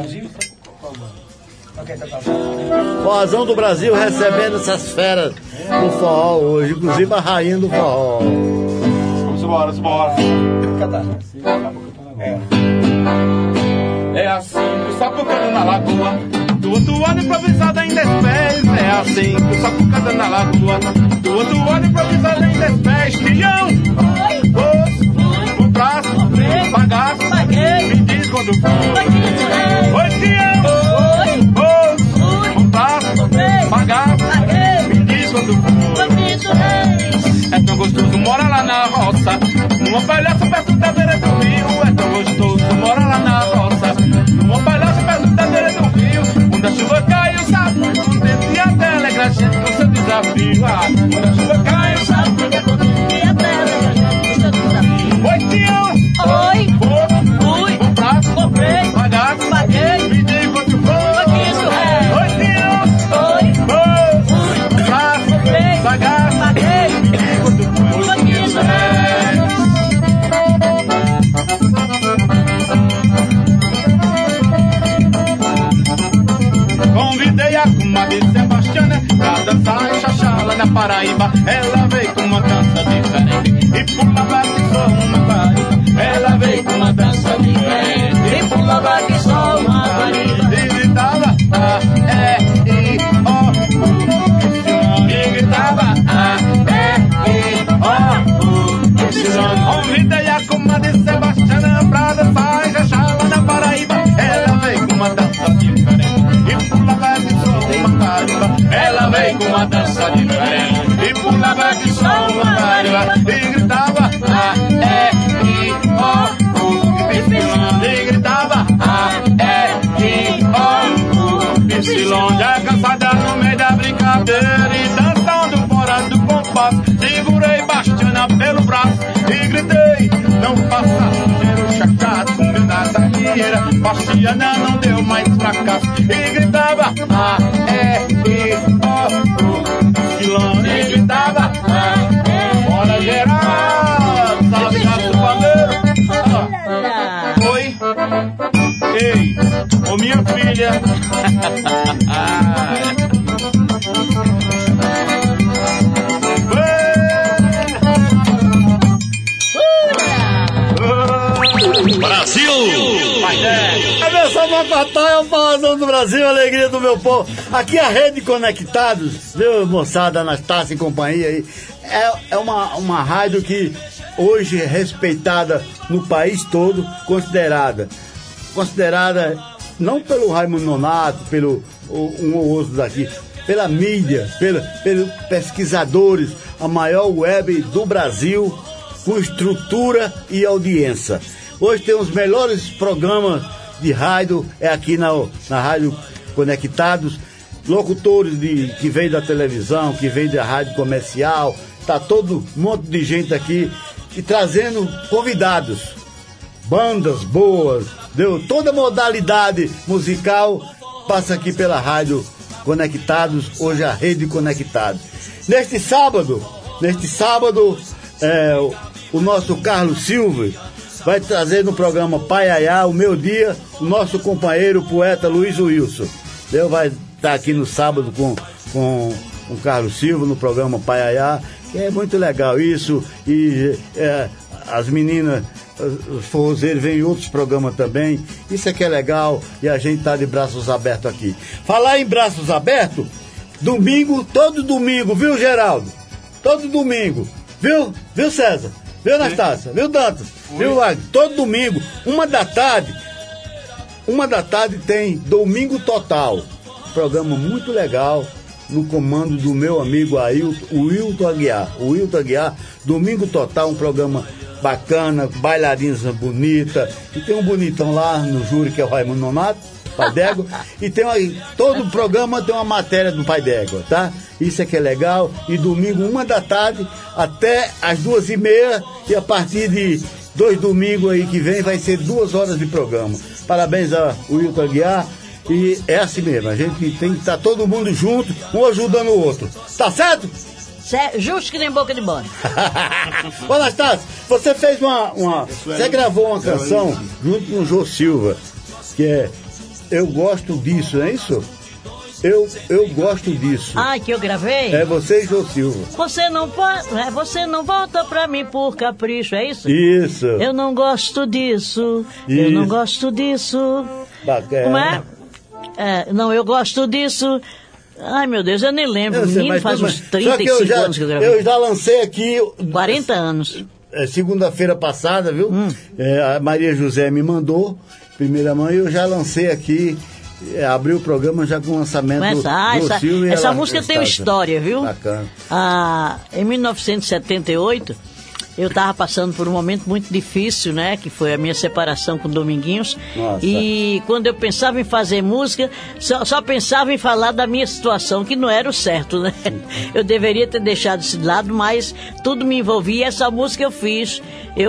[SPEAKER 4] Forrozão do Brasil recebendo essas feras do forró hoje, inclusive a rainha do forró.
[SPEAKER 8] Vamos embora. É assim que o sapo canta na lagoa, do outro lado improvisado em 10 pés. É assim que o sapo canta na lagoa, do outro lado improvisado em 10 pés. Tião, o braço, bagaço, me diz quando for. Oi, Tião, o braço, bagaço, me diz quando for. É tão gostoso, mora lá na roça, numa palhaça perto da beira do rio. É tão gostoso, mora lá na roça, numa palhaça perto da beira do rio. Quando a chuva cai, o sapo contente e até alegra a gente com seu desafio. Quando a chuva cai, o sapo fica contente e até alegra a gente com seu desafio. Oi, Tião!
[SPEAKER 7] Oi!
[SPEAKER 8] Fui! Comprasse! Comprei! Pagasse! Paguei! Me diga quanto foi!
[SPEAKER 7] Isso é!
[SPEAKER 8] Oi, Tião!
[SPEAKER 7] Oi!
[SPEAKER 8] Fui! Comprasse! Comprei! Pagasse! Paguei! Me diga quanto foi! Isso é! Convidei a comadre Sebastiana pra dançar em Xaxala na Paraíba. Ela veio com uma dança diferente e pulava que só uma Paraíba. Ela veio com uma dança diferente e pulava que só uma Paraíba. E gritava A-E-I-O-U. E gritava A-E-I-O-U. Convidei a comadre Sebastiana pra dançar em Xaxala na Paraíba. Ela veio com uma dança diferente. Ela veio com uma dança diferente e pulava que só uma Paraíba. E gritava A-E-I-O-U. E gritava A-E-I-O-U. Já cansada no meio da brincadeira e dançando fora do compasso, segurei Bastiana pelo braço e gritei: não faça sujeiro chacado com meu da zagueira. Bastiana não deu mais fracasso e gritava minha filha.
[SPEAKER 2] Brasil!
[SPEAKER 4] Cabeça Mocotó é o Forrozão do Brasil, a alegria do meu povo. Aqui a Rede Conectados, viu, moçada, Anastácia e companhia aí. É uma rádio que hoje é respeitada no país todo, considerada não pelo Raimundo Nonato, pelo um ou outro daqui, pela mídia, pelos pesquisadores, a maior web do Brasil, com estrutura e audiência. Hoje tem os melhores programas de rádio, é aqui na Rádio Conectados, locutores que vêm da televisão, que vêm da rádio comercial, tá todo um monte de gente aqui e trazendo convidados, bandas boas, toda modalidade musical passa aqui pela Rádio Conectados, hoje a Rede Conectados. Neste sábado, o nosso Carlos Silva vai trazer no programa Paiaiá, o meu dia, o nosso companheiro, poeta Luiz Wilson. Eu vai estar aqui no sábado com o Carlos Silva no programa Paiaiá, que é muito legal isso, e as meninas, os forrozeiros vêm em outros programas também, isso é que é legal, e a gente tá de braços abertos aqui. Falar em braços abertos, todo domingo, viu, Geraldo? Todo domingo, viu César? Viu, Anastácia? Viu, Dantas? Viu, Wagner? Todo domingo, 1h da tarde tem Domingo Total. Programa muito legal, no comando do meu amigo o Wilton Aguiar. Domingo Total, um programa bacana, bailarinas bonita. E tem um bonitão lá no júri, que é o Raimundo Nonato, Pai d'Égua. E todo programa tem uma matéria do Pai d'Égua, tá? Isso é que é legal. E domingo, 1h da tarde, até as 2h30. E a partir de 2 domingos aí que vem, vai ser 2 horas de programa. Parabéns ao Wilton Aguiar. E é assim mesmo, a gente tem que estar todo mundo junto, um ajudando o outro. Tá certo?
[SPEAKER 7] Justo que nem boca de banho.
[SPEAKER 4] Ô, Anastácio, você fez você gravou uma canção junto com o Jô Silva, que é Eu Gosto Disso, não é isso? Eu gosto disso.
[SPEAKER 7] Ah, que eu gravei?
[SPEAKER 4] É você e Jô Silva.
[SPEAKER 7] Você não volta pra mim por capricho, é isso?
[SPEAKER 4] Isso.
[SPEAKER 7] Eu não gosto disso. Isso. Eu não gosto disso.
[SPEAKER 4] Bacana.
[SPEAKER 7] Como é? Não, eu gosto disso. Ai, meu Deus, eu nem lembro. Menino, faz uns 35 anos que eu gravei.
[SPEAKER 4] Eu já lancei aqui...
[SPEAKER 7] 40 anos.
[SPEAKER 4] Segunda-feira passada, viu? A Maria José me mandou, primeira mão, e eu já lancei aqui, abri o programa já com o lançamento do Silvio.
[SPEAKER 7] Essa música tem uma história, viu?
[SPEAKER 4] Bacana.
[SPEAKER 7] Em 1978... eu estava passando por um momento muito difícil, né? Que foi a minha separação com o Dominguinhos. Nossa. E quando eu pensava em fazer música, só pensava em falar da minha situação, que não era o certo, né? Eu deveria ter deixado isso de lado, mas tudo me envolvia. E essa música eu fiz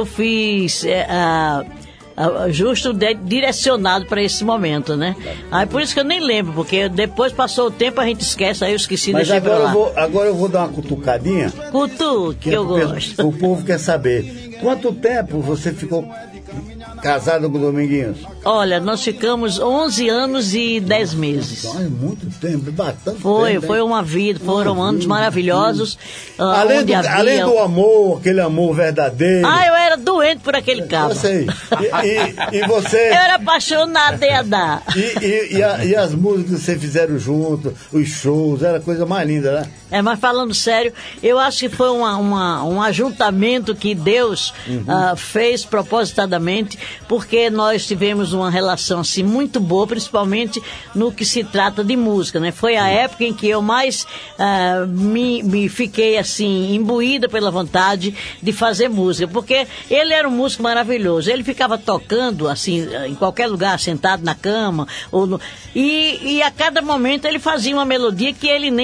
[SPEAKER 7] justo direcionado para esse momento, né? Aí por isso que eu nem lembro, porque depois passou o tempo, a gente esquece, aí eu esqueci,
[SPEAKER 4] mas
[SPEAKER 7] deixei pra lá.
[SPEAKER 4] Agora eu vou dar uma cutucadinha.
[SPEAKER 7] Que eu gosto.
[SPEAKER 4] O povo quer saber, quanto tempo você ficou casado com o Dominguinhos?
[SPEAKER 7] Olha, nós ficamos 11 anos e 10 meses.
[SPEAKER 4] Então, é muito tempo, bastante
[SPEAKER 7] tempo. Foi uma vida, foram anos maravilhosos.
[SPEAKER 4] Além do amor, aquele amor verdadeiro.
[SPEAKER 7] Eu era doente por aquele carro.
[SPEAKER 4] Eu sei. E você...
[SPEAKER 7] Eu era apaixonada em andar.
[SPEAKER 4] E as músicas que vocês fizeram junto, os shows, era a coisa mais linda, né?
[SPEAKER 7] Mas falando sério, eu acho que foi um ajuntamento que Deus fez propositadamente, porque nós tivemos uma relação assim muito boa, principalmente no que se trata de música, né? Foi a época em que eu mais me fiquei assim imbuída pela vontade de fazer música, porque ele era um músico maravilhoso, ele ficava tocando assim em qualquer lugar, sentado na cama e a cada momento ele fazia uma melodia que ele nem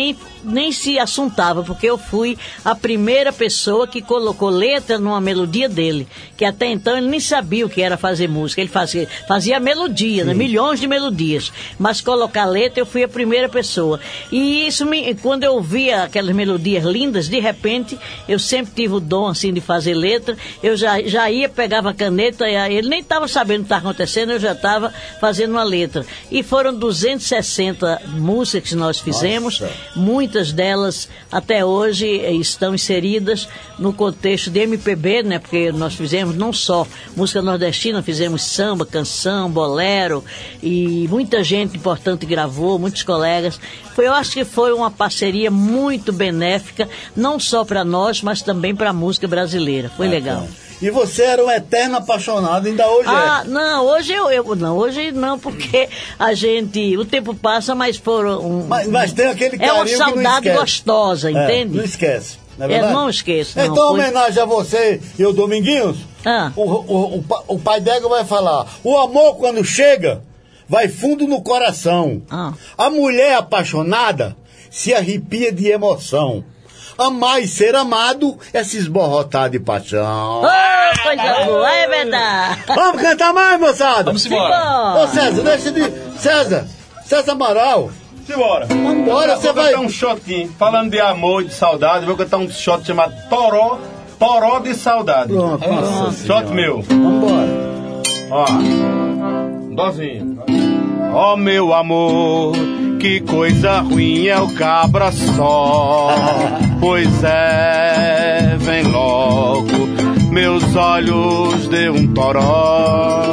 [SPEAKER 7] nem se assuntava, porque eu fui a primeira pessoa que colocou letra numa melodia dele, que até então ele nem sabia o que era fazer música, ele fazia melodia, né? Milhões de melodias, mas colocar letra eu fui a primeira pessoa. E isso, quando eu ouvia aquelas melodias lindas, de repente, eu sempre tive o dom assim de fazer letra, eu já ia, pegava a caneta, ele nem estava sabendo o que estava acontecendo, eu já estava fazendo uma letra. E foram 260 músicas que nós fizemos. Nossa. Muitas delas até hoje estão inseridas no contexto de MPB, né? Porque nós fizemos não só música nordestina, fizemos samba, canção, bolero, e muita gente importante gravou, muitos colegas. Eu acho que foi uma parceria muito benéfica, não só para nós, mas também para a música brasileira. Foi legal.
[SPEAKER 4] E você era um eterno apaixonado, ainda hoje é?
[SPEAKER 7] Não, hoje hoje não, porque o tempo passa, mas foram...
[SPEAKER 4] Mas tem aquele carinho.
[SPEAKER 7] É uma saudade gostosa, entende?
[SPEAKER 4] Não esquece, não é verdade?
[SPEAKER 7] Não esqueço. Não,
[SPEAKER 4] então, homenagem a você e o Dominguinhos, o pai d'égua vai falar, o amor quando chega, vai fundo no coração. A mulher apaixonada se arrepia de emoção. Amar e ser amado é se esborrotar de paixão.
[SPEAKER 7] Coisa boa, é verdade.
[SPEAKER 4] Vamos cantar mais, moçada?
[SPEAKER 9] Vamos embora.
[SPEAKER 4] Ô, César, deixa de... César Amaral.
[SPEAKER 8] Simbora.
[SPEAKER 4] Vambora, você vai...
[SPEAKER 8] Vou cantar um shotinho. Falando de amor e de saudade, vou cantar um shot chamado Toró de Saudade.
[SPEAKER 4] Pronto.
[SPEAKER 8] Shot meu.
[SPEAKER 4] Vambora.
[SPEAKER 8] Ó. Dozinho. Ó, meu amor, que coisa ruim é o cabra só. Pois é, vem logo, meus olhos de um toró.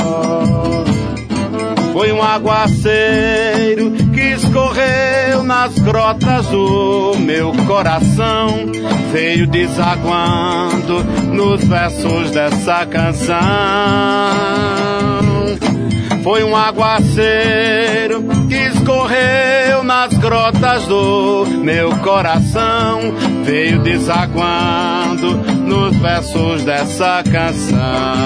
[SPEAKER 8] Foi um aguaceiro que escorreu nas grotas do meu coração, veio desaguando nos versos dessa canção. Foi um aguaceiro que escorreu nas grotas do meu coração, veio desaguando nos versos dessa canção.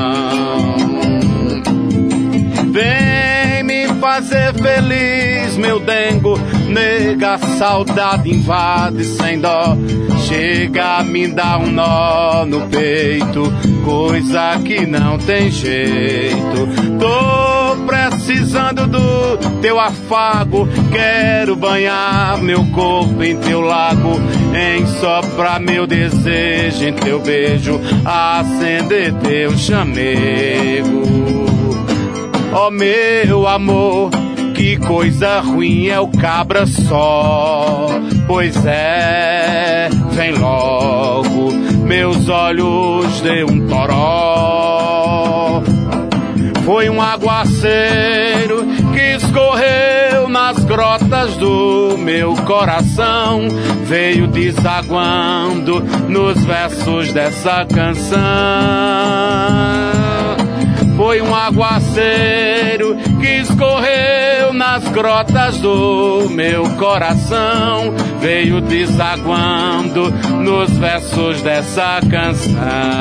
[SPEAKER 8] Vem me fazer feliz, meu dengo, nega, a saudade invade sem dó. Chega a me dar um nó no peito, coisa que não tem jeito. Tô precisando do teu afago, quero banhar meu corpo em teu lago, ensoprar meu desejo em teu beijo, acender teu chamego. Ó, meu amor, que coisa ruim é o cabra só. Pois é, vem logo, meus olhos de um toró. Foi um aguaceiro que escorreu nas grotas do meu coração, veio desaguando nos versos dessa canção. Foi um aguaceiro que escorreu nas grotas do meu coração, veio desaguando nos versos dessa canção.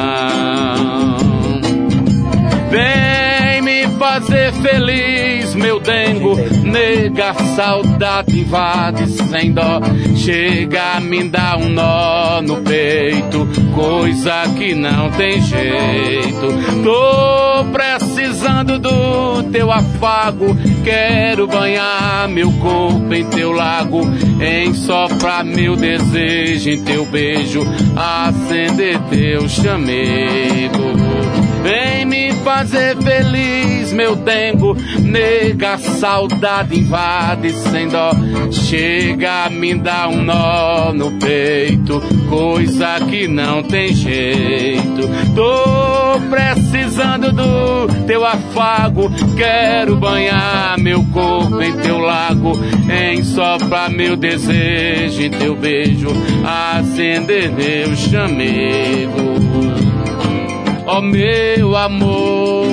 [SPEAKER 8] Vem me fazer feliz, meu dengo, nega, a saudade invade sem dó. Chega a me dar um nó no peito, coisa que não tem jeito. Tô precisando do teu afago, quero banhar meu corpo em teu lago, ensoprar meu desejo em teu beijo, acender teu chamego. Vem me fazer feliz, meu dengo, nega, a saudade invade sem dó. Chega a me dar um nó no peito, coisa que não tem jeito. Tô precisando do teu afago, quero banhar meu corpo em teu lago, ensoprar meu desejo em teu beijo, acender meu chamego. Ó, meu amor.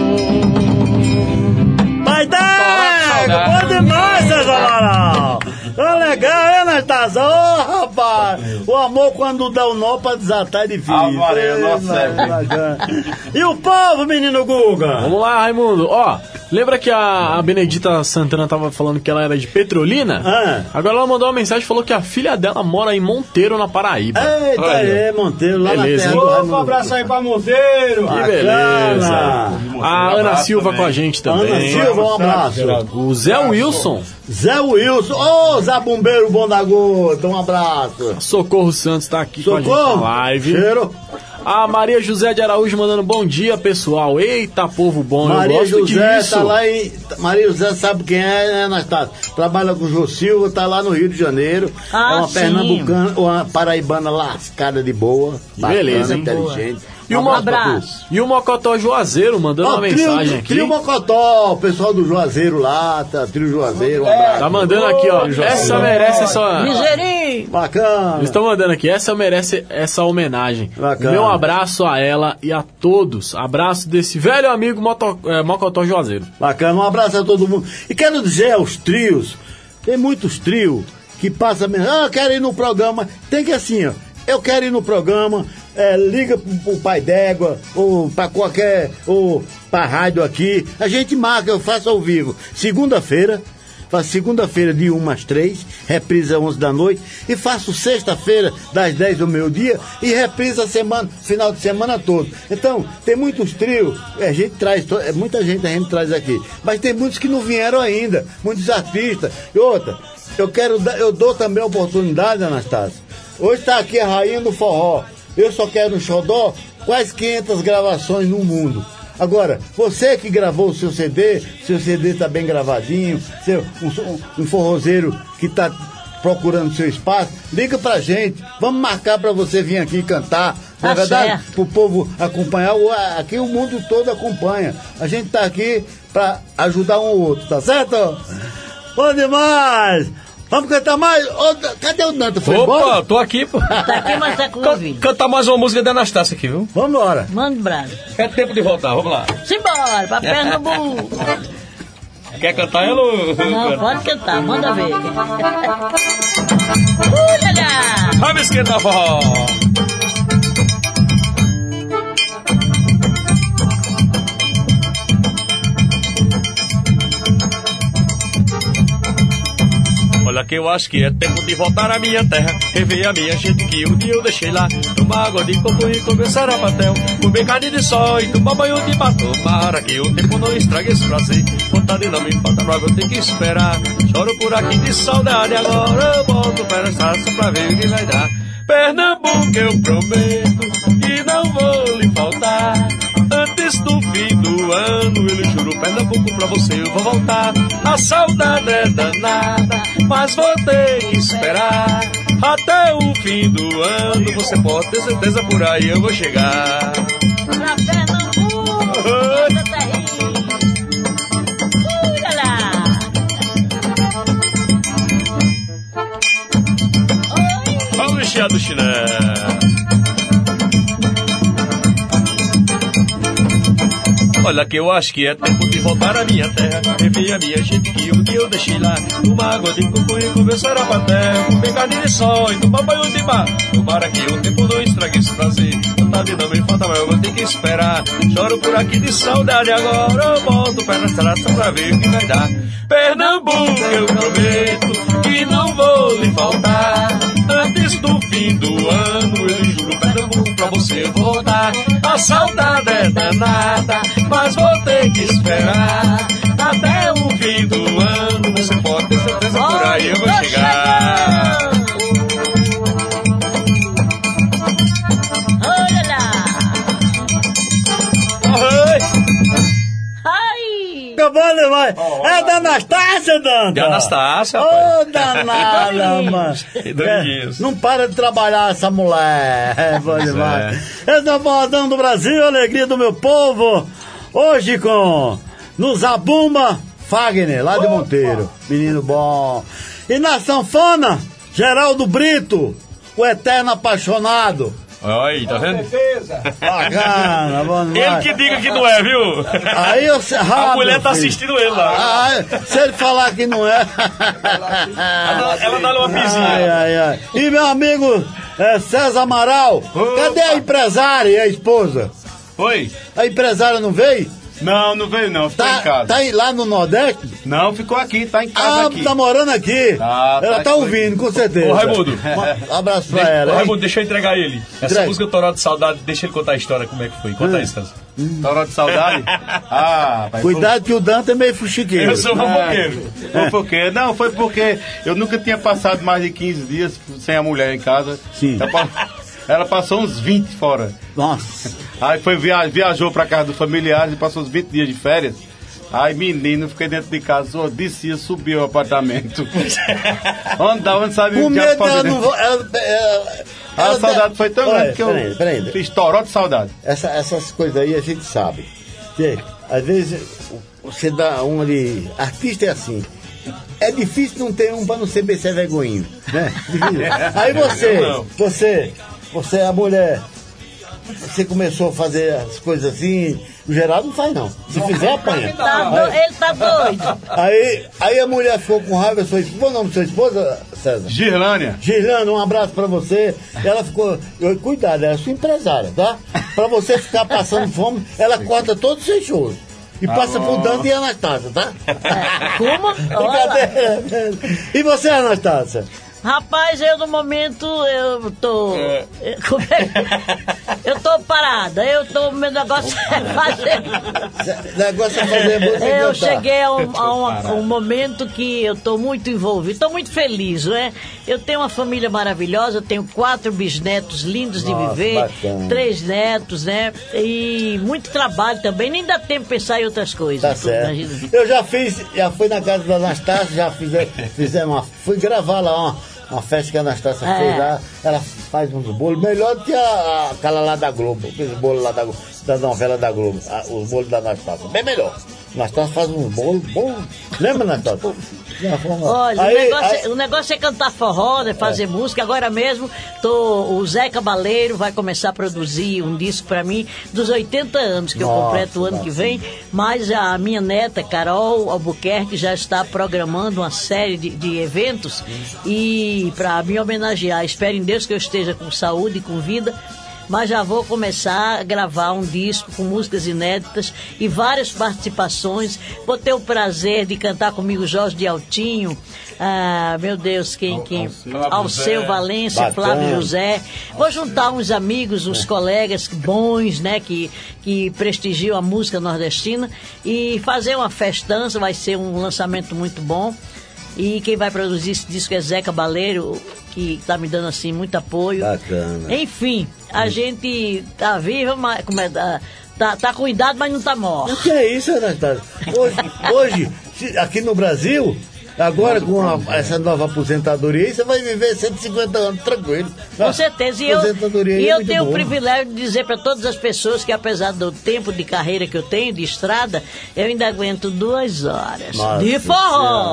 [SPEAKER 4] Pai d'égua, bom demais, César Amaral. Tá legal, hein, Anastácio? Ô, rapaz. O amor, quando dá o nó pra desatar, é difícil.
[SPEAKER 8] Maria, nossa.
[SPEAKER 4] E o povo, menino Guga?
[SPEAKER 5] Vamos lá, Raimundo. Ó, lembra que a Benedita Santana tava falando que ela era de Petrolina? Agora ela mandou uma mensagem e falou que a filha dela mora em Monteiro, na Paraíba.
[SPEAKER 4] Eita, Monteiro, lá
[SPEAKER 5] beleza,
[SPEAKER 4] na terra do
[SPEAKER 12] Raimundo. Um abraço aí pra Monteiro.
[SPEAKER 5] Que beleza. A Ana Silva com a gente também.
[SPEAKER 4] Ana Silva, um abraço.
[SPEAKER 5] O Zé Wilson.
[SPEAKER 4] Zé Wilson. Ô, Zé Bombeiro Bom da Gota, um abraço.
[SPEAKER 5] Socorro Santos tá aqui com a gente na live.
[SPEAKER 4] Cheiro.
[SPEAKER 5] A Maria José de Araújo mandando bom dia, pessoal. Eita, povo bom,
[SPEAKER 4] Maria
[SPEAKER 5] eu gosto
[SPEAKER 4] José
[SPEAKER 5] disso.
[SPEAKER 4] Tá lá em... Maria José sabe quem é, né, Anastácio? Trabalha com o Jô Silva, tá lá no Rio de Janeiro. É uma pernambucana, uma paraibana lascada de boa.
[SPEAKER 5] Beleza, hein?
[SPEAKER 4] Inteligente.
[SPEAKER 5] E um abraço. E o Mocotó Juazeiro mandando uma mensagem aqui.
[SPEAKER 4] Trio Mocotó, o pessoal do Juazeiro lá, tá, Trio Juazeiro, um abraço.
[SPEAKER 5] Tá mandando aqui, ó. Essa merece essa...
[SPEAKER 7] Miserinho!
[SPEAKER 4] Bacana.
[SPEAKER 5] Eles estão mandando aqui, essa merece essa homenagem.
[SPEAKER 4] Bacana.
[SPEAKER 5] Meu abraço a ela e a todos. Abraço desse velho amigo Mocotó Juazeiro.
[SPEAKER 4] Bacana, um abraço a todo mundo. E quero dizer aos trios, tem muitos trios que passam, quero ir no programa, tem que assim, ó, eu quero ir no programa, liga pro Pai d'Égua, ou pra qualquer, ou pra rádio aqui, a gente marca, eu faço ao vivo, segunda-feira, faço segunda-feira de 1 às 3, reprisa 11 da noite, e faço sexta-feira das 10 do meio-dia, e reprisa final de semana todo. Então, tem muitos trios, a gente traz, muita gente a gente traz aqui, mas tem muitos que não vieram ainda, muitos artistas, e outra, eu dou também a oportunidade, Anastácio, hoje está aqui a rainha do forró, eu só quero um xodó, quase 500 gravações no mundo. Agora, você que gravou o seu CD está bem gravadinho, um forrozeiro que está procurando seu espaço, liga pra gente, vamos marcar pra você vir aqui cantar, na verdade, pro povo acompanhar, aqui o mundo todo acompanha, a gente tá aqui pra ajudar um ou outro, tá certo? Bom demais! Vamos cantar mais? Cadê o Nanta? Foi embora?
[SPEAKER 9] Opa, tô aqui, pô.
[SPEAKER 7] Tá aqui, mas tá com o ouvido.
[SPEAKER 9] Cantar mais uma música da Anastácia aqui, viu?
[SPEAKER 4] Vamos embora.
[SPEAKER 7] Manda brasa.
[SPEAKER 9] É tempo de voltar, vamos lá.
[SPEAKER 7] Simbora, pra Pernambuco.
[SPEAKER 9] Quer cantar ela ou...
[SPEAKER 7] Não, pode cantar, manda ver.
[SPEAKER 9] Vamos esquentar forró. Olha que eu acho que é tempo de voltar à minha terra, rever a minha gente que um dia eu deixei lá, tomar água de coco e comer sarapatel, comer carne de sol e tomar banho de mar. Tomara que o tempo não estrague esse prazer, vontade não me falta, mas vou ter que esperar. Choro por aqui de saudade, agora eu volto para a estrada pra ver o que vai dar. Pernambuco eu prometo que não vou lhe faltar, antes do fim do ano eu lhe juro, Pernambuco pra você eu vou voltar. A saudade é danada, mas vou ter que esperar até o fim do ano, você pode ter certeza, por aí eu vou chegar.
[SPEAKER 7] Pra Pernambuco, Santa Terrinha. Olha lá.
[SPEAKER 9] Vamos mexer do chinelo. Olha que eu acho que é tempo de voltar à minha terra, rever a minha gente que um dia eu deixei lá, tomar água de coco e comer sarapatel, comer carne de sol e tomar banho de mar. Tomara que o tempo não estrague esse prazer, vontade não me falta, mas eu vou ter que esperar. Choro por aqui de saudade, agora eu volto para a estrada pra ver o que vai dar. Pernambuco eu prometo que não vou lhe faltar, antes do fim do ano eu juro, Pernambuco pra você eu vou voltar. A saudade é danada, mas vou ter que esperar até o fim do ano, você pode ter certeza, por aí eu vou chegar.
[SPEAKER 7] Olha lá.
[SPEAKER 4] Ai! Acabou demais! É da Anastácia, Danta!
[SPEAKER 9] Da Anastácia,
[SPEAKER 4] rapaz! Ô, danada, mano! Não para de trabalhar essa mulher! É bom demais! Esse é o Forrozão do Brasil, alegria do meu povo! Hoje no Zabumba, Fagner, lá de Monteiro. Menino bom. E na sanfona, Geraldo Brito, o eterno apaixonado.
[SPEAKER 9] Aí, tá vendo?
[SPEAKER 4] Bacana, bom
[SPEAKER 9] Ele que diga que não é, viu?
[SPEAKER 4] Aí eu
[SPEAKER 9] A mulher tá assistindo ele lá.
[SPEAKER 4] Se ele falar que não é.
[SPEAKER 9] Ela dá-lhe uma pisinha.
[SPEAKER 4] E meu amigo César Amaral, cadê a empresária e a esposa?
[SPEAKER 8] Oi?
[SPEAKER 4] A empresária não veio?
[SPEAKER 8] Não veio não, ficou em casa.
[SPEAKER 4] Tá aí lá no Nordeste?
[SPEAKER 8] Não, ficou aqui, tá em casa aqui.
[SPEAKER 4] Tá morando aqui? Ela tá ouvindo, com certeza.
[SPEAKER 9] Ô, Raimundo.
[SPEAKER 4] Um abraço pra ela.
[SPEAKER 9] Ô, Raimundo, deixa eu entregar ele. Essa música Toró de Saudade, deixa ele contar a história, como é que foi. Conta aí, César.
[SPEAKER 8] Toró de Saudade?
[SPEAKER 4] Cuidado que o Dante é meio fuxiqueiro.
[SPEAKER 8] Eu sou fofoqueiro. Fofoqueiro. Não, foi porque eu nunca tinha passado mais de 15 dias sem a mulher em casa.
[SPEAKER 4] Sim.
[SPEAKER 8] Ela passou uns 20 fora.
[SPEAKER 4] Nossa.
[SPEAKER 8] Aí viajou pra casa dos familiares e passou uns 20 dias de férias. Aí, menino, fiquei dentro de casa, descia, subiu o apartamento. onde sabe
[SPEAKER 4] o que ela
[SPEAKER 8] fazer. A saudade foi tão grande que eu fiz toró de saudade.
[SPEAKER 4] Essas coisas aí a gente sabe. Que, às vezes você dá um ali. Artista é assim. É difícil não ter um pra não ser sem vergonhinho, né? Aí você é a mulher. Você começou a fazer as coisas assim. O Geraldo não faz, não. Se fizer, apanha.
[SPEAKER 7] Ele tá doido.
[SPEAKER 4] Aí a mulher ficou com raiva. Qual é o nome da sua esposa, César?
[SPEAKER 8] Girlânia,
[SPEAKER 4] um abraço pra você. Ela ficou. Cuidado, ela é sua empresária, tá? Pra você ficar passando fome, ela corta todos os seus shows. E passa por Dante e Anastácia, tá?
[SPEAKER 7] Como?
[SPEAKER 4] Brincadeira. E você, Anastácia?
[SPEAKER 7] Rapaz, eu no momento, eu tô... Eu tô parada, meu negócio é fazer...
[SPEAKER 4] Negócio é fazer música.
[SPEAKER 7] Eu cheguei a um momento que eu tô muito envolvido, tô muito feliz, né? Eu tenho uma família maravilhosa, tenho 4 bisnetos lindos de viver,
[SPEAKER 4] bacana.
[SPEAKER 7] 3 netos, né? E muito trabalho também, nem dá tempo de pensar em outras coisas.
[SPEAKER 4] Tá certo. Eu já fui na casa da Anastácia, fui gravar lá uma festa que a Anastácia fez lá. Ela faz uns bolos melhor do que aquela lá da Globo, aqueles bolos lá da novela da Globo, os bolos da Anastácia, bem melhor. A Anastácia faz uns bolos bons. Lembra, Anastácia?
[SPEAKER 7] Olha, o negócio é cantar forró, né, fazer música. Agora mesmo, o Zé Cabaleiro vai começar a produzir um disco pra mim dos 80 anos, que eu completo o ano que vem. Mas a minha neta, Carol Albuquerque, já está programando uma série de eventos e pra me homenagear. Espero em Deus que eu esteja com saúde e com vida. Mas já vou começar a gravar um disco com músicas inéditas e várias participações. Vou ter o prazer de cantar comigo Jorge de Altinho, meu Deus, Alceu Valência,
[SPEAKER 4] Bacana.
[SPEAKER 7] Flávio José. Vou juntar uns amigos, uns colegas bons, né, que prestigiam a música nordestina e fazer uma festança. Vai ser um lançamento muito bom. E quem vai produzir esse disco é Zé Cabaleiro, que está me dando assim muito apoio.
[SPEAKER 4] Bacana.
[SPEAKER 7] Enfim, a gente tá viva, mas tá com idade, mas não tá morto.
[SPEAKER 4] O que é isso, Anastácia? Hoje, aqui no Brasil, agora com essa nova aposentadoria, você vai viver 150 anos tranquilo.
[SPEAKER 7] Com certeza. E eu tenho o privilégio de dizer para todas as pessoas que, apesar do tempo de carreira que eu tenho, de estrada, eu ainda aguento 2 horas de forró.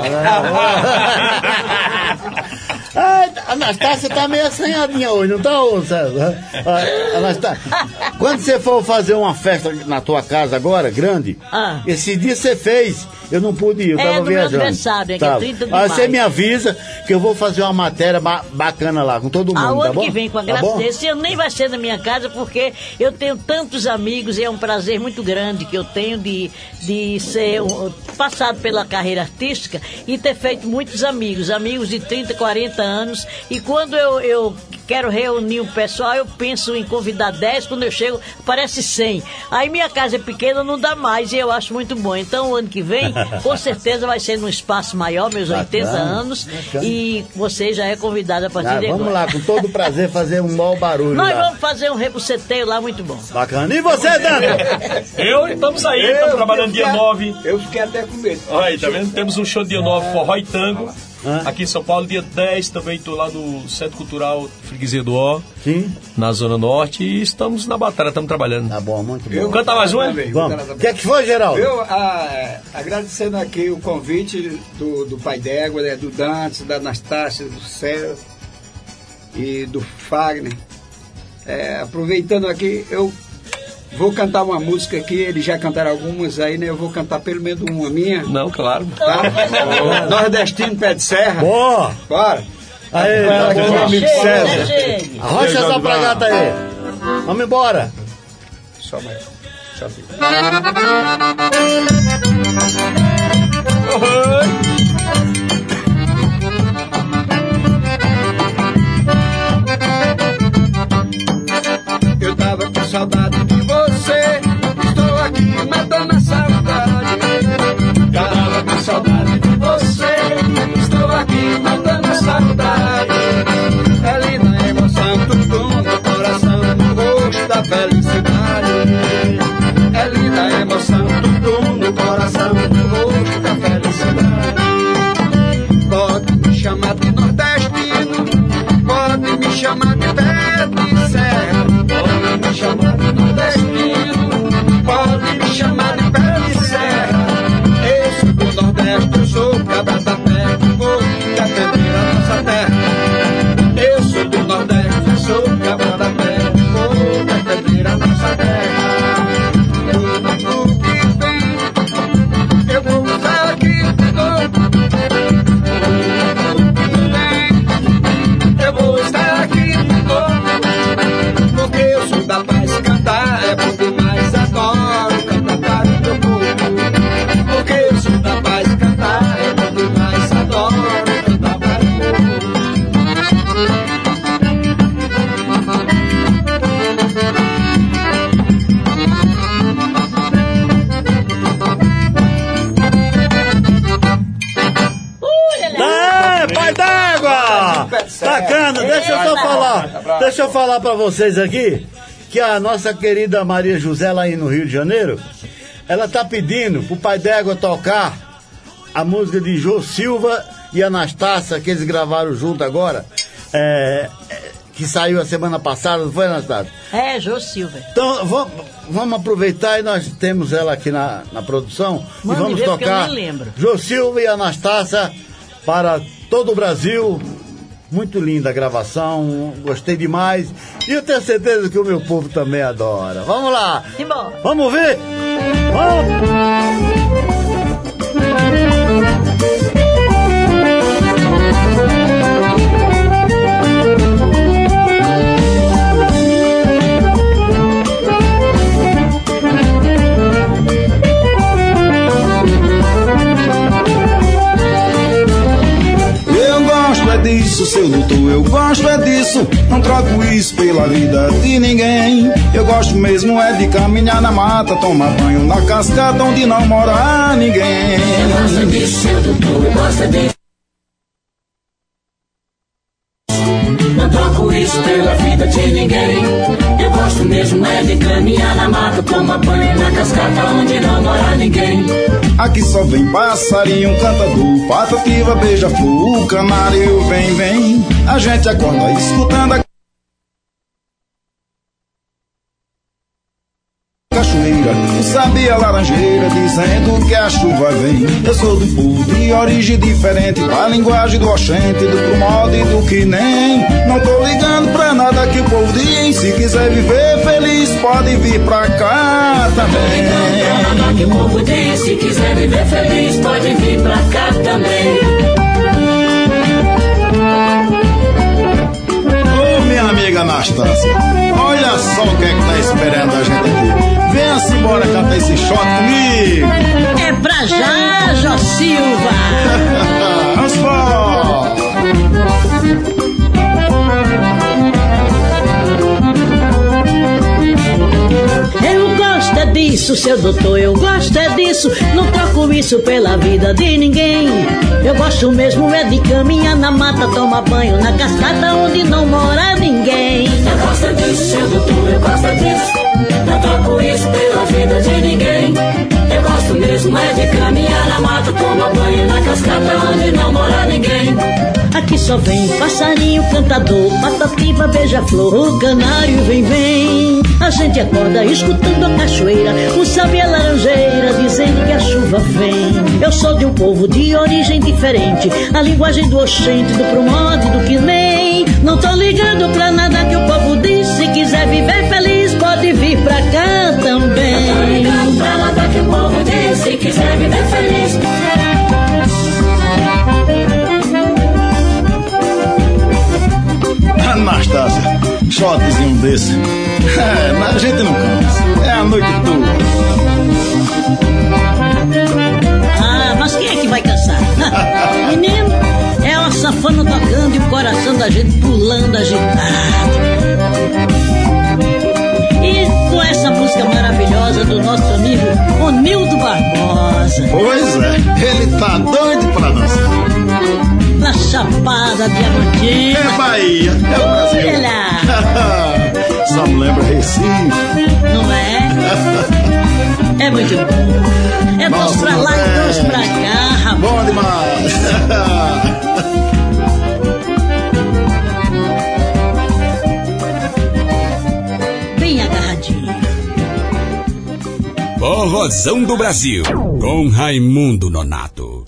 [SPEAKER 4] A Anastácia tá meio assanhadinha hoje, não tá, ô César? Anastácia, quando você for fazer uma festa na tua casa agora, grande, esse dia você fez, eu não pude ir, eu tava viajando.
[SPEAKER 7] Meu aniversário, que é 30 de maio.
[SPEAKER 4] Aí você me avisa que eu vou fazer uma matéria bacana lá, com todo mundo,
[SPEAKER 7] o
[SPEAKER 4] tá
[SPEAKER 7] ano
[SPEAKER 4] bom?
[SPEAKER 7] que vem, com a graça de Deus. Esse ano nem vai ser na minha casa, porque eu tenho tantos amigos e é um prazer muito grande que eu tenho de ser passado pela carreira artística e ter feito muitos amigos de 30, 40 anos. E quando eu quero reunir o pessoal, eu penso em convidar 10, quando eu chego, parece 100. Aí minha casa é pequena, não dá mais, e eu acho muito bom. Então, o ano que vem, com certeza vai ser num espaço maior, meus 80 anos, e você já é convidado a partir de agora.
[SPEAKER 4] Vamos lá, com todo prazer, fazer um mau barulho.
[SPEAKER 7] Nós vamos fazer um rebuceteio lá muito bom.
[SPEAKER 4] Bacana. E você, Dano?
[SPEAKER 9] Estamos aí, estamos trabalhando dia 9.
[SPEAKER 10] Eu fiquei até com medo.
[SPEAKER 9] Olha aí, tá vendo? Temos um show dia 9, forró e tango. Aqui em São Paulo, dia 10, também estou lá no Centro Cultural Freguesia do Ó, na Zona Norte, e estamos na batalha, estamos trabalhando.
[SPEAKER 4] Tá bom, muito bom.
[SPEAKER 9] Canta mais uma?
[SPEAKER 4] Vamos. O que é que foi, Geraldo?
[SPEAKER 10] Eu, agradecendo aqui o convite do Pai d'Égua, né, do Dantes, da Anastácia, do César e do Fagner. Aproveitando aqui, eu vou cantar uma música aqui, eles já cantaram algumas aí, né? Eu vou cantar pelo menos uma minha.
[SPEAKER 9] Não, claro.
[SPEAKER 10] Tá? Nordestino Pé de Serra.
[SPEAKER 4] Boa!
[SPEAKER 10] Bora!
[SPEAKER 4] Aí,
[SPEAKER 10] ela com o meu amigo César.
[SPEAKER 4] Arrocha essa pragata aí. Vamos embora.
[SPEAKER 10] Só mais. Só fica. Eu tava com saudade de você, estou aqui matando a saudade. Tava com saudade de você, estou aqui matando a saudade. É linda a emoção, tudo no coração, no rosto da felicidade. É linda a emoção, tudo no coração, no rosto da felicidade. Pode me chamar de nordestino, pode me chamar de pé de serra, pode me chamar de nordestino, pode me chamar de pé de serra. Eu sou do Nordeste, eu sou cabra da terra, vou defender a nossa terra. Eu sou do Nordeste, eu sou cabra da terra, vou defender a nossa terra. Tudo que vem, eu vou usar aqui de novo. Eu vou estar aqui de novo, porque eu sou da paz, cantar é bom demais, adoro cantar para o meu povo. Porque eu sou da paz, cantar é bom demais, adoro cantar para o meu povo.
[SPEAKER 4] Pai d'água! Bacana, deixa eu falar pra vocês aqui que a nossa querida Maria José lá no Rio de Janeiro, ela tá pedindo pro Pai d'Égua tocar a música de Jô Silva e Anastácia, que eles gravaram junto agora, que saiu a semana passada, não foi, Anastácia?
[SPEAKER 7] Jô Silva.
[SPEAKER 4] Então, vamos aproveitar e nós temos ela aqui na produção.
[SPEAKER 7] Mande
[SPEAKER 4] e vamos
[SPEAKER 7] ver,
[SPEAKER 4] tocar
[SPEAKER 7] eu nem lembro.
[SPEAKER 4] Jô Silva e Anastácia para todo o Brasil. Muito linda a gravação, gostei demais. E eu tenho certeza que o meu povo também adora. Vamos lá! Vamos ver? Vamos!
[SPEAKER 14] Disso, seu doutor, eu gosto é disso. Não troco isso pela vida de ninguém. Eu gosto mesmo é de caminhar na mata, tomar banho na cascata onde não mora ninguém.
[SPEAKER 15] Eu gosto disso, seu doutor, eu gosto disso. Não troco isso pela vida de ninguém. Eu gosto mesmo é de caminhar na mata, tomar banho na cascata onde não mora ninguém.
[SPEAKER 14] Aqui só vem passarinho, cantador, patativa, beija-flor, o canário vem, vem. A gente acorda escutando a cachoeira, o sabe a laranjeira dizendo que a chuva vem. Eu sou do povo de origem diferente, da linguagem do oxente, do pro modo e do que nem. Não tô ligando pra nada que o povo diz. Se quiser viver feliz pode vir pra cá também.
[SPEAKER 15] Não tô ligando pra nada que o povo diz. Se quiser viver feliz pode vir pra cá também.
[SPEAKER 14] Ô minha amiga Anastácia, olha só o que é que tá esperando a gente aqui. Venha-se embora cantar esse shot comigo.
[SPEAKER 7] É pra já, Jô Silva.
[SPEAKER 14] Vamos embora.
[SPEAKER 7] Eu gosto é disso, seu doutor, eu gosto é disso. Não troco isso pela vida de ninguém. Eu gosto mesmo é de caminhar na mata, tomar banho na cascata onde não mora ninguém.
[SPEAKER 15] Eu gosto disso, seu doutor, eu gosto disso. Não troco isso pela vida de ninguém. Eu gosto mesmo é de caminhar na mata, tomar banho na cascata onde não mora ninguém.
[SPEAKER 7] Aqui só vem passarinho, cantador, patativa, beija-flor, o canário vem, vem. A gente acorda escutando a cachoeira, o sabe a laranjeira dizendo que a chuva vem. Eu sou de um povo de origem diferente, a linguagem do oxente, do promote, do que nem. Não tô ligando pra nada que o povo diz. Se quiser
[SPEAKER 14] shotzinho desse. A gente não cansa. É a noite toda.
[SPEAKER 7] Ah, mas quem é que vai cansar? Menino, é uma sanfona tocando e o coração da gente pulando agitado. E com essa música maravilhosa do nosso amigo Onildo Barbosa.
[SPEAKER 14] Pois é, ele tá doido pra dançar.
[SPEAKER 7] Na Chapada Diamantina.
[SPEAKER 14] É Bahia, é o Brasil.
[SPEAKER 7] Olha lá.
[SPEAKER 14] Só me lembra Recife.
[SPEAKER 7] Não é? É muito bom. É dois pra lá e dois pra cá, rapaz.
[SPEAKER 14] Bom demais.
[SPEAKER 7] Bem agarradinho.
[SPEAKER 1] Forrozão do Brasil, com Raimundo Nonato.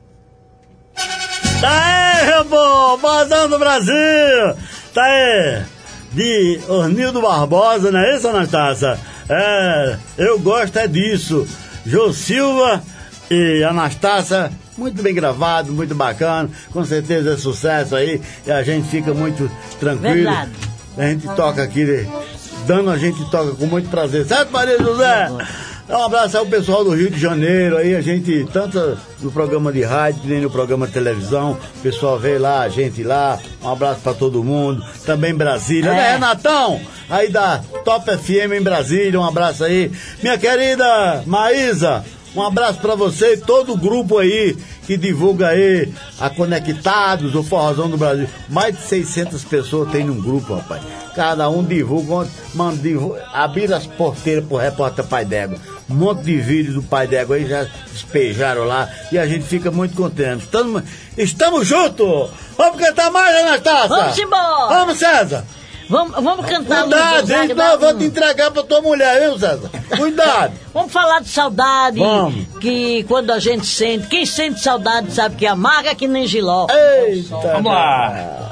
[SPEAKER 4] Tá aí, rapô, Forrozão do Brasil. Tá aí, de Ornildo Barbosa, não é isso, Anastácia? Eu gosto disso. Jô Silva e Anastácia, muito bem gravado, muito bacana, com certeza é sucesso aí, e a gente fica muito tranquilo.
[SPEAKER 7] Verdade.
[SPEAKER 4] A gente toca aqui, a gente toca com muito prazer, certo, Maria José? Um abraço ao pessoal do Rio de Janeiro, aí a gente, tanto no programa de rádio, nem no programa de televisão, o pessoal vê lá, a gente lá, um abraço pra todo mundo, também Brasília, né, Renatão? Aí da Top FM em Brasília, um abraço aí. Minha querida Maísa, um abraço pra você e todo o grupo aí que divulga aí a Conectados, o Forrozão do Brasil. Mais de 600 pessoas tem num grupo, rapaz. Cada um divulga, abrir as porteiras pro repórter Pai D'Égua. Um monte de vídeos do Pai D'Égua aí já despejaram lá e a gente fica muito contente. Estamos juntos! Vamos cantar mais, Anastácia?
[SPEAKER 7] Vamos embora!
[SPEAKER 4] Vamos, César!
[SPEAKER 7] Vamos cantar.
[SPEAKER 4] Cuidado, hein? Não, eu vou te entregar pra tua mulher, viu, César? Cuidado!
[SPEAKER 7] Vamos falar de saudade.
[SPEAKER 4] Vamos.
[SPEAKER 7] Que quando a gente sente, quem sente saudade sabe que amarga que nem giló.
[SPEAKER 4] Eita!
[SPEAKER 9] Vamos lá!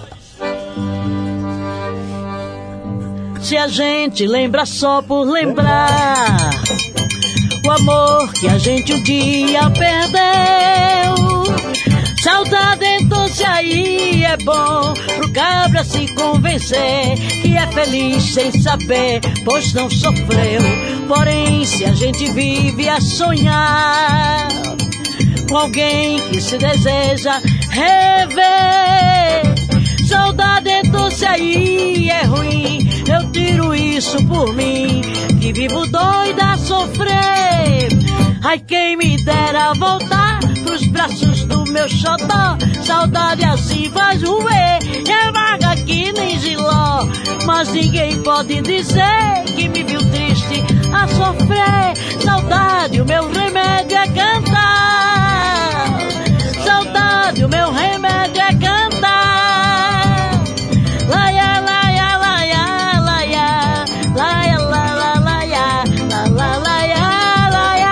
[SPEAKER 7] Se a gente lembra só por lembrar o amor que a gente um dia perdeu, saudade então se aí é bom pro cabra se convencer que é feliz sem saber, pois não sofreu. Porém, se a gente vive a sonhar com alguém que se deseja rever, saudade então se aí é ruim. Eu tiro isso por mim, que vivo doida a sofrer. Ai, quem me dera voltar pros braços do meu xodó. Saudade assim faz roer, é vaga que nem giló. Mas ninguém pode dizer que me viu triste a sofrer. Saudade, o meu remédio é cantar. Saudade, o meu remédio é cantar. Laia, laia, laia, laia, laia, laia, laia, laia, laia,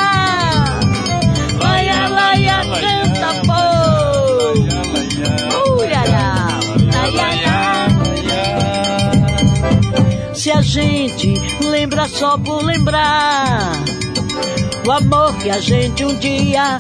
[SPEAKER 7] laia, laia, canta, pô. Se a gente lembra só por lembrar o amor que a gente um dia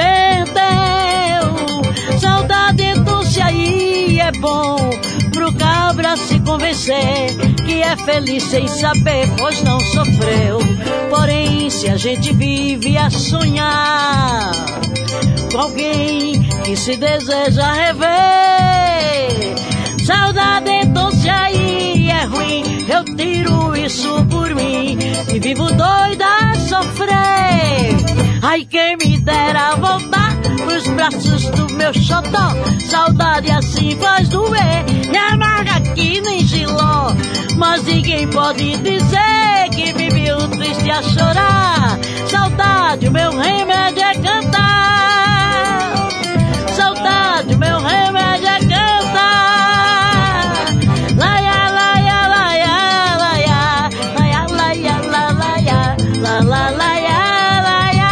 [SPEAKER 7] perdeu, saudade então se aí é bom pro cabra se convencer que é feliz sem saber, pois não sofreu. Porém, se a gente vive a sonhar com alguém que se deseja rever, saudade então se aí é ruim. Eu tiro isso por mim e vivo doida a sofrer. Ai, quem me dera voltar pros braços do meu xodó. Saudade assim faz doer e amarga que nem giló. Mas ninguém pode dizer que me viu triste a chorar. Saudade, o meu remédio é cantar. Saudade, o meu remédio é cantar. Laia, laia, laia, laia, laia, laia, laia, la, la, laia, laia.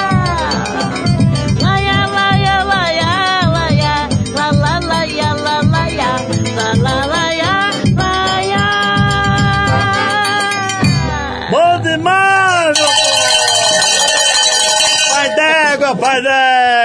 [SPEAKER 7] Laia, laia, laia, laia, la, la, laia, la, laia, la, la, laia, laia.
[SPEAKER 4] Bom demais, meu povo! Pai D'Égua, Pai D'Égua!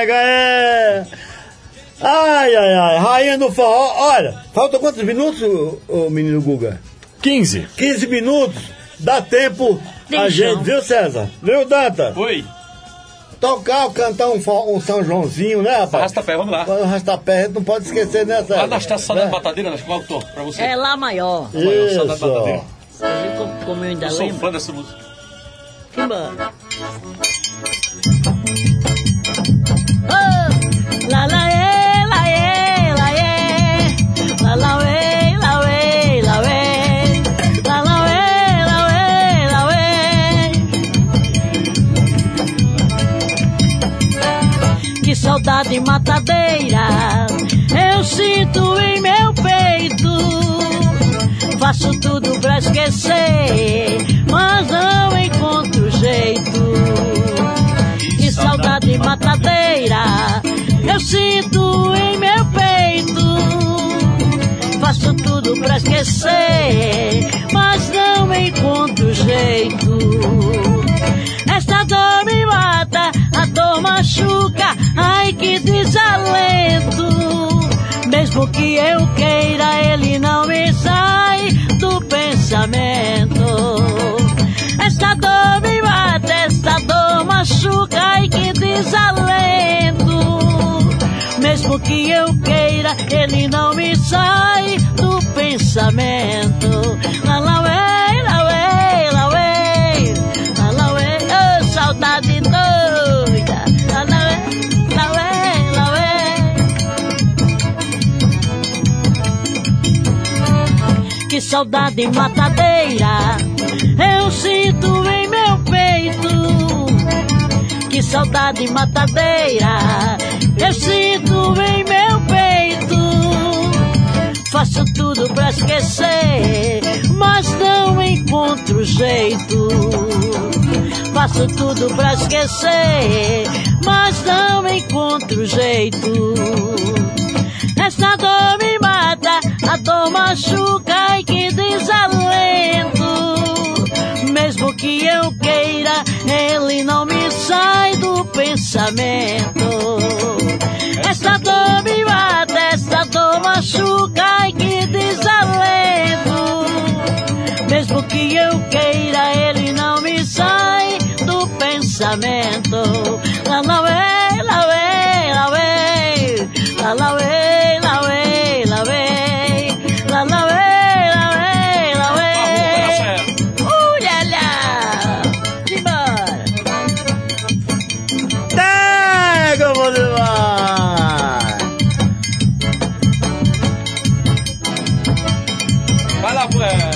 [SPEAKER 4] ai, rainha do forró. Olha, faltam quantos minutos, o menino Guga?
[SPEAKER 5] 15.
[SPEAKER 4] 15 minutos. Dá tempo a gente, viu, César? Viu, Danta?
[SPEAKER 9] Oi.
[SPEAKER 4] Tocar, cantar um São Joãozinho, né, rapaz?
[SPEAKER 9] Arrasta-pé, vamos lá.
[SPEAKER 4] Arrasta-pé, a gente não pode esquecer, né, César?
[SPEAKER 9] Anastácia, Saudade Batadeira, acho que voltou pra você.
[SPEAKER 7] É Lá Maior.
[SPEAKER 4] Isso.
[SPEAKER 9] Saudade Batadeira.
[SPEAKER 7] Você viu como eu ainda
[SPEAKER 9] Eu sou
[SPEAKER 7] lembro?
[SPEAKER 9] fã dessa música.
[SPEAKER 7] Embora. Oh, lá, lá, é, lá, é, lá, é. Lá, lá, é, lá, é, lá, é. Lá, lá, é, lá, é, lá, é. Que saudade matadeira eu sinto em meu peito. Faço tudo pra esquecer, mas não encontro jeito. Que saudade matadeira eu sinto em meu peito. Faço tudo pra esquecer, mas não encontro jeito. Esta dor me mata, a dor machuca, ai que desalento. Mesmo que eu queira, ele não me sai do pensamento. Esta dor me mata, esta dor machuca, ai que desalento. Mesmo que eu queira, ele não me sai do pensamento. Lá, lá, ué, lá, ué, lá, ué, lá, lá, ué, oh, saudade doida. Lá, lá, ué, lá, ué, lá, ué. Que saudade matadeira eu sinto em meu peito. Que saudade matadeira eu sinto em meu peito. Faço tudo pra esquecer, mas não encontro jeito. Faço tudo pra esquecer, mas não encontro jeito. Essa dor me mata, a dor machuca, ai que desalento. Mesmo que eu queira, ele não me sai do pensamento. Essa dor me mata, essa dor machuca, ai que desalento. Mesmo que eu queira, ele não me sai do pensamento. Lá, lá, ué, lá, ué, lá, ué, lá, lá, ué, lá, ué, lá, ué, lá, lá, ué, lá, ué, lá, ué. Ulala! Simbora!
[SPEAKER 4] Pega, vou levar!
[SPEAKER 9] Vai lá, mulher.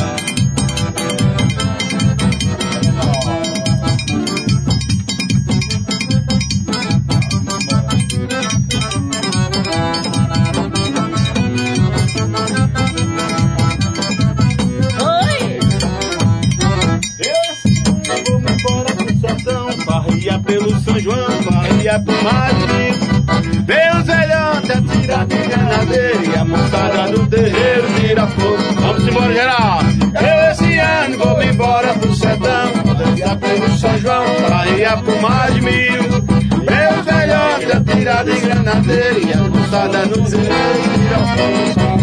[SPEAKER 11] Barria pelo São João, barria pro Madrid. Vem os velhotes atirar de granadeira e a moçada do terreiro tira fogo. Vamos embora, geral! Eu esse ano vou me embora pro sertão, barria pelo São João, barria pro Madrid. Vem os velhotes atirar de granadeira e a moçada do terreiro tira fogo.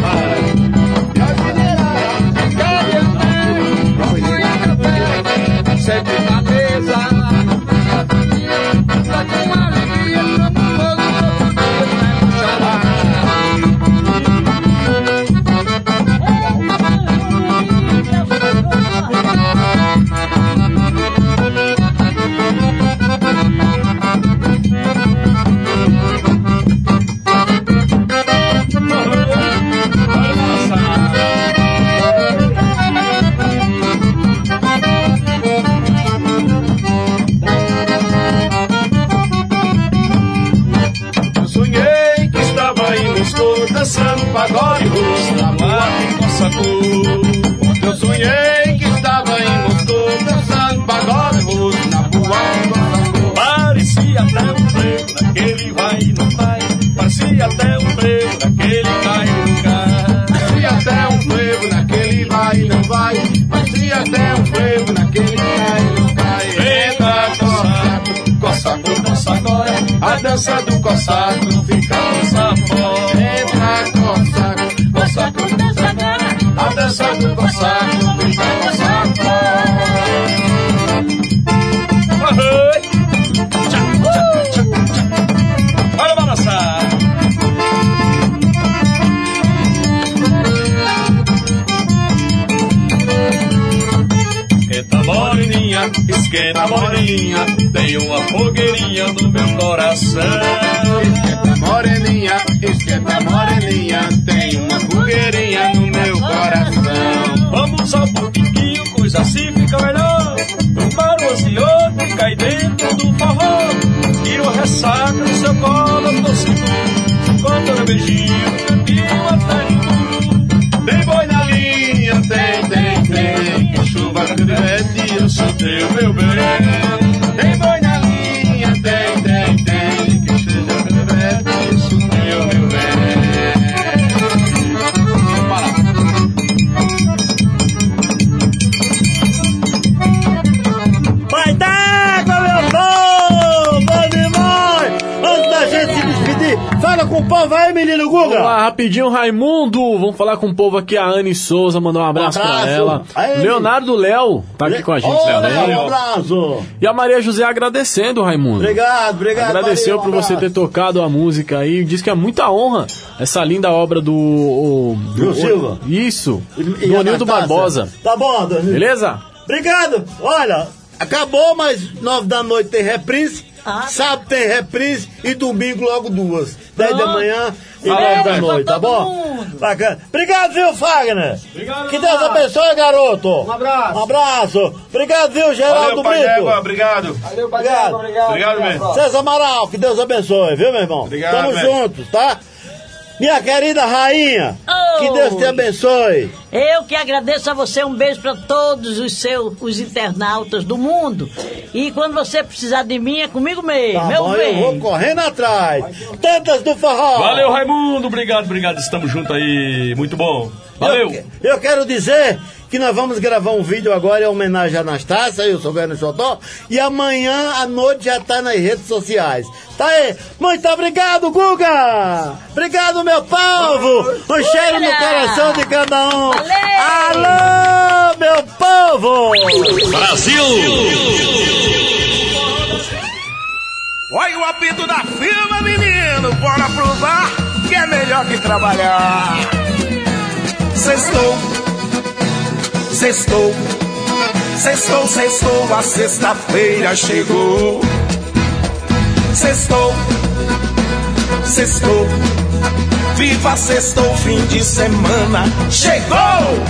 [SPEAKER 11] Sempre na mesa. Tá com alegria, no fogo, dançando pagode rosto na boate em Coçatu. Eu sonhei que estava em Moscou dançando pagode rosto na boate em Coçatu. Parecia até um frevo naquele vai e não vai. Parecia até um frevo naquele vai e não cai. Parecia até um frevo naquele vai e não vai. Parecia até um frevo naquele vai e não cai. Eita, Coçaco, Coçaco, Coça agora. A dança do Coçaco não fica dança fora.
[SPEAKER 9] esquenta moreninha, tem uma fogueirinha no meu coração.
[SPEAKER 11] Esquenta moreninha, tem uma fogueirinha no meu coração.
[SPEAKER 9] Vamos ao pouquinho, coisa assim fica melhor. Tomar um ansioso e cair dentro do forró. E uma ressaca no seu colo, eu tô seguro. Quando eu beijinho, cantinho até de tudo.
[SPEAKER 11] Tem boi na linha, tem. Que chuva grande, eu sou teu, meu bem. Tem boi na linha, tem. Que seja grande, eu sou teu, meu bem.
[SPEAKER 4] Vai d'água, meu povo! Bom demais! Antes da gente se despedir, fala com o povo aí, menino Guga!
[SPEAKER 5] Vamos lá, rapidinho, Raimundo. Vamos falar com o povo aqui. A Anne Souza mandou um abraço pra ela.
[SPEAKER 4] Aí,
[SPEAKER 5] Leonardo Léo tá aqui com a gente também.
[SPEAKER 4] Um abraço!
[SPEAKER 5] E a Maria José agradecendo, Raimundo.
[SPEAKER 4] Obrigado.
[SPEAKER 5] Agradeceu
[SPEAKER 4] Maria,
[SPEAKER 5] por você ter tocado a música aí. Diz que é muita honra essa linda obra do
[SPEAKER 4] Silva.
[SPEAKER 5] Isso.
[SPEAKER 4] E
[SPEAKER 5] Do Onildo Barbosa.
[SPEAKER 4] Tá bom, Danilo.
[SPEAKER 5] Beleza?
[SPEAKER 4] Obrigado. Olha, acabou, mas 9 da noite tem reprise. Sábado tem reprise e domingo logo 2. 10 da manhã e 9 da noite, tá bom? Bacana. Obrigado, viu, Fagner?
[SPEAKER 8] Obrigado.
[SPEAKER 4] Que Deus abençoe, garoto.
[SPEAKER 8] Um abraço.
[SPEAKER 4] Um abraço. Obrigado, viu, Geraldo
[SPEAKER 8] Valeu, Pai
[SPEAKER 4] Brito.
[SPEAKER 8] D'Égua, obrigado.
[SPEAKER 12] Valeu, Pai D'Égua, obrigado.
[SPEAKER 8] Obrigado mesmo.
[SPEAKER 4] César Amaral, que Deus abençoe, viu, meu irmão?
[SPEAKER 8] Obrigado,
[SPEAKER 4] Tamo
[SPEAKER 8] mesmo.
[SPEAKER 4] juntos, tá? Minha querida rainha,
[SPEAKER 7] Oh.
[SPEAKER 4] que Deus te abençoe.
[SPEAKER 7] Eu que agradeço a você, um beijo para todos os internautas do mundo. E quando você precisar de mim, é comigo mesmo.
[SPEAKER 4] Tá
[SPEAKER 7] meu
[SPEAKER 4] bom,
[SPEAKER 7] bem.
[SPEAKER 4] eu vou correndo atrás. Tantas do forró.
[SPEAKER 9] Valeu, Raimundo, obrigado, estamos juntos aí, muito bom. Valeu.
[SPEAKER 4] Eu quero dizer que nós vamos gravar um vídeo agora em homenagem a Anastácia, eu sou Goiano Xodó, e amanhã à noite já tá nas redes sociais. Tá aí? Muito obrigado, Guga! Obrigado, meu povo! Um cheiro no coração de cada um! Alô, meu povo!
[SPEAKER 13] Brasil!
[SPEAKER 10] Olha o apito da firma, menino. Bora provar que é melhor que trabalhar. Sextou, a sexta-feira chegou. Sextou, viva sextou, fim de semana chegou.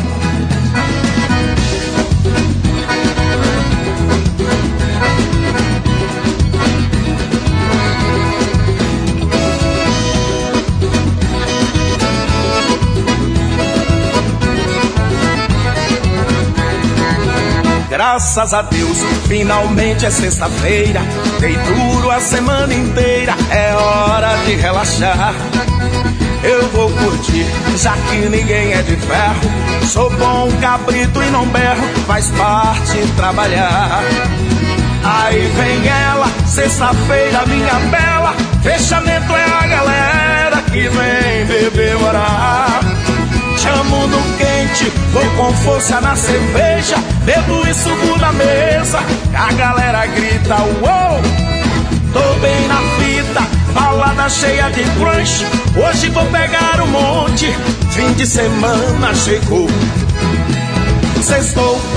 [SPEAKER 10] Graças a Deus, finalmente é sexta-feira. Dei duro a semana inteira, é hora de relaxar. Eu vou curtir, já que ninguém é de ferro. Sou bom cabrito e não berro, faz parte trabalhar. Aí vem ela, sexta-feira, minha bela. Fechamento é a galera que vem beber morar. Chamo no quente, vou com força na cerveja. Bebo e subo na mesa, a galera grita uou. Tô bem na fita, balada cheia de crunch. Hoje vou pegar um monte, fim de semana chegou. Sextou,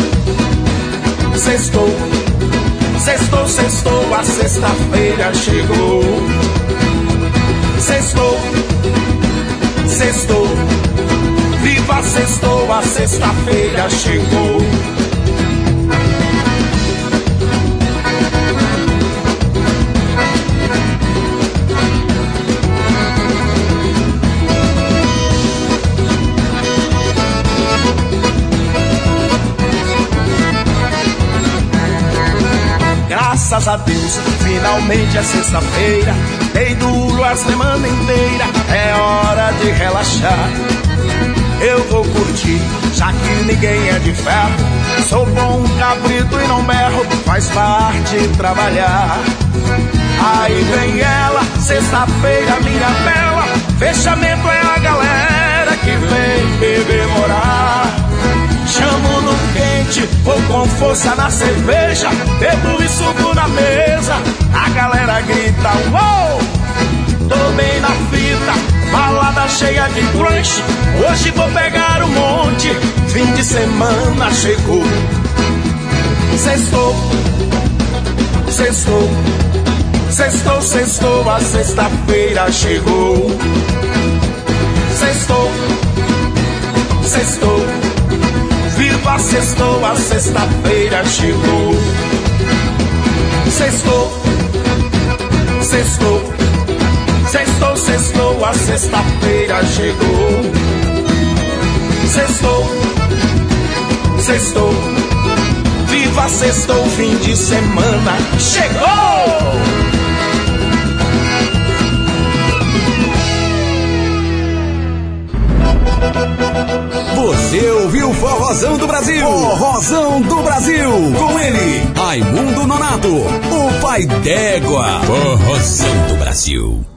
[SPEAKER 10] a sexta-feira chegou. Sextou, viva sextou, a sexta-feira chegou. Graças a Deus, finalmente é sexta-feira. Dei duro a semana inteira, é hora de relaxar. Eu vou curtir, já que ninguém é de ferro. Sou bom cabrito e não berro, faz parte trabalhar. Aí vem ela, sexta-feira, minha bela. Fechamento é a galera que vem beber morar. Chamo no quente, vou com força na cerveja. Bebo e subo na mesa, a galera grita uou. Tô bem na fita, balada cheia de crunch. Hoje vou pegar um monte, fim de semana chegou.
[SPEAKER 16] Sextou, sextou, sextou, sextou, a sexta-feira chegou. Sextou, sextou, viva sextou, a sexta-feira chegou. Sextou, sextou, sextou, sextou, a sexta-feira chegou. Sextou, sextou, viva sextou, fim de semana chegou!
[SPEAKER 2] Você ouviu o Forrozão do Brasil? Forrozão do Brasil! Com ele, Raimundo Nonato, o pai d'égua. Forrozão do Brasil.